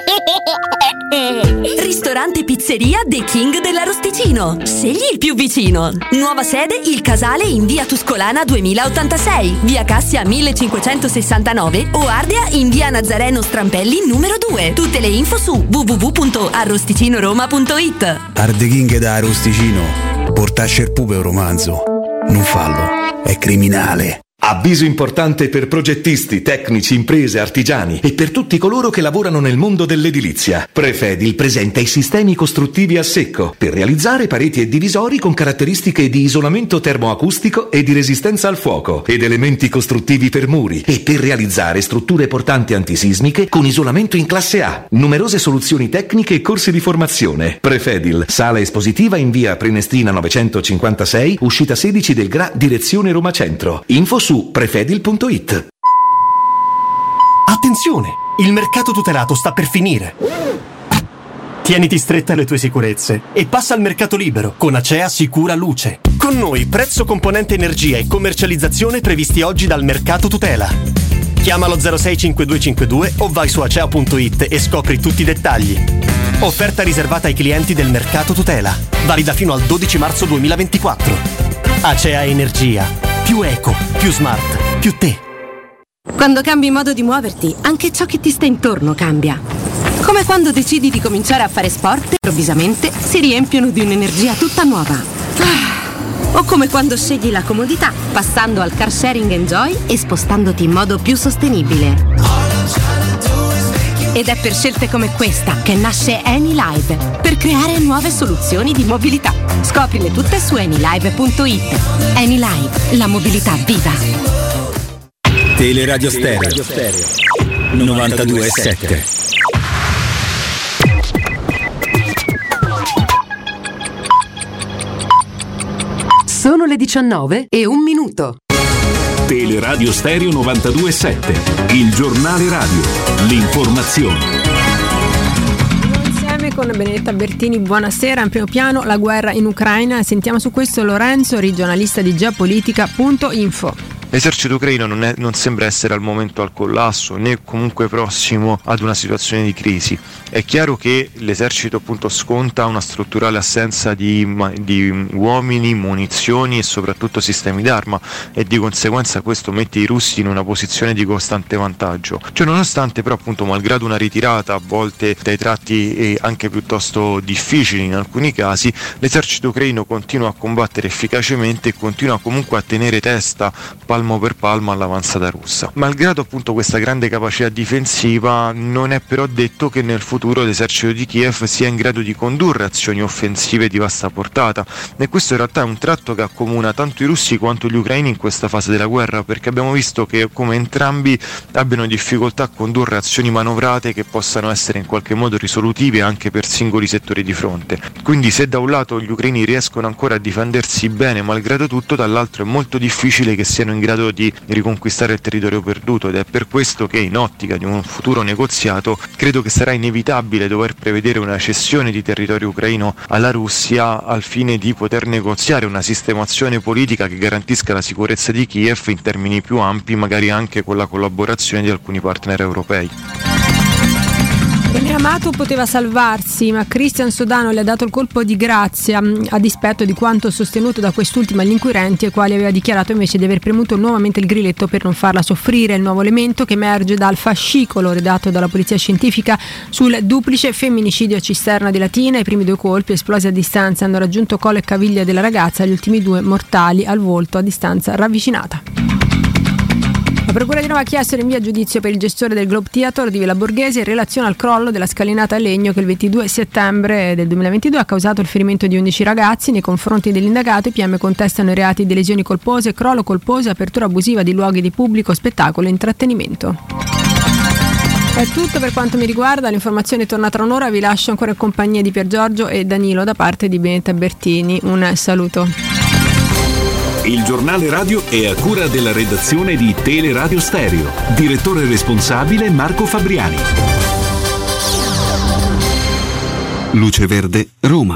Ristorante pizzeria The King dell'Arosticino. Scegli il più vicino. Nuova sede Il Casale in via Tuscolana 2086, via Cassia 1569 o Ardea in via Nazareno Strampelli numero 2. Tutte le info su www.arrosticinoroma.it. Arde King da Arosticino. Portasce il pupe un romanzo. Non fallo, è criminale. Avviso importante per progettisti, tecnici, imprese, artigiani e per tutti coloro che lavorano nel mondo dell'edilizia. Prefedil presenta i sistemi costruttivi a secco per realizzare pareti e divisori con caratteristiche di isolamento termoacustico e di resistenza al fuoco ed elementi costruttivi per muri e per realizzare strutture portanti antisismiche con isolamento in classe A. Numerose soluzioni tecniche e corsi di formazione. Prefedil, sala espositiva in via Prenestina 956, uscita 16 del GRA, direzione Roma Centro. Info su prefedil.it. Attenzione! Il mercato tutelato sta per finire. Tieniti stretta alle tue sicurezze e passa al mercato libero con Acea Sicura Luce. Con noi prezzo, componente energia e commercializzazione previsti oggi dal mercato tutela. Chiamalo 065252 o vai su acea.it e scopri tutti i dettagli. Offerta riservata ai clienti del mercato tutela. Valida fino al 12 marzo 2024. Acea Energia. Più eco, più smart, più te. Quando cambi modo di muoverti, anche ciò che ti sta intorno cambia. Come quando decidi di cominciare a fare sport e improvvisamente si riempiono di un'energia tutta nuova. O come quando scegli la comodità, passando al car sharing Enjoy e spostandoti in modo più sostenibile. Ed è per scelte come questa che nasce AnyLive, per creare nuove soluzioni di mobilità. Scoprile tutte su anylive.it. AnyLive, la mobilità viva. Teleradio Stereo 92.7. Sono le 19:01. Teleradio Stereo 92.7, il giornale radio, l'informazione. Insieme con Benedetta Bertini, buonasera. In primo piano la guerra in Ucraina. Sentiamo su questo Lorenzo, regionalista di geopolitica.info. L'esercito ucraino non sembra essere al momento al collasso né comunque prossimo ad una situazione di crisi. È chiaro che l'esercito appunto sconta una strutturale assenza di uomini, munizioni e soprattutto sistemi d'arma, e di conseguenza questo mette i russi in una posizione di costante vantaggio. Cioè, nonostante però appunto malgrado una ritirata a volte dai tratti anche piuttosto difficili in alcuni casi, l'esercito ucraino continua a combattere efficacemente e continua comunque a tenere testa palmo per palmo all'avanzata russa. Malgrado appunto questa grande capacità difensiva, non è però detto che nel futuro l'esercito di Kiev sia in grado di condurre azioni offensive di vasta portata, e questo in realtà è un tratto che accomuna tanto i russi quanto gli ucraini in questa fase della guerra, perché abbiamo visto che come entrambi abbiano difficoltà a condurre azioni manovrate che possano essere in qualche modo risolutive anche per singoli settori di fronte. Quindi se da un lato gli ucraini riescono ancora a difendersi bene malgrado tutto, dall'altro è molto difficile che siano in grado di riconquistare il territorio perduto, ed è per questo che in ottica di un futuro negoziato credo che sarà inevitabile dover prevedere una cessione di territorio ucraino alla Russia al fine di poter negoziare una sistemazione politica che garantisca la sicurezza di Kiev in termini più ampi, magari anche con la collaborazione di alcuni partner europei. Amato poteva salvarsi, ma Cristian Sodano le ha dato il colpo di grazia a dispetto di quanto sostenuto da quest'ultima agli inquirenti, ai quali aveva dichiarato invece di aver premuto nuovamente il grilletto per non farla soffrire. Il nuovo elemento che emerge dal fascicolo redatto dalla polizia scientifica sul duplice femminicidio a Cisterna di Latina. I primi 2 colpi esplosi a distanza hanno raggiunto collo e caviglia della ragazza, gli ultimi 2 mortali al volto a distanza ravvicinata. La Procura di Roma ha chiesto rinvio a giudizio per il gestore del Globe Theatre di Villa Borghese in relazione al crollo della scalinata a legno che il 22 settembre del 2022 ha causato il ferimento di 11 ragazzi. Nei confronti dell'indagato i PM contestano i reati di lesioni colpose, crollo colposo e apertura abusiva di luoghi di pubblico spettacolo e intrattenimento. È tutto per quanto mi riguarda, l'informazione torna tra un'ora, vi lascio ancora in compagnia di Pier Giorgio e Danilo da parte di Benedetta Bertini. Un saluto. Il giornale radio è a cura della redazione di Teleradio Stereo. Direttore responsabile Marco Fabriani. Luce Verde, Roma.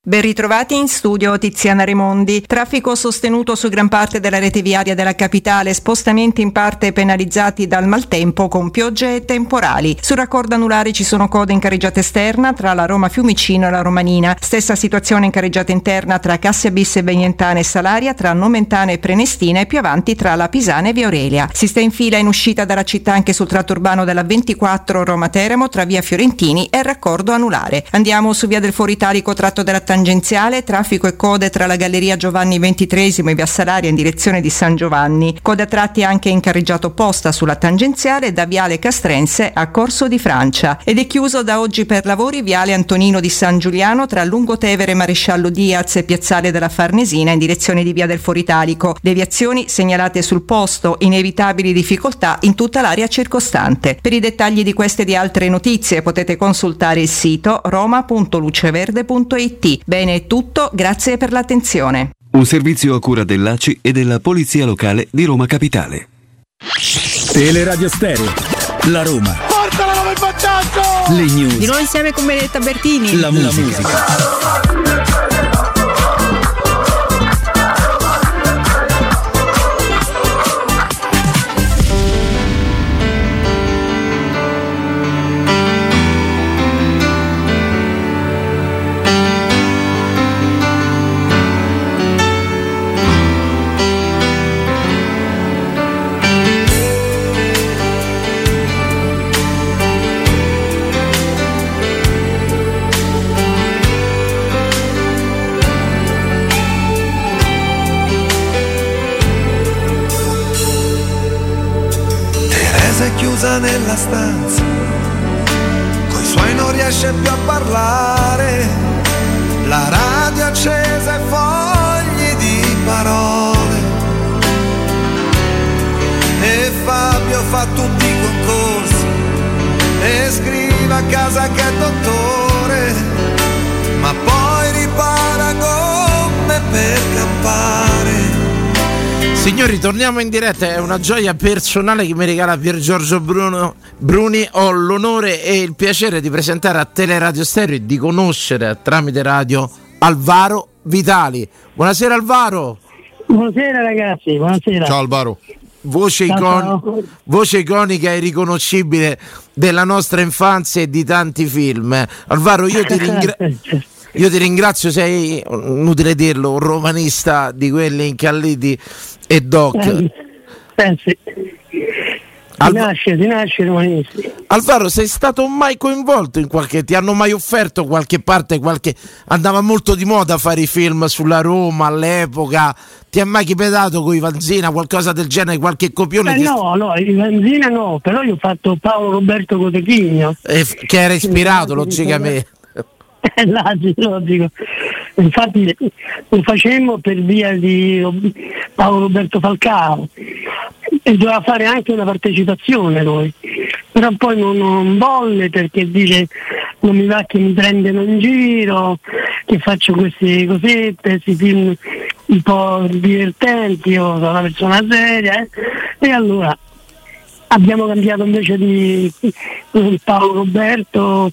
Ben ritrovati in studio Tiziana Raimondi. Traffico sostenuto su gran parte della rete viaria della capitale, spostamenti in parte penalizzati dal maltempo con piogge e temporali. Sul raccordo anulare ci sono code in carreggiata esterna tra la Roma Fiumicino e la Romanina. Stessa situazione in carreggiata interna tra Cassia Bis e Venientana e Salaria, tra Nomentana e Prenestina e più avanti tra la Pisana e Via Aurelia. Si sta in fila in uscita dalla città anche sul tratto urbano della 24 Roma Teramo tra via Fiorentini e il raccordo anulare. Andiamo su via del Foro Italico tratto della tangenziale, traffico e code tra la Galleria Giovanni XXIII e via Salaria in direzione di San Giovanni. Code a tratti anche in carreggiata opposta sulla tangenziale da viale Castrense a Corso di Francia. Ed è chiuso da oggi per lavori viale Antonino di San Giuliano tra Lungotevere e Maresciallo Diaz e piazzale della Farnesina in direzione di via del Foro Italico. Deviazioni segnalate sul posto, inevitabili difficoltà in tutta l'area circostante. Per i dettagli di queste e di altre notizie potete consultare il sito roma.luceverde.it. Bene, è tutto, grazie per l'attenzione. Un servizio a cura dell'ACI e della Polizia Locale di Roma Capitale. Teleradio Stereo, la Roma. Portala come il vantaggio! Le news. Di nuovo insieme con Benedetta Bertini. La musica. Nella stanza, coi suoi non riesce più a parlare, la radio accesa e fogli di parole, e Fabio fa tutti i concorsi e scrive a casa che è dottore, ma poi ripara gomme per campare. Signori, torniamo in diretta, è una gioia personale che mi regala Pier Giorgio Bruni. Ho l'onore e il piacere di presentare a Teleradio Stereo e di conoscere tramite radio Alvaro Vitali. Buonasera Alvaro. Buonasera ragazzi, buonasera. Ciao Alvaro. Voce iconica e riconoscibile della nostra infanzia e di tanti film. Alvaro, io ti ringrazio, sei, inutile dirlo, un romanista di quelli incalliti e doc. Sì. Si nasce romanisti. Alvaro, sei stato mai coinvolto in ti hanno mai offerto qualche parte, andava molto di moda fare i film sulla Roma all'epoca, ti ha mai chiedato con i Vanzina qualcosa del genere, qualche copione? No, i Vanzina no, però io ho fatto Paolo Roberto Cotechigno. Che era ispirato logicamente. Logico. Infatti lo facemmo per via di Paolo Roberto Falcao e doveva fare anche una partecipazione lui, però poi non volle perché dice non mi va che mi prendono in giro, che faccio queste cosette, questi film un po' divertenti, io sono una persona seria e allora abbiamo cambiato invece di Paolo Roberto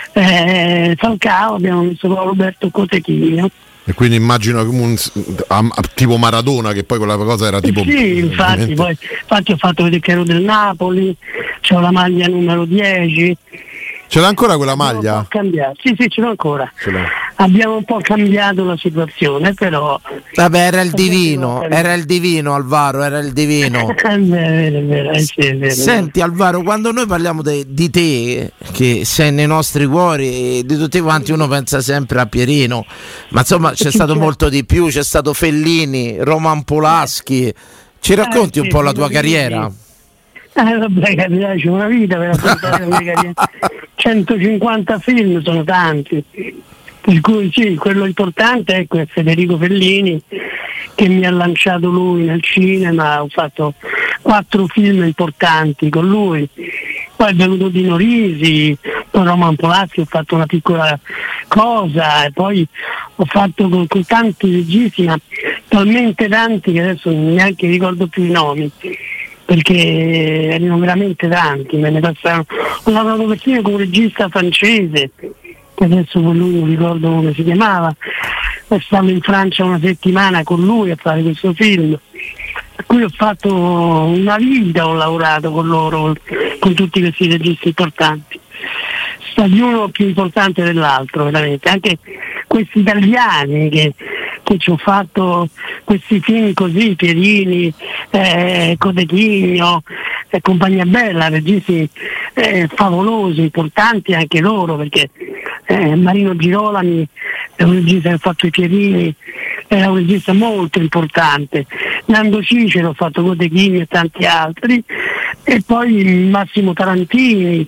Falcao, abbiamo messo Paolo Roberto Cotechigno. E quindi immagino tipo Maradona, che poi quella cosa era tipo... Sì, infatti ho fatto vedere che ero del Napoli, c'ho la maglia numero 10. Ce l'ha ancora quella maglia? Sì, ce l'ho ancora. Abbiamo un po' cambiato la situazione, però... Vabbè, era il divino Alvaro, era il divino. È vero. Senti Alvaro, quando noi parliamo di te, che sei nei nostri cuori, di tutti quanti uno pensa sempre a Pierino, ma insomma c'è stato molto di più, c'è stato Fellini, Roman Polanski. Ci racconti un po' la tua carriera? Vabbè, capirà, c'è una vita per affrontare la mia carriera. 150 film sono tanti, per cui sì, quello importante è Federico Fellini che mi ha lanciato lui nel cinema, ho fatto 4 film importanti con lui, poi è venuto Dino Risi, poi Roman Polanski, ho fatto una piccola cosa e poi ho fatto con tanti registi, ma talmente tanti che adesso neanche ricordo più i nomi, perché erano veramente tanti, me ne passarono. Ho lavorato persino con un regista francese che adesso con lui non ricordo come si chiamava, stavo in Francia una settimana con lui a fare questo film, a cui ho fatto una vita, ho lavorato con loro, con tutti questi registi importanti, sta di uno più importante dell'altro veramente, anche questi italiani che ci ho fatto questi film così, Pierini, Codechigno, compagnia bella, registi favolosi, importanti anche loro, perché Marino Girolami è un regista che ha fatto i Pierini, è un regista molto importante, Nando Cicero ha fatto Codechigno e tanti altri, e poi Massimo Tarantini,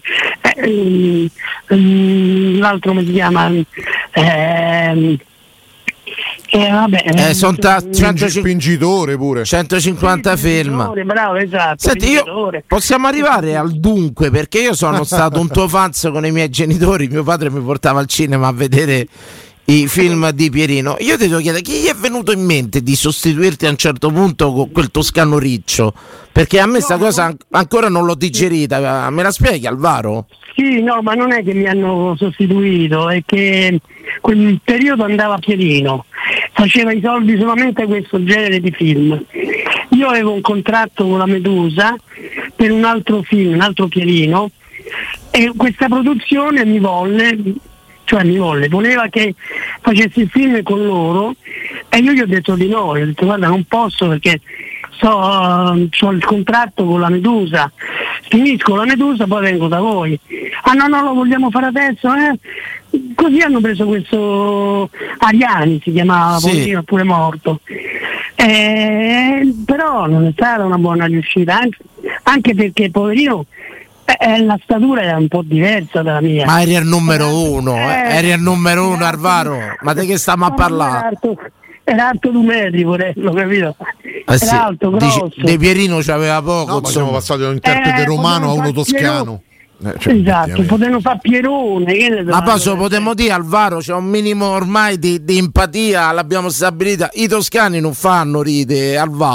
l'altro come si chiama, sono Spingitore pure 150 film. Bravo, esatto. Senti, possiamo arrivare al dunque, perché io sono stato un tuo fan con i miei genitori, mio padre mi portava al cinema a vedere i film di Pierino. Io ti devo chiedere, chi gli è venuto in mente di sostituirti a un certo punto con quel toscano riccio? Perché a me sta cosa ancora non l'ho digerita, me la spieghi, Alvaro? Sì, no, ma non è che mi hanno sostituito, è che quel periodo andava Pierino, faceva i soldi solamente a questo genere di film. Io avevo un contratto con la Medusa per un altro film, un altro Pierino, e questa produzione voleva che facessi il film con loro, e io gli ho detto di no, gli ho detto guarda, non posso perché ho il contratto con la Medusa, finisco la Medusa poi vengo da voi. Ah no, lo vogliamo fare adesso, Così hanno preso questo Ariani, si chiamava, poverino, è pure morto, però non è stata una buona riuscita, anche perché poverino la statura era un po' diversa dalla mia. Ma eri al numero uno, Alvaro, ma di che stiamo a parlare? Era alto 2 metri, vorrello, capito? Era alto, grosso. De Pierino c'aveva poco. No, ma siamo passati da un interprete romano a uno toscano. Esatto, potevano fare Pierone. Ma poi se potremmo dire, Alvaro, c'è un minimo ormai di empatia, l'abbiamo stabilita. I toscani non fanno ride, Alvaro.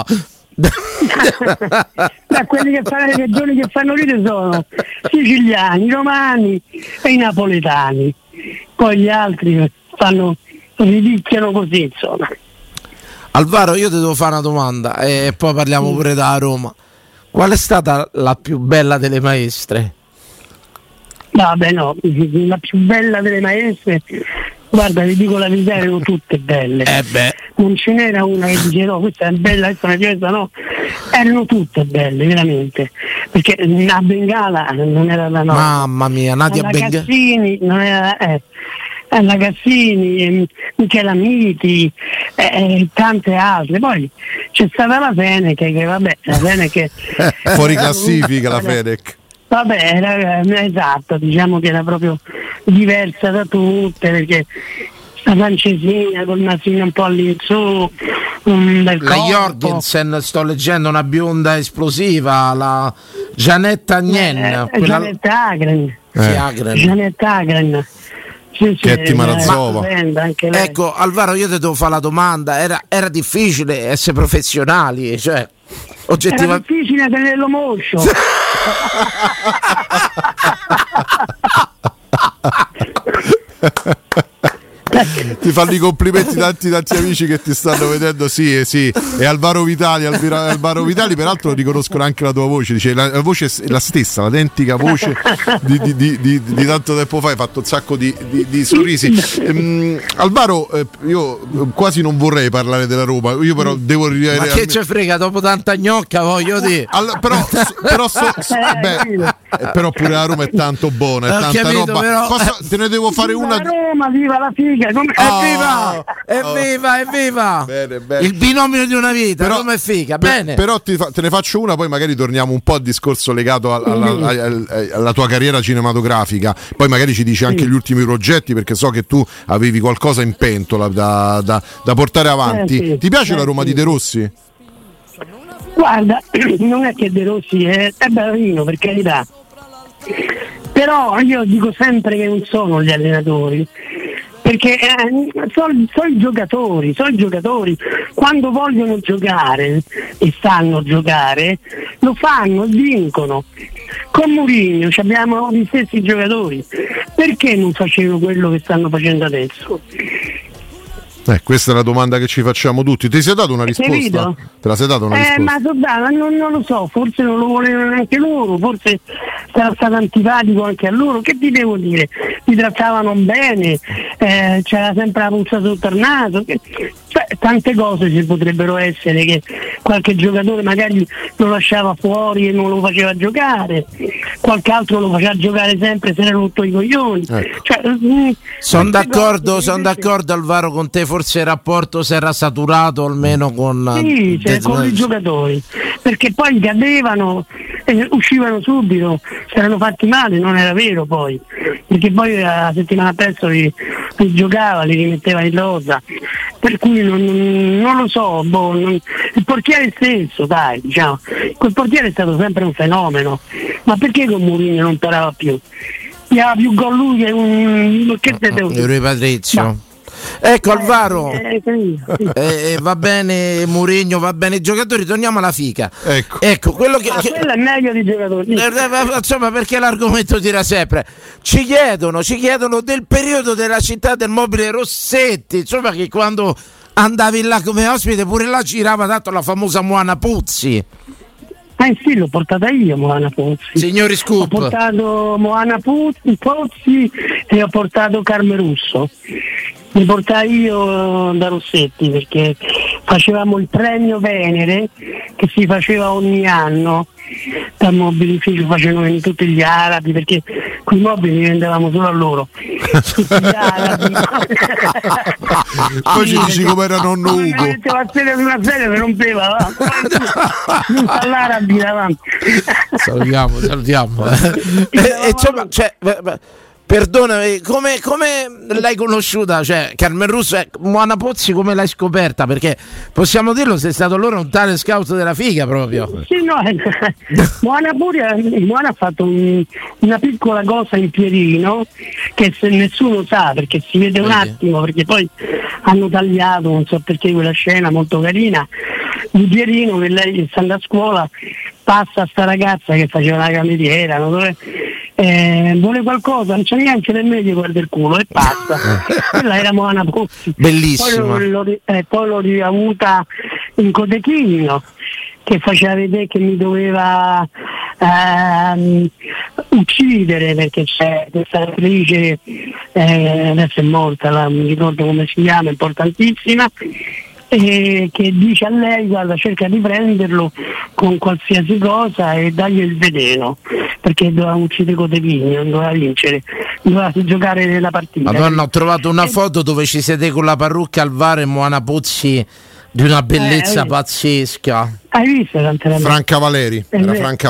Ma quelli che fanno le regioni che fanno ride sono siciliani, romani e i napoletani. Poi gli altri ridicchiano così, insomma. Alvaro, io ti devo fare una domanda e poi parliamo pure da Roma. Qual è stata la più bella delle maestre? Vabbè, no, la più bella delle maestre, guarda, vi dico la verità, erano tutte belle. Non ce n'era una che dice no, questa è bella, questa è diversa, no. Erano tutte belle, veramente. Perché la Bengala non era da noi. Mamma mia, Nadia Bengala. Cassini non era. La Cassini, Michela Miti, tante altre. Poi c'è stata la Fenech, che vabbè, la Fenech fuori classifica la Fenech. Vabbè, era esatto, diciamo che era proprio diversa da tutte, perché sta francesina col nasino un po' all'insù, la Jorgensen, sto leggendo, una bionda esplosiva, la Jeannette Agnen, Jeannette Agren. Chetti Marazzova. Ecco, Alvaro, io ti devo fare la domanda, era difficile essere professionali, cioè oggettivamente era difficile tenerlo moscio. Ti fanno i complimenti tanti amici che ti stanno vedendo. Sì, e Alvaro Vitali, peraltro riconoscono anche la tua voce, dice la voce è la stessa, l'identica voce di tanto tempo fa, hai fatto un sacco di sorrisi. Alvaro, io quasi non vorrei parlare della Roma, io però devo arrivare. Ma che ce frega, dopo tanta gnocca, voglio dire. Però pure la Roma è tanto buona, è tanta capito, roba. Però, te ne devo fare una. Roma, viva la figa! Evviva! Bene. Il binomio di una vita, però, Roma è figa. Bene. Però te ne faccio una, poi magari torniamo un po' al discorso legato alla tua carriera cinematografica. Poi magari ci dici anche gli ultimi progetti, perché so che tu avevi qualcosa in pentola da portare avanti. Ti piace la Roma di De Rossi? Guarda, non è che De Rossi è bravino, per carità, però io dico sempre che non sono gli allenatori, perché sono i giocatori, quando vogliono giocare e sanno giocare lo fanno, vincono. Con Mourinho abbiamo gli stessi giocatori, perché non facevano quello che stanno facendo adesso? Questa è la domanda che ci facciamo tutti. Ti sei dato una risposta? Te la sei data una risposta? Ma non lo so, forse non lo volevano neanche loro, forse sarà stato antipatico anche a loro, che ti devo dire? Li trattavano bene, c'era sempre la puzza sotto il naso, tante cose ci potrebbero essere, che qualche giocatore magari lo lasciava fuori e non lo faceva giocare, qualche altro lo faceva giocare sempre se ne rotto i coglioni. Sono d'accordo Alvaro con te, forse il rapporto si era saturato almeno con i giocatori, perché poi cadevano e uscivano subito, si erano fatti male, non era vero poi, perché poi la settimana presto li giocava, li rimetteva in rosa, per cui non lo so, il portiere stesso, dai, diciamo, quel portiere è stato sempre un fenomeno, ma perché con Mourinho non parava più? Aveva più gol lui che Rui Patrizio. Ecco Alvaro, va bene Mourinho, va bene i giocatori, torniamo alla fica. Ecco quello che quello è meglio di giocatori. Insomma, perché l'argomento tira sempre. Ci chiedono del periodo della città del mobile Rossetti, insomma, che quando andavi là come ospite pure là girava tanto la famosa Moana Puzzi. Sì, l'ho portata io Moana Pozzi. Signori Scoop. Ho portato Moana Pozzi e ho portato Carmen Russo. Mi portai io da Rossetti perché facevamo il premio Venere che si faceva ogni anno dal mobilificio, facevano in tutti gli arabi, perché quei mobili li vendevamo solo a loro, tutti gli arabi. Poi ci dici come era nonno Ugo, la serie di una serie che rompeva all'arabi davanti. Salutiamo insomma, perdonami, come l'hai conosciuta? Cioè, Carmen Russo, Moana Pozzi come l'hai scoperta? Perché possiamo dirlo, sei stato loro un tale scout della figa proprio. Sì, no, Moana ha fatto una piccola cosa in Pierino che nessuno sa, perché si vede un attimo, perché poi hanno tagliato, non so perché, quella scena molto carina di Pierino che lei stando a scuola passa a sta ragazza che faceva la cameriera, no? Vuole qualcosa, non c'è neanche nemmeno di guarda il culo e passa. Quella era Moana Pozzi. Bellissima. Poi l'ho riavuta in Cotechino che faceva vedere che mi doveva uccidere, perché c'è questa attrice adesso è morta, non mi ricordo come si chiama, importantissima, che dice a lei: guarda, cerca di prenderlo con qualsiasi cosa e dagli il veleno, perché doveva uccidere Cotechini, non doveva vincere, doveva giocare nella partita. Madonna, ho trovato una foto dove ci siete con la parrucca Alvaro e Moana Pozzi di una bellezza pazzesca. Hai visto Franca Valeri? Era Franca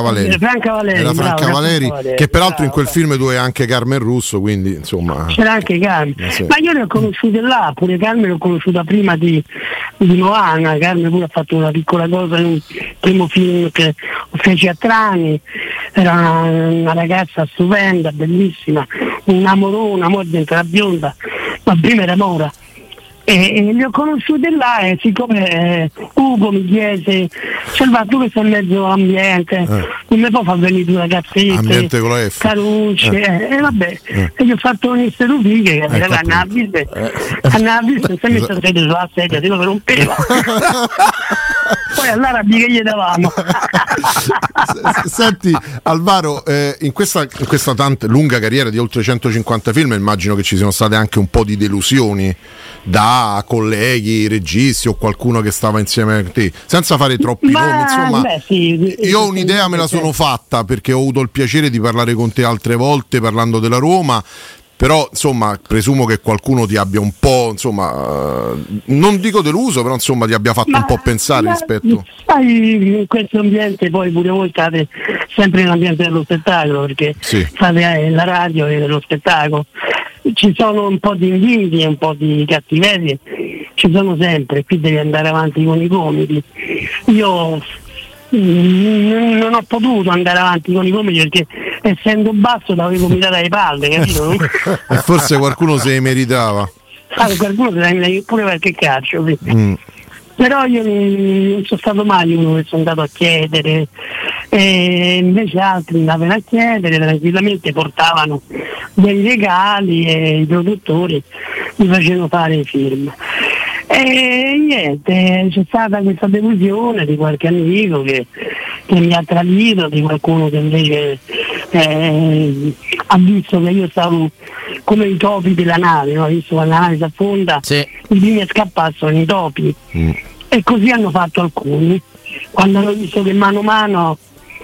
Valeri, che peraltro in quel film dove anche Carmen Russo, quindi insomma c'era anche Carmen. Ma io le ho conosciute là, pure Carmen l'ho conosciuta prima di Moana. Carmen pure ha fatto una piccola cosa in un primo film che fece a Trani, era una ragazza stupenda, bellissima, un amorone, amore dentro la bionda, ma prima era mora. E li ho conosciuti là, e siccome Ugo mi chiese: Salva, tu che sei in mezzo all'ambiente, non mi può far venire due ragazzette, ambiente con la F, Carucce, e vabbè, e gli ho fatto un Rufighe che aveva una vista e si è messo a sedere sulla sedia, se no che rompeva. Poi all'arabi che gli davamo. Senti Alvaro, in questa lunga carriera di oltre 150 film, immagino che ci siano state anche un po' di delusioni da colleghi, registi o qualcuno che stava insieme a te, senza fare troppi nomi, insomma. Io ho un'idea, me la sono fatta, perché ho avuto il piacere di parlare con te altre volte parlando della Roma, però insomma presumo che qualcuno ti abbia un po', insomma, non dico deluso, però insomma ti abbia fatto un po' pensare rispetto. Sai, in questo ambiente poi pure voi state sempre nell'ambiente dello spettacolo, perché fate la radio e dello spettacolo. Ci sono un po' di invidie, un po' di cattiverie, ci sono sempre, qui devi andare avanti con i gomiti. Io non ho potuto andare avanti con i gomiti perché essendo basso l'avevo mirato alle palle, capito? E forse qualcuno se ne meritava. Qualcuno se ne pure qualche calcio. Però io non sono stato mai uno che sono andato a chiedere e invece altri andavano a chiedere, tranquillamente portavano dei regali e i produttori mi facevano fare i film. E niente, c'è stata questa delusione di qualche amico che mi ha tradito, di qualcuno che invece ha visto che io stavo come i topi della nave, no? Ha visto quando la nave si affonda, i primi a scappare sono i topi. E così hanno fatto alcuni. Quando hanno visto che mano a mano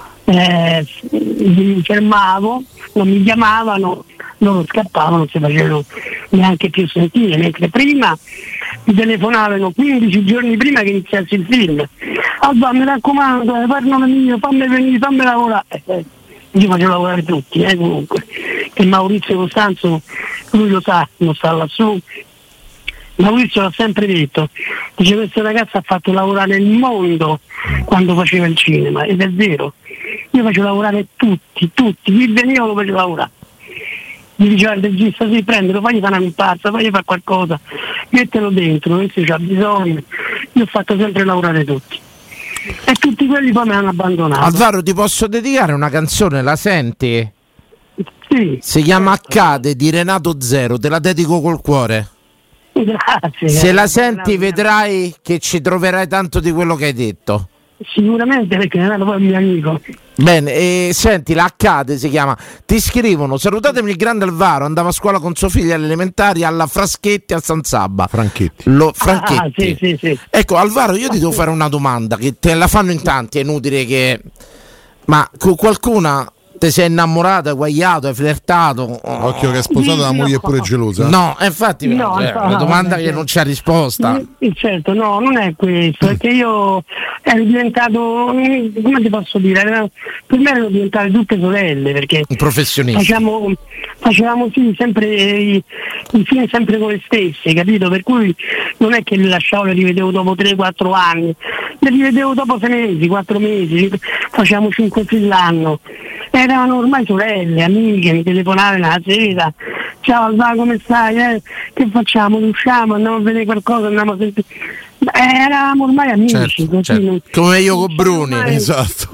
mi fermavo, non mi chiamavano, loro scappavano, non si facevano neanche più sentire, mentre prima mi telefonavano 15 giorni prima che iniziasse il film. Alba, mi raccomando, parlano mio, fammi venire, fammi lavorare. Io facevo lavorare tutti, comunque. E Maurizio Costanzo, lui lo sa, non sta lassù. Maurizio l'ha sempre detto, dice questa ragazza ha fatto lavorare il mondo quando faceva il cinema, ed è vero. Io facevo lavorare tutti, chi veniva lo facevo lavorare. Mi diceva il regista, sì, prendelo, fagli fare una comparsa, fagli fare qualcosa, mettelo dentro, questo c'ha bisogno. Io ho fatto sempre lavorare tutti. E tutti quelli poi mi hanno abbandonato. Alvaro, ti posso dedicare una canzone, la senti? Sì. Si chiama Accade di Renato Zero, te la dedico col cuore. Grazie. Se la senti vedrai che ci troverai tanto di quello che hai detto. Sicuramente, perché Renato poi è mio amico. Bene, senti, la Accade si chiama. Ti scrivono: salutatemi il grande Alvaro, andava a scuola con suo figlio alle elementari alla Fraschetti a San Sabba. Franchetti. Sì. Ecco, Alvaro, io ti devo fare una domanda che te la fanno in tanti, è inutile che. Ma con qualcuna ti sei innamorata, hai guagliato, hai flirtato? Occhio che è sposata la moglie è pure gelosa. No, infatti è una domanda che non c'è risposta. Certo, no, non è questo, perché io ero diventato, come ti posso dire, per me erano diventate tutte sorelle, perché professionisti. Facevamo sì, sempre i film sempre con le stesse, capito? Per cui non è che le lasciavo, le rivedevo dopo 3-4 anni, le rivedevo dopo 6 mesi, 4 mesi, facciamo 5 film l'anno. Erano ormai sorelle, amiche, mi telefonavano la sera, ciao Alva, come stai? Che facciamo? Usciamo, andiamo a vedere qualcosa, andiamo a sentire. Eravamo ormai amici, certo. Come io con Bruni. Esatto.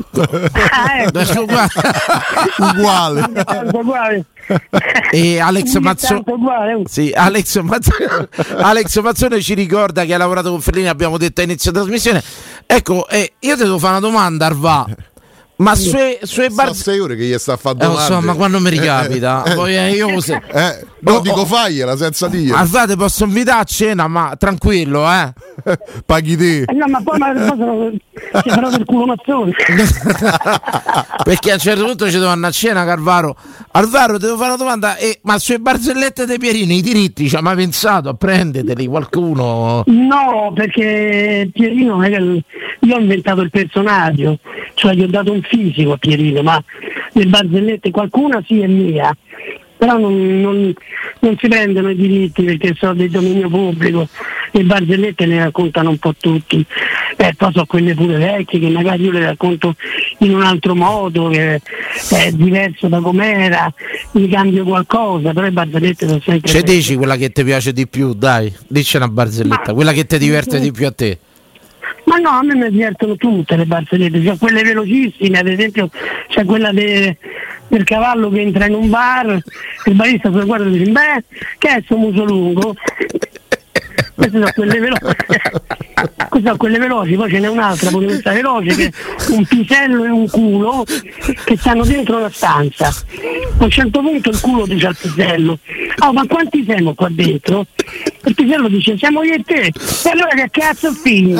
Uguale. E Alex Mazzone, sì, Alex Mazzone ci ricorda che ha lavorato con Fellini, abbiamo detto a inizio trasmissione. Ecco, io ti devo fare una domanda, Arva. Ma sue bar 6 ore che gli sta a fare domande. So, ma quando mi ricapita poi io dico fagliela senza dire. Alfate, posso invitare a cena, ma tranquillo, paghi te. No, ma poi si farà del culo mazzone. Perché a un certo punto ci devo andare a cena, Alvaro, ti devo fare una domanda, ma sulle barzellette dei Pierino i diritti ci ha mai pensato a prendeteli qualcuno? No, perché Pierino non è che io ho inventato il personaggio, cioè gli ho dato un fisico a Pierino, ma le barzellette qualcuna sì è mia, però non si prendono i diritti perché sono del dominio pubblico, le barzellette le raccontano un po' tutti, poi sono quelle pure vecchie che magari io le racconto in un altro modo che è diverso da com'era, mi cambio qualcosa, però le barzellette sono sempre. Ci dici quella che ti piace di più, dai, dici una barzelletta, quella che ti diverte di più a te. Ma no, a me mi divertono tutte le barzellette, cioè quelle velocissime, ad esempio c'è quella del cavallo che entra in un bar, il barista se lo guarda e dice, beh, che è sto muso lungo? Queste sono quelle veloci, poi ce n'è un'altra pure questa veloce che è un pisello e un culo che stanno dentro una stanza. A un certo punto il culo dice al pisello, ma quanti siamo qua dentro? Il pisello dice, siamo io e te. E allora che cazzo film?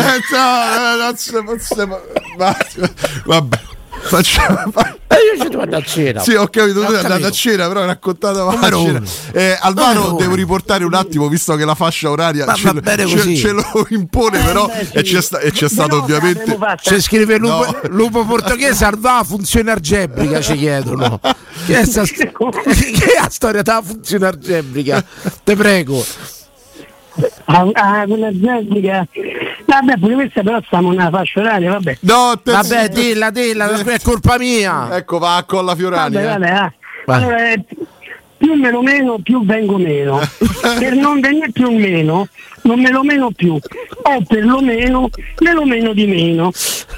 Vabbè. Io ci devo andare a cena. Sì, ho capito, tu sei andato a cena, però raccontata a cena. Alvaro, devo riportare un attimo, visto che la fascia oraria ce lo impone, però e c'è stato ovviamente. C'è scrive lupo portoghese, Alvaro funzione algebrica, ci chiedono. Che è la storia della funzione algebrica? Te prego. Quella algebrica. Vabbè, pure questa però stiamo nella fascia oraria, vabbè. No, vabbè, dilla, è colpa mia. Ecco, va con la Fiorani. Vabbè. Allora, più me lo meno, più vengo meno. Per non venire più meno, non me lo meno più, o perlomeno me lo meno di meno.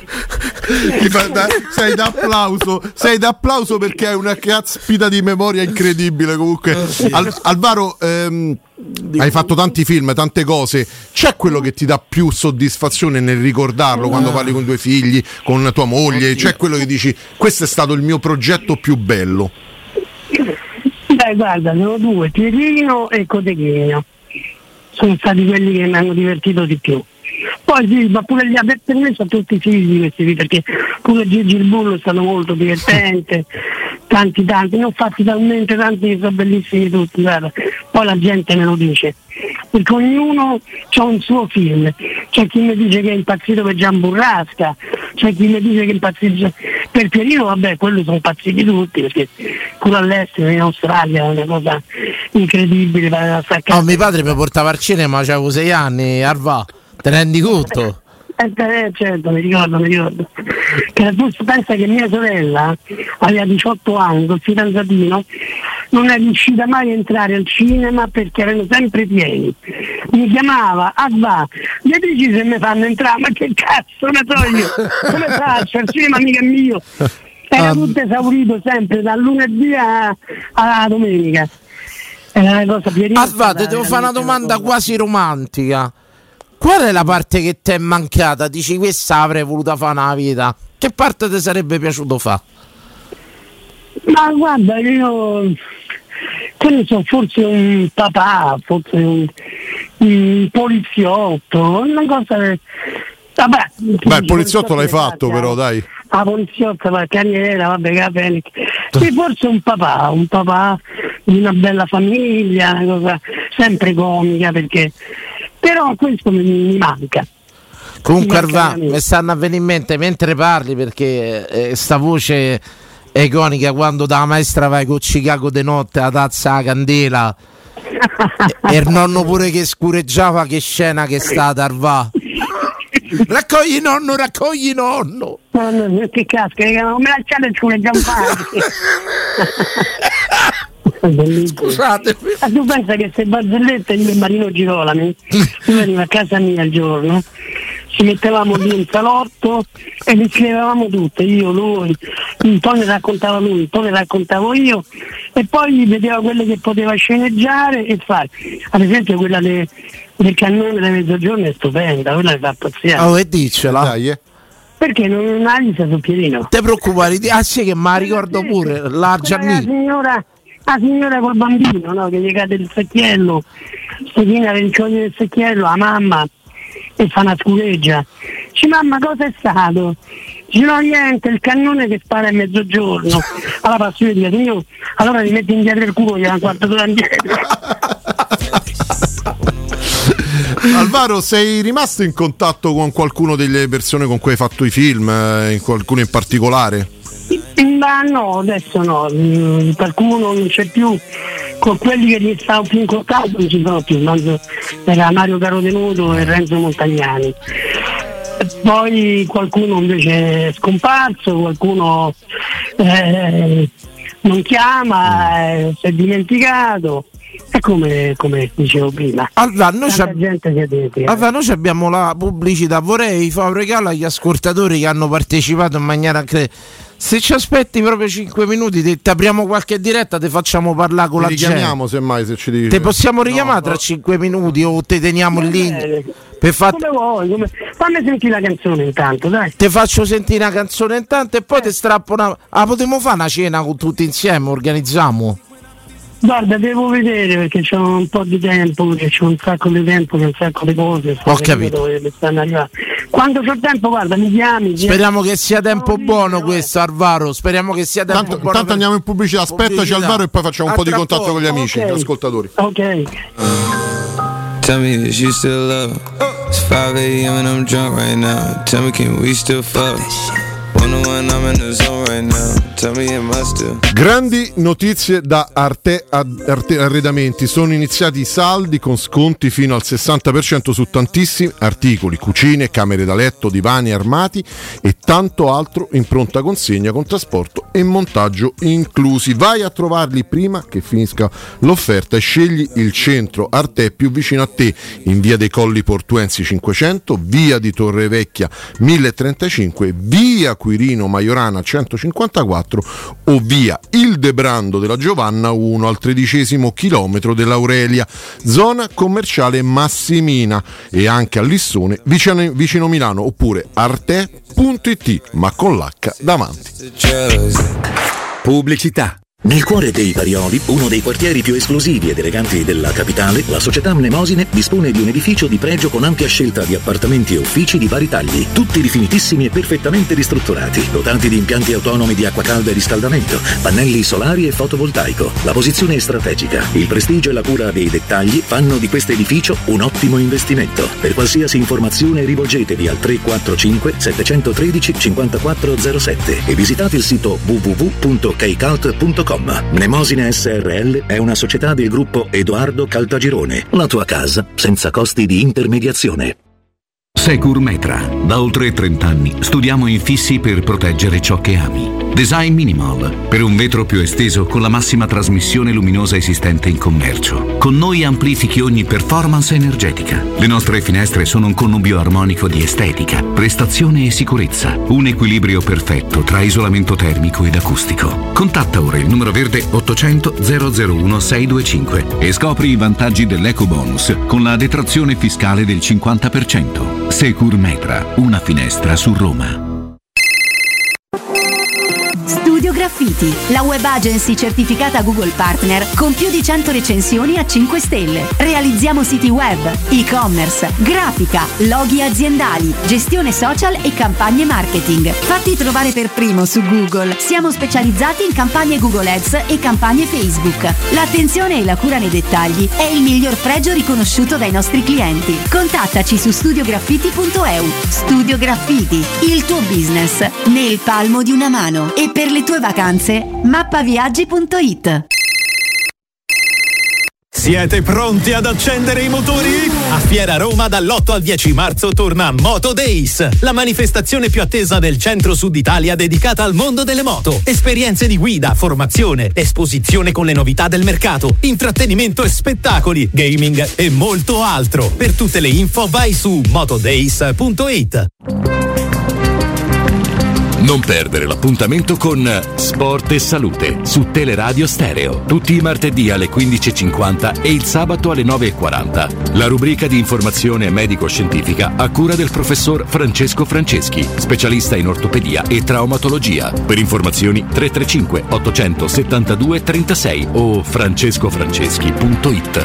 Sei d'applauso perché hai una caspita di memoria incredibile. Comunque, Alvaro, hai fatto tanti film, tante cose. C'è quello che ti dà più soddisfazione nel ricordarlo quando parli con i tuoi figli, con tua moglie? C'è quello che dici: questo è stato il mio progetto più bello? Beh, guarda, sono due, Pierino e Cotechino. Sono stati quelli che mi hanno divertito di più. Poi sì, ma pure per me sono tutti figli questi, perché pure Gigi il Bullo è stato molto divertente, tanti, ne ho fatti talmente tanti che sono bellissimi tutti, guarda. Poi la gente me lo dice, perché ognuno ha un suo film. C'è chi mi dice che è impazzito per Gian Burrasca, c'è chi mi dice che è impazzito per Pierino, vabbè, quelli sono impazziti tutti, perché pure all'estero, in Australia, è una cosa incredibile. Mio padre mi portava al cinema, avevo 6 anni, Arva, te ne rendi conto? Certo, mi ricordo. Che tu pensa che mia sorella aveva 18 anni, col fidanzatino, non è riuscita mai a entrare al cinema perché erano sempre pieni. Mi chiamava, va, mi dici se mi fanno entrare, ma che cazzo ne so io? Come faccio? Il cinema mica è mio. Era tutto esaurito sempre, dal lunedì alla domenica. Era una cosa pienissima. Ti devo fare una domanda quasi romantica. Qual è la parte che ti è mancata? Dici, questa avrei voluto fare una vita. Che parte ti sarebbe piaciuto fare? Ma guarda, io che ne so, forse un papà, forse un poliziotto, una cosa. Vabbè, il poliziotto l'hai fatto, però dai. La poliziotta, la carriera, vabbè, va bene. Sì, forse un papà di una bella famiglia, una cosa sempre comica, perché però questo mi manca. Comunque Arva, mi stanno a venire in mente mentre parli, perché sta voce è iconica quando da maestra vai con Chicago de notte, la tazza a candela e il nonno pure che scureggiava. Che scena che è stata, Arva. Raccogli nonno. No, che casca, non me lasciate il scureggiampare. Scusate, ma tu pensa che se barzellette io e Marino Girolami veniva a casa mia il giorno, ci mettevamo lì in salotto e li scrivevamo tutte, io, lui, un po' ne raccontava lui, un po' ne raccontavo io, e poi vedeva quelle che poteva sceneggiare e fare. Ad esempio quella del cannone da mezzogiorno è stupenda, quella che fa pazienza. E diccela. Dai, perché non hai visto sul Pierino? Te preoccupare, sì, che me la ricordo pure, la Giannini. La signora col bambino, no? Che gli cade il secchiello, Stechina rincoglie il secchiello, la mamma, e fa una scureggia. Dice, mamma, cosa è stato? Dice, no, niente, il cannone che spara a mezzogiorno. Allora passione di io, allora mi metti indietro il culo, gli ha un quarto d'ora indietro. Alvaro, sei rimasto in contatto con qualcuno delle persone con cui hai fatto i film, qualcuno in particolare? Ma no, adesso no, qualcuno non c'è più, con quelli che gli stavano più in contatto non ci sono più, era Mario Carotenuto e Renzo Montagnani. Poi qualcuno invece è scomparso, qualcuno non chiama, si è dimenticato. È come dicevo prima. Allora, noi abbiamo la pubblicità. Vorrei fare un regalo agli ascoltatori che hanno partecipato in maniera se ci aspetti proprio 5 minuti, ti apriamo qualche diretta, ti facciamo parlare con la gente. Ti richiamiamo semmai, se ci dici. Te possiamo richiamare tra 5 minuti o te teniamo in linea? Come vuoi, fammi sentire la canzone intanto, dai. Ti faccio sentire una canzone intanto e poi ti strappo una. Potremmo fare una cena con tutti insieme, organizziamo. Guarda, devo vedere perché c'ho un po' di tempo, perché c'ho un sacco di tempo, c'ho un sacco di cose. Ho capito. Quando c'ho tempo, guarda, mi chiami. Speriamo che sia tempo buono questo, Alvaro. Speriamo che sia tempo buono. Intanto andiamo in pubblicità. Aspettaci, Alvaro, e poi facciamo un po' di contatto con gli amici, gli ascoltatori. Ok. Tell me that you still love. It's 5 a.m. and I'm drunk right now. Tell me, can we still fuck? Grandi notizie da Arte Arredamenti. Sono iniziati i saldi con sconti fino al 60% su tantissimi articoli, cucine, camere da letto, divani, armati e tanto altro in pronta consegna con trasporto e montaggio inclusi. Vai a trovarli prima che finisca l'offerta e scegli il centro Arte più vicino a te, in via dei Colli Portuensi 500, via di Torrevecchia 1035, via Quirino Maiorana 154 o via Ildebrando della Giovanna 1 al 13° chilometro dell'Aurelia, zona commerciale Massimina, e anche a Lissone vicino Milano, oppure arte.it ma con l'H davanti. Pubblicità. Nel cuore dei Parioli, uno dei quartieri più esclusivi ed eleganti della capitale, la società Mnemosine dispone di un edificio di pregio con ampia scelta di appartamenti e uffici di vari tagli, tutti rifinitissimi e perfettamente ristrutturati, dotati di impianti autonomi di acqua calda e riscaldamento, pannelli solari e fotovoltaico. La posizione è strategica, il prestigio e la cura dei dettagli fanno di questo edificio un ottimo investimento. Per qualsiasi informazione rivolgetevi al 345 713 5407 e visitate il sito www.kcalt.com. Mnemosine SRL è una società del gruppo Edoardo Caltagirone. La tua casa senza costi di intermediazione. Securmetra. Da oltre 30 anni studiamo infissi per proteggere ciò che ami. Design Minimal, per un vetro più esteso con la massima trasmissione luminosa esistente in commercio. Con noi amplifichi ogni performance energetica. Le nostre finestre sono un connubio armonico di estetica, prestazione e sicurezza. Un equilibrio perfetto tra isolamento termico ed acustico. Contatta ora il numero verde 800 001 625 e scopri i vantaggi dell'EcoBonus con la detrazione fiscale del 50%. Securmetra, una finestra su Roma. Studio Graffiti, la web agency certificata Google Partner con più di 100 recensioni a 5 stelle. Realizziamo siti web, e-commerce, grafica, loghi aziendali, gestione social e campagne marketing. Fatti trovare per primo su Google. Siamo specializzati in campagne Google Ads e campagne Facebook. L'attenzione e la cura nei dettagli è il miglior pregio riconosciuto dai nostri clienti. Contattaci su studiograffiti.eu. Studio Graffiti, il tuo business nel palmo di una mano. E per le tue vacanze, mappaviaggi.it. Siete pronti ad accendere i motori? A Fiera Roma dall'8 al 10 marzo torna Moto Days, la manifestazione più attesa del centro-sud Italia dedicata al mondo delle moto. Esperienze di guida, formazione, esposizione con le novità del mercato, intrattenimento e spettacoli, gaming e molto altro. Per tutte le info vai su motodays.it. Non perdere l'appuntamento con Sport e Salute su Teleradio Stereo, tutti i martedì alle 15.50 e il sabato alle 9.40. La rubrica di informazione medico-scientifica a cura del professor Francesco Franceschi, specialista in ortopedia e traumatologia. Per informazioni 335 872 36 o francescofranceschi.it.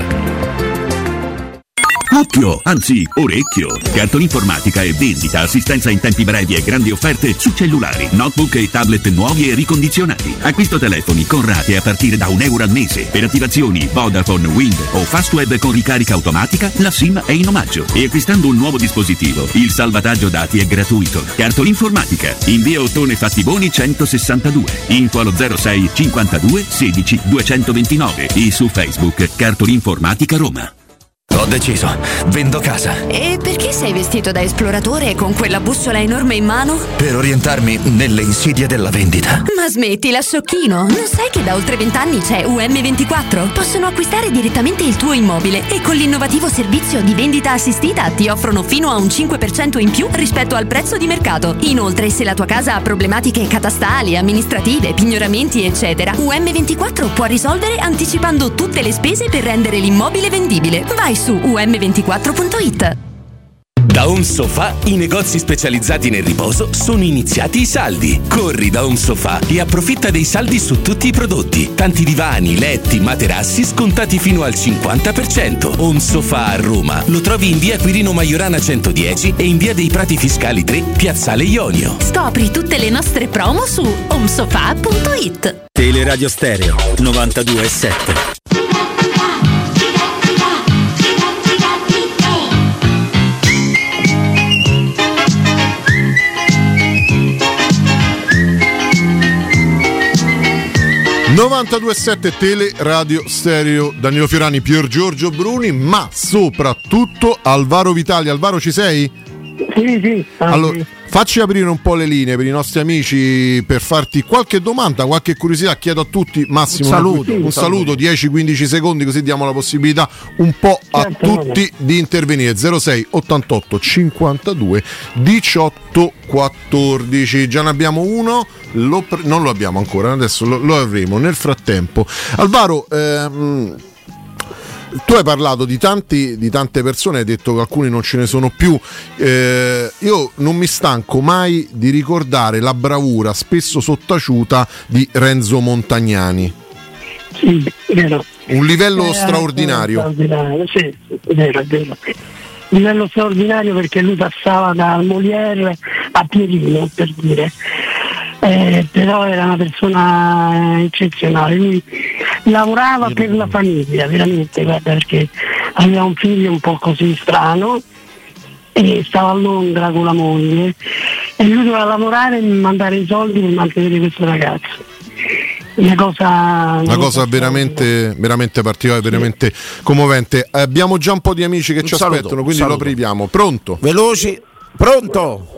Occhio, anzi orecchio! Cartolinformatica e vendita, assistenza in tempi brevi e grandi offerte su cellulari, notebook e tablet nuovi e ricondizionati. Acquisto telefoni con rate a partire da €1 al mese. Per attivazioni Vodafone, Wind o Fastweb con ricarica automatica, la SIM è in omaggio. E acquistando un nuovo dispositivo, il salvataggio dati è gratuito. Cartolinformatica, in via Ottone Fattiboni 162. Info allo 06 52 16 229 e su Facebook Cartolinformatica Roma. Ho deciso, vendo casa. E perché sei vestito da esploratore con quella bussola enorme in mano? Per orientarmi nelle insidie della vendita. Ma smettila, sciocchino! Non sai che da oltre 20 anni c'è UM24? Possono acquistare direttamente il tuo immobile e con l'innovativo servizio di vendita assistita ti offrono fino a un 5% in più rispetto al prezzo di mercato. Inoltre, se la tua casa ha problematiche catastali, amministrative, pignoramenti, eccetera, UM24 può risolvere anticipando tutte le spese per rendere l'immobile vendibile. Vai su um24.it. Da Home Sofa i negozi specializzati nel riposo sono iniziati i saldi. Corri da Home Sofa e approfitta dei saldi su tutti i prodotti. Tanti divani, letti, materassi scontati fino al 50%. Home Sofa a Roma lo trovi in via Quirino Maiorana 110 e in via dei Prati Fiscali 3, Piazzale Ionio. Scopri tutte le nostre promo su homesofa.it. Teleradio Stereo 92.7. 92.7 Tele Radio Stereo, Danilo Fiorani, Pier Giorgio Bruni, ma soprattutto Alvaro Vitali. Alvaro, ci sei? Sì. Allora, facci aprire un po' le linee per i nostri amici per farti qualche domanda, qualche curiosità. Chiedo a tutti massimo un saluto 10-15 secondi, così diamo la possibilità un po' a tutti di intervenire. 06 88 52 18 14. Già ne abbiamo uno, non lo abbiamo ancora, adesso lo avremo nel frattempo. Alvaro, tu hai parlato di tante persone, hai detto che alcuni non ce ne sono più. Io non mi stanco mai di ricordare la bravura spesso sottaciuta di Renzo Montagnani. Sì, vero. Un livello straordinario. Sì, vero. Livello straordinario, perché lui passava dal Molière a Pierino, per dire. Però era una persona eccezionale. Lui lavorava per la famiglia, veramente, guarda, perché aveva un figlio un po' così strano e stava a Londra con la moglie e lui doveva lavorare e mandare i soldi per mantenere questo ragazzo. Una cosa veramente particolare, veramente commovente. Abbiamo già un po' di amici che ci aspettano, quindi lo apriamo. Pronto? Veloci, pronto?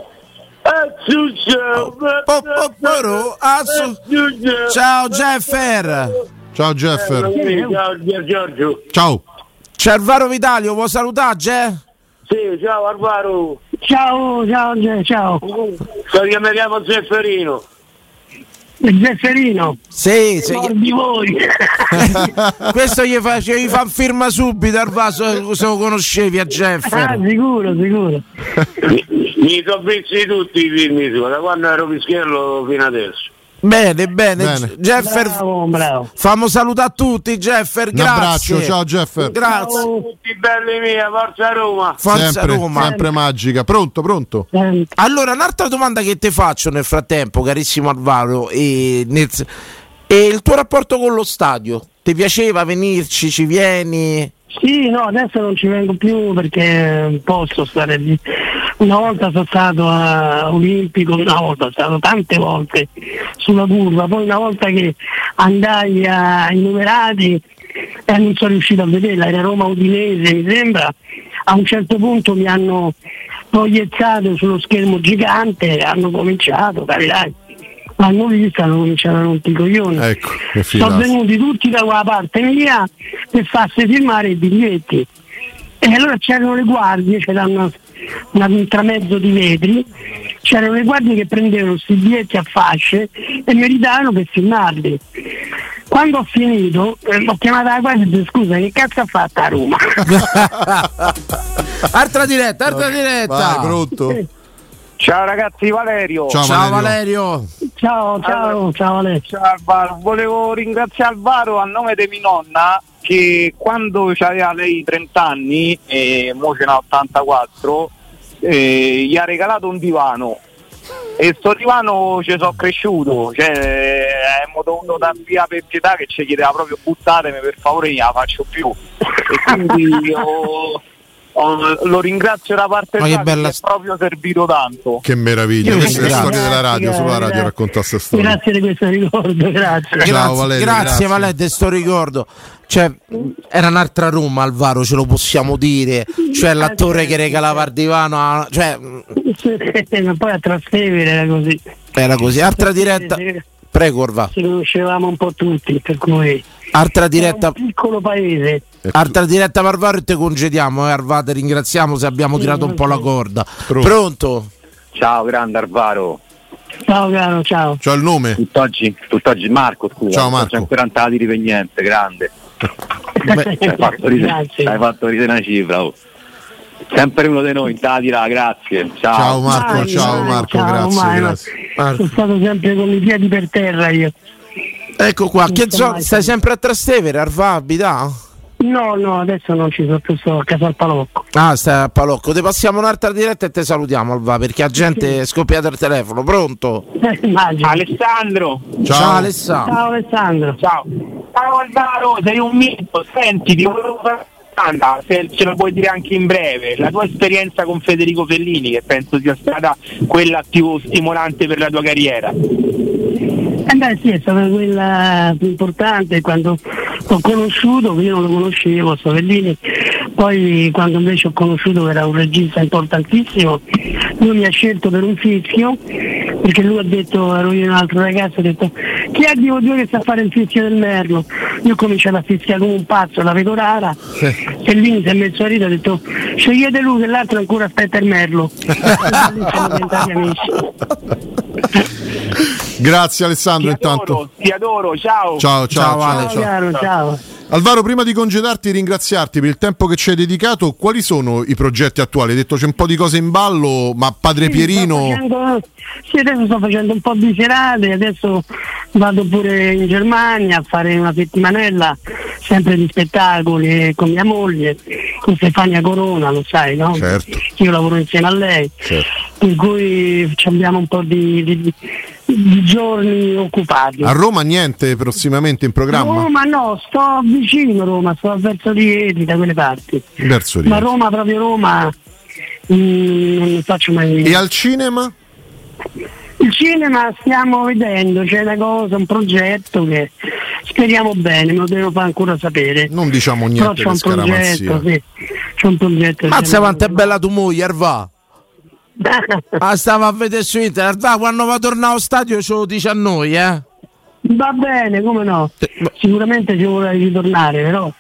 Ciao Jeffer. Ciao Jeffer. Ciao Giorgio. Ciao. C'è Alvaro Vitalio, vuoi salutare? Sì, ciao Alvaro. Ciao. So che mi chiamo Zefferino. Zefferino? Sì. Di voi. Questo gli fa firma subito, Alvaro, se lo conoscevi a Jeffer. Sicuro. Mi sono visti tutti i film da quando ero pischello fino adesso. Bene. Jeffer, bravo. Fammo salutare a tutti, Jeffer. Grazie. Un abbraccio, ciao Jeffer. Grazie. Ciao tutti belli mia, forza Roma. Sempre magica. Pronto. Allora, un'altra domanda che ti faccio nel frattempo, carissimo Alvaro, e il tuo rapporto con lo stadio? Ti piaceva venirci, ci vieni? Sì, no, adesso non ci vengo più perché posso stare lì. Una volta sono stato a Olimpico, sono stato tante volte sulla curva, poi una volta che andai ai Numerati non sono riuscito a vederla, era Roma Udinese mi sembra, a un certo punto mi hanno proiettato sullo schermo gigante, hanno cominciato, capirai, l'hanno vista, hanno cominciato a rompere i coglioni. Ecco, sono venuti tutti da quella parte mia per farsi firmare i biglietti e allora c'erano le guardie, c'erano un intramezzo di vetri, c'erano le guardie che prendevano questi biglietti a fasce e mi ridavano per firmarli. Quando ho finito ho chiamato la guardia e ho detto: scusa, che cazzo ha fatto a Roma? Altra diretta. Vai, pronto? Ciao ragazzi, Valerio. Ciao Valerio. Ciao Valerio. Ciao Alvaro, volevo ringraziare Alvaro a nome di mia nonna, che quando aveva lei 30 anni e mo ce n'ha 84, gli ha regalato un divano e sto divano ci sono cresciuto, abbiamo dovuto dar via per pietà, che ci chiedeva proprio: buttatemi per favore, gliela faccio più. E quindi lo ringrazio da parte mia, che mi è proprio servito tanto. Che meraviglia, questa è la storia della radio, solo la radio raccontasse questa storia. Grazie di questo ricordo, grazie. Ciao Valerio. Grazie Valerio di sto ricordo. Cioè, era un'altra Roma, Alvaro, ce lo possiamo dire. Cioè, l'attore che regalava il divano, ma poi a Trastevere era così. Altra diretta. Prego, Orva. Ci conoscevamo un po' tutti, per cui altra diretta. Un piccolo paese. Altra diretta per Alvaro e te congediamo, Arva, te ringraziamo se abbiamo tirato un po' la corda. Pronto? Ciao grande Alvaro. Ciao caro, ciao. Ciao, il nome? Tutt'oggi Marco, scusa. Ciao Marco. Non c'è ancora andata di per niente, grande. Hai fatto ridere una cifra. Sempre uno di noi, grazie. Ciao Marco, grazie. Sono stato sempre con i piedi per terra io. Ecco qua, che stai sempre a Trastevere, Arva, abita? No, adesso non ci sono più, sto a casa al Palocco. Ah, stai al Palocco. Te passiamo un'altra diretta e te salutiamo, Alva, perché la gente è scoppiata il telefono. Pronto? Alessandro. Ciao Alessandro. Ciao Alessandro. Ciao Alvaro, sei un mito. Senti, ti volevo parlare, se ce lo puoi dire anche in breve, la tua esperienza con Federico Fellini, che penso sia stata quella più stimolante per la tua carriera. Sì, è stata quella più importante quando l'ho conosciuto, io non lo conoscevo, Savellini, poi quando invece ho conosciuto che era un regista importantissimo, lui mi ha scelto per un fischio, perché lui ha detto, ero io e un altro ragazzo, ha detto chi è di voi due che sa fare il fischio del merlo? Io ho cominciato a fischiare come un pazzo, la vedo rara, e lì mi si è messo a ridere, ha detto scegliete lui che l'altro ancora aspetta il merlo. Lì siamo diventati amici. Grazie Alessandro, intanto. Ti adoro, ciao. Ciao. Alvaro, prima di congedarti, ringraziarti per il tempo che ci hai dedicato. Quali sono i progetti attuali? Hai detto c'è un po' di cose in ballo, ma Padre Pierino... Adesso sto facendo un po' di serate, adesso vado pure in Germania a fare una settimanella sempre di spettacoli con mia moglie, con Stefania Corona, lo sai, no? Certo. Io lavoro insieme a lei, certo. Per cui abbiamo un po' di giorni occupati. A Roma niente prossimamente in programma? Roma no, sto vicino Roma, sto verso Rieti, da quelle parti. Verso Rieti. Ma Roma, proprio Roma, non faccio mai. E al cinema? Il cinema stiamo vedendo, c'è una cosa, un progetto che speriamo bene, me lo devo fare ancora sapere. Non diciamo niente per scaramanzia. Sì, c'è un progetto. Mazza quanto è bella tu moglie, Arva. Stava a vedere su internet, quando va a tornare allo stadio ce lo dice a noi, Va bene, come no? Sicuramente ci vorrà ritornare, però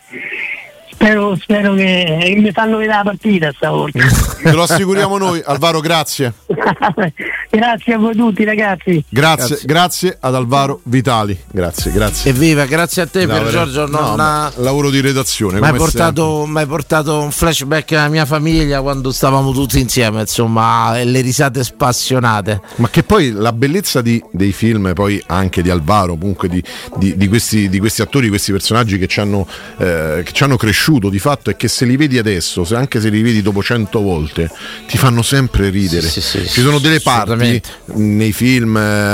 spero che mi fanno vedere la partita stavolta. Te lo assicuriamo noi. Alvaro, grazie. Grazie a voi tutti, ragazzi. Grazie ad Alvaro Vitali. Grazie. Evviva, grazie a te per Giorgio. Lavoro di redazione. Mi hai portato un flashback alla mia famiglia quando stavamo tutti insieme, insomma, le risate spassionate. Ma che poi la bellezza dei film, poi anche di Alvaro, comunque di questi attori, questi personaggi che ci hanno cresciuto di fatto, è che se li vedi adesso, anche se li vedi dopo 100 volte, ti fanno sempre ridere. Ci sono delle parti nei film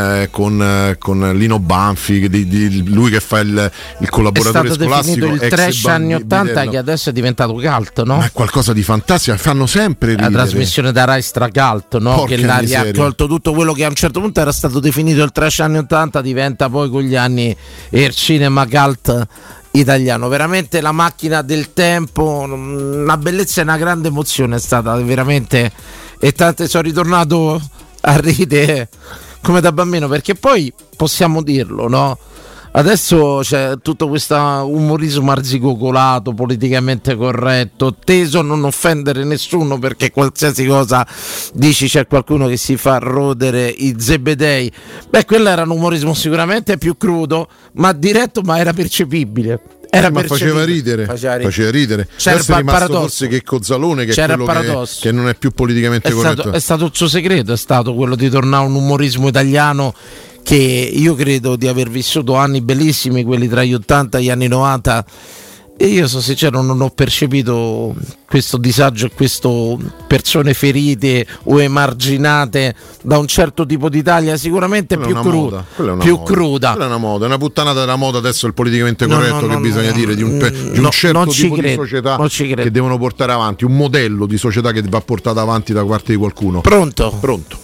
con Lino Banfi, lui che fa il collaboratore scolastico, il trash anni 80 che adesso è diventato cult, no? Ma è qualcosa di fantastico, fanno sempre ridere. La trasmissione da Rai Stracult, no? Porca che l'aria ha tolto tutto quello che a un certo punto era stato definito il trash anni 80, diventa poi con gli anni il cinema cult italiano. Veramente la macchina del tempo, una bellezza e una grande emozione è stata veramente, e tante sono ritornato a ridere come da bambino, perché poi possiamo dirlo, no? Adesso c'è tutto questo umorismo arzigogolato, politicamente corretto, teso a non offendere nessuno, perché qualsiasi cosa dici c'è qualcuno che si fa rodere i zebedei. Quello era un umorismo sicuramente più crudo, ma diretto, ma era percepibile. Ma faceva ridere. C'era il paradosso, forse che Cozzalone, che c'era è quello che non è più politicamente corretto. È stato il suo segreto, è stato quello di tornare a un umorismo italiano che io credo di aver vissuto anni bellissimi, quelli tra gli 80 e gli anni 90, e io sono sincero, non ho percepito questo disagio e queste persone ferite o emarginate da un certo tipo d'Italia, sicuramente più cruda. Quella è una moda, è una puttanata della moda adesso, il politicamente corretto, che bisogna dire di un certo tipo di società che devono portare avanti, un modello di società che va portato avanti da parte di qualcuno. Pronto,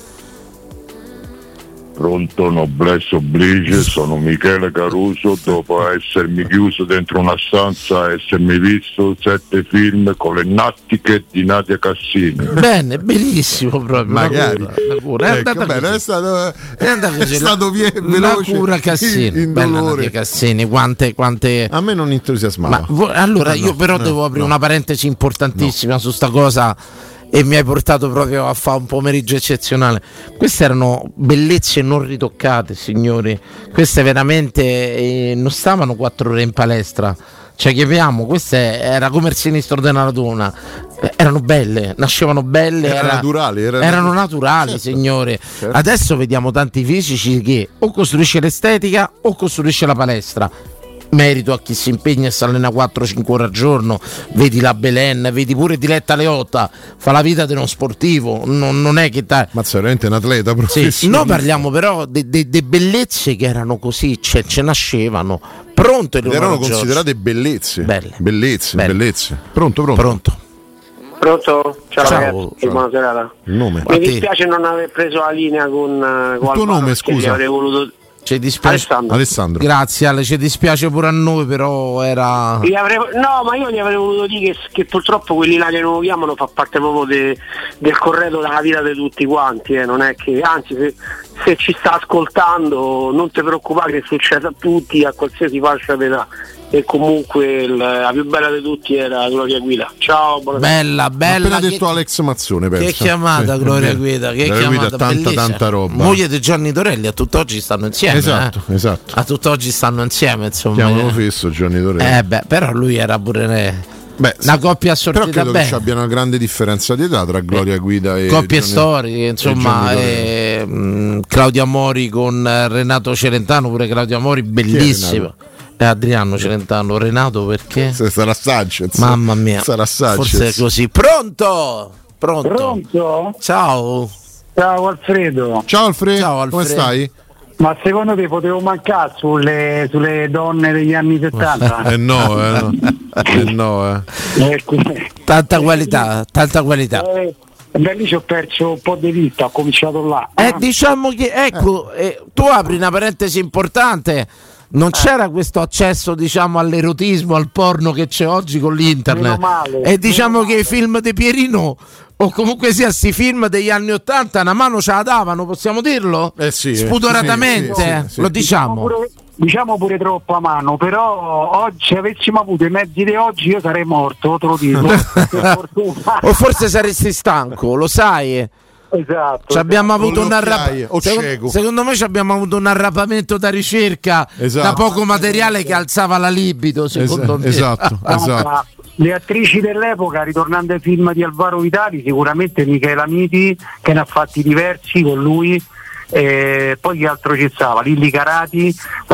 Noblesse Oblige, sono Michele Caruso. Dopo essermi chiuso dentro una stanza, essermi visto 7 film con le nattiche di Nadia Cassini. Bene, benissimo proprio. Magari è stato veloce. La cura Cassini, bella Nadia Cassini, quante a me non entusiasmava. Allora io però devo aprire una parentesi importantissima su sta cosa, e mi hai portato proprio a fare un pomeriggio eccezionale. Queste erano bellezze non ritoccate, signori. Queste veramente non stavano 4 ore in palestra. Cioè, chiamiamo, queste era come il sinistro della raduna. Erano belle, nascevano belle, erano naturali, certo, signore. Certo. Adesso vediamo tanti fisici che o costruisce l'estetica o costruisce la palestra. Merito a chi si impegna e si allena 4-5 ore al giorno. Vedi la Belen, vedi pure Diletta Leotta, fa la vita di uno sportivo, non è che ma veramente un atleta professionista. Sì, noi parliamo però di bellezze che erano così, cioè ce nascevano. Pronto? Erano considerate bellezze. Bellezze. Pronto? Ciao ragazzi, buona serata. Il nome? Mi dispiace non aver preso la linea con il tuo nome, scusa. Ci dispiace. Alessandro. Grazie Ale, ci dispiace pure a noi, però era. Ma io gli avrei voluto dire che purtroppo quelli là che non lo chiamano fa parte proprio del corredo della vita di tutti quanti, non è che, anzi, se ci sta ascoltando non ti preoccupare, che succede a tutti, a qualsiasi fascia d'età. E comunque la più bella di tutti era Gloria Guida. Ciao, bella. Appena detto Alex Mazzone, penso. Che chiamata Gloria Guida, che chiamata, tanta roba. Moglie di Gianni Torelli, a tutt'oggi stanno insieme. Esatto. A tutt'oggi stanno insieme, insomma. Chiamano fisso Gianni Torelli. Però lui era pure una coppia assortita bene. Però credo che ci abbia una grande differenza di età tra Gloria Guida e coppie storiche, insomma, Claudio Amori con Renato Celentano, pure Claudio Amori bellissimo. Adriano Celentano, Renato perché? Sarà Sanchez. Mamma mia, sarà Sanchez. Forse è così. Pronto? Ciao Alfredo. Ciao Alfredo. Come stai? Ma secondo te potevo mancare sulle donne degli anni 70? No. Tanta qualità. Lì ci ho perso un po' di vista, ho cominciato là. Diciamo che tu apri una parentesi importante. Non c'era questo accesso, diciamo, all'erotismo, al porno che c'è oggi con l'internet. E diciamo che i film di Pierino, o comunque sia sti film degli anni 80, una mano ce la davano, possiamo dirlo? Sì. Spudoratamente, sì. lo diciamo. Diciamo pure troppa mano, però oggi, se avessimo avuto i mezzi di oggi, io sarei morto, te lo dico. O forse saresti stanco, lo sai? Esatto. Abbiamo avuto secondo me abbiamo avuto un arrapamento da ricerca, da poco materiale che alzava la libido, secondo me. Esatto. Le attrici dell'epoca, ritornando ai film di Alvaro Vitali, sicuramente Michela Miti, che ne ha fatti diversi con lui, poi chi altro ci stava? Lilli Carati,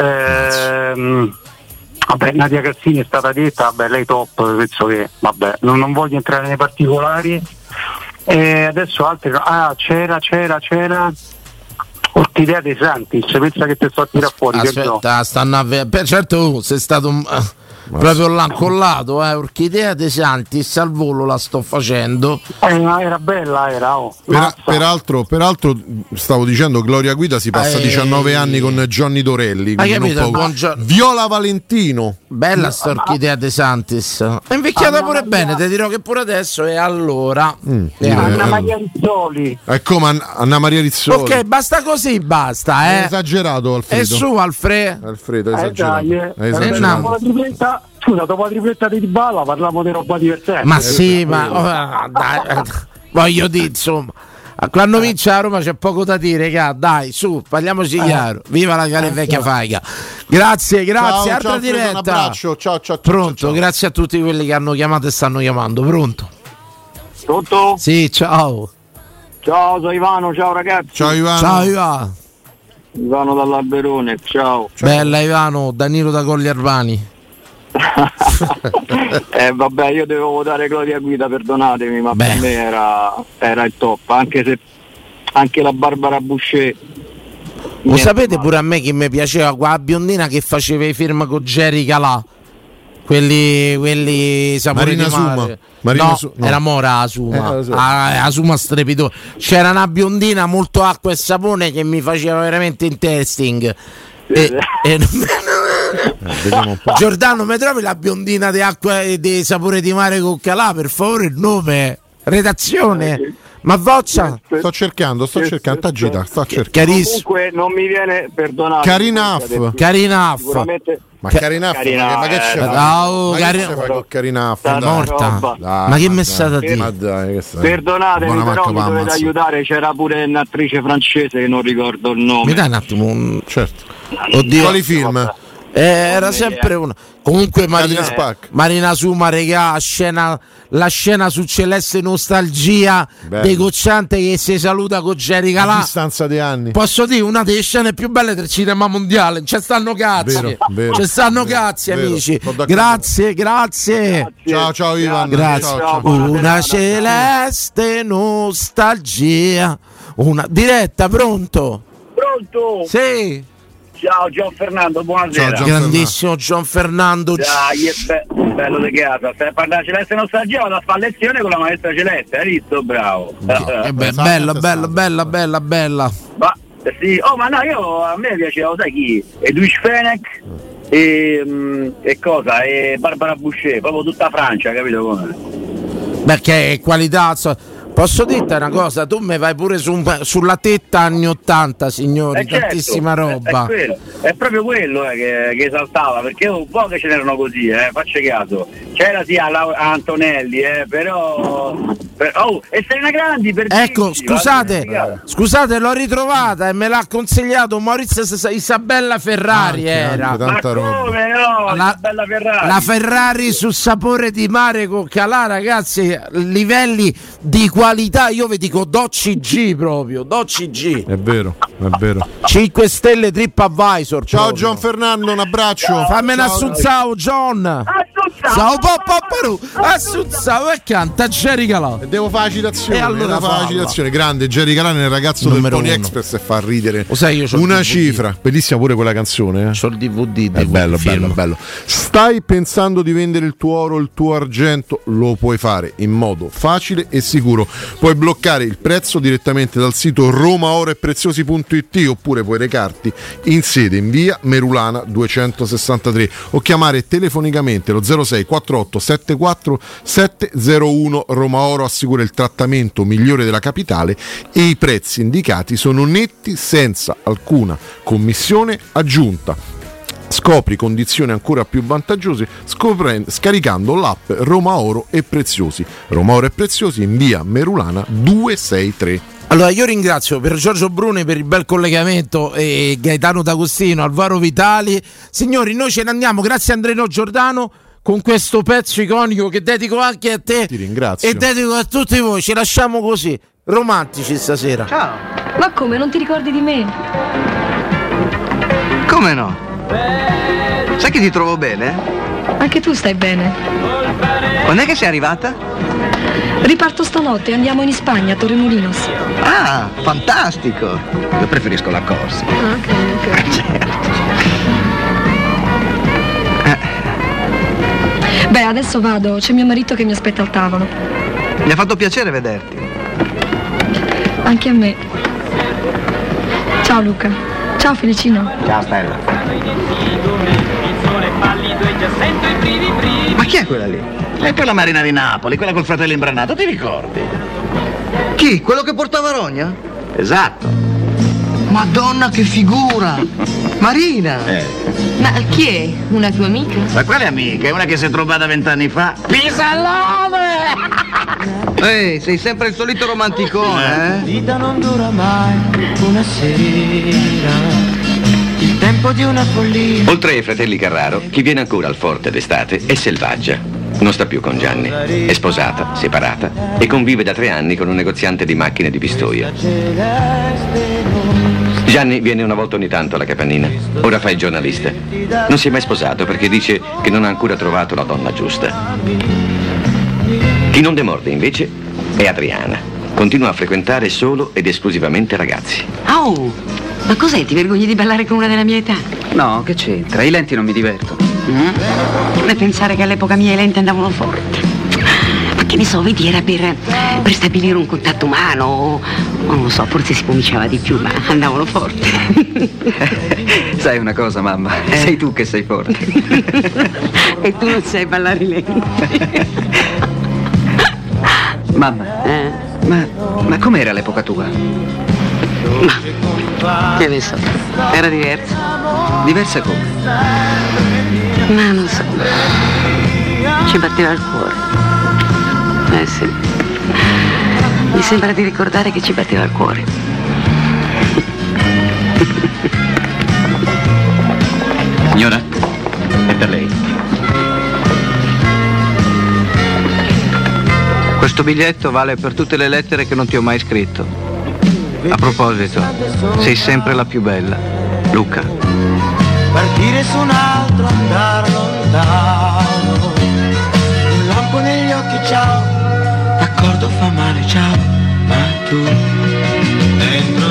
Nadia Cassini è stata detta, lei top, penso che non voglio entrare nei particolari. Adesso altre c'era Orchidea De Santis, pensa che te sto a tirare fuori. Aspetta, certo sei stato proprio là collato, Orchidea De Santis al volo la sto facendo. Era bella, peraltro stavo dicendo, Gloria Guida si passa 19 anni con Gianni Torelli, Viola Valentino, bella sta Orchidea De Santis, è invecchiata pure bene, ti dirò che pure adesso è allora Anna Maria Rizzoli, come Anna Maria Rizzoli. Ok, basta così, basta, È esagerato Alfredo. È su Alfredo esagerato. Scusa, dopo la tripletta di Dybala parliamo di roba divertente. Ma sì, voglio dire, insomma, quando vince a Roma c'è poco da dire, dai, su, parliamoci chiaro. Viva la cara vecchia faiga. Grazie, altra ciao, diretta. Un abbraccio, ciao. Pronto, ciao. Grazie a tutti quelli che hanno chiamato e stanno chiamando. Pronto? Sì, ciao. Ciao, sono Ivano, ciao ragazzi. Ciao Ivano. Ivano dall'Alberone, ciao. Bella Ivano, Danilo da Colli Arvani. Vabbè, io devo votare Gloria Guida, perdonatemi, ma per me era il top, anche se anche la Barbara Boucher. Lo sapete pure a me che mi piaceva quella biondina che faceva i film con Jerry Calà, quelli sapore di mare. No, era Mora Asuma strepitosa. C'era una biondina molto acqua e sapone che mi faceva veramente interesting. Giordano, mi trovi la biondina di acqua e di sapore di mare con Calà, per favore, il nome, redazione. Ma voccia? Sto cercando, agita, Comunque non mi viene, perdonate. Carinaf. Sicuramente. Ma Carinaf, ma che c'è? Carinaf, morta. Ma che messata di? Perdonatemi, però mi dovete aiutare, c'era pure un'attrice francese che non ricordo il nome. Mi dai un attimo? Certo. Oddio. Quali film? Era sempre una. Comunque Marina Suma, regà, la scena su Celeste Nostalgia dei Cocciante che si saluta con Jerry Calà. A distanza di anni. Posso dire, una delle scene più belle del cinema mondiale. Ci stanno cazzi. Ci stanno cazzi, amici. Grazie. Ciao Ivan. Grazie. Ciao. Una Celeste Nostalgia. Una diretta, pronto? Sì. Ciao Gian Fernando, buonasera. Grandissimo Gian Fernando. Dai, bello di casa. Stai a parlare di Celeste Nostalgia, vado a fare lezione con la maestra Celeste, hai visto? Bravo. Bella. Ma Sì, ma no, a me piaceva, sai chi? Edwige Fenech e cosa? E Barbara Boucher, proprio tutta Francia, capito come? Perché qualità. Posso dirti una cosa, tu mi vai pure sulla tetta anni 80, signori, tantissima roba. È proprio quello che esaltava, perché un po' che ce n'erano così, faccia caso. C'era sì a Antonelli, però e Serena Grandi per ecco, scusate, l'ho ritrovata e me l'ha consigliato Maurizio Isabella Ferrari, era. Ma come no? Isabella Ferrari. La Ferrari sul sapore di mare con Calà, ragazzi, livelli di qualità, io vi dico DOCG proprio, DOCG. È vero. 5 stelle TripAdvisor. Ciao Gian Fernando, un abbraccio. Fammi un assunzao, John. Ciao Papparu. Assunzao e canta Jerry Calà. Devo fare la citazione. E allora la citazione. Grande Jerry Calà nel ragazzo numero del Pony uno. Express e fa ridere. Lo sai, io c'ho una il DVD. cifra. Bellissima pure quella canzone. C'ho il DVD. È bello. Stai pensando di vendere il tuo oro, il tuo argento? Lo puoi fare in modo facile e sicuro. Puoi bloccare il prezzo direttamente dal sito romaoroepreziosi.it oppure puoi recarti in sede in via Merulana 263 o chiamare telefonicamente lo 06 48 74 701. Roma Oro assicura il trattamento migliore della capitale e i prezzi indicati sono netti senza alcuna commissione aggiunta. Scopri condizioni ancora più vantaggiose scaricando l'app Roma Oro e Preziosi. Roma Oro e Preziosi in via Merulana 263. Allora io ringrazio per Giorgio Bruni per il bel collegamento e Gaetano D'Agostino, Alvaro Vitali. Signori, noi ce ne andiamo, grazie a Andreno Giordano, con questo pezzo iconico che dedico anche a te. Ti ringrazio. E dedico a tutti voi, ci lasciamo così, romantici stasera. Ciao. Ma come, non ti ricordi di me? Come no? Sai che ti trovo bene? Anche tu stai bene. Quando è che sei arrivata? Riparto stanotte, andiamo in Spagna, a Torremolinos. Ah, fantastico! Io preferisco la corsa. Ok. Certo. Beh, adesso vado, c'è mio marito che mi aspetta al tavolo. Mi ha fatto piacere vederti. Anche a me. Ciao Luca. Ciao Felicino. Ciao Stella. Ma chi è quella lì? È quella Marina di Napoli, quella col fratello imbranato, ti ricordi? Chi? Quello che portava rogna? Esatto. Madonna che figura! Marina! Ma chi è? Una tua amica? Ma quale amica? È una che si è trovata 20 anni fa. Ehi, sei sempre il solito romanticone, Vita non dura mai una sera. Il tempo di una follia. Oltre ai fratelli Carraro, chi viene ancora al forte d'estate è Selvaggia. Non sta più con Gianni, è sposata, separata e convive da 3 anni con un negoziante di macchine di Pistoia. Gianni viene una volta ogni tanto alla capannina, ora fa il giornalista. Non si è mai sposato perché dice che non ha ancora trovato la donna giusta. Chi non demorde invece è Adriana. Continua a frequentare solo ed esclusivamente ragazzi. Oh, ma cos'è? Ti vergogni di ballare con una della mia età? No, che c'entra? I lenti non mi divertono. E pensare che all'epoca mia i lenti andavano forte. Ma che ne so, vedi, era per stabilire un contatto umano o non lo so, forse si cominciava di più, ma andavano forte. Sai una cosa, mamma? Sei tu che sei forte. E tu non sai ballare i lenti. Mamma, ma com'era l'epoca tua? Ma che ne so, era diversa. Diversa come? Ma non so, ci batteva il cuore. Sì, mi sembra di ricordare che ci batteva il cuore. Signora, è per lei. Questo biglietto vale per tutte le lettere che non ti ho mai scritto. A proposito, sei sempre la più bella, Luca. Partire su un altro, andar lontano. Un lampo negli occhi, ciao. D'accordo fa male, ciao. Ma tu dentro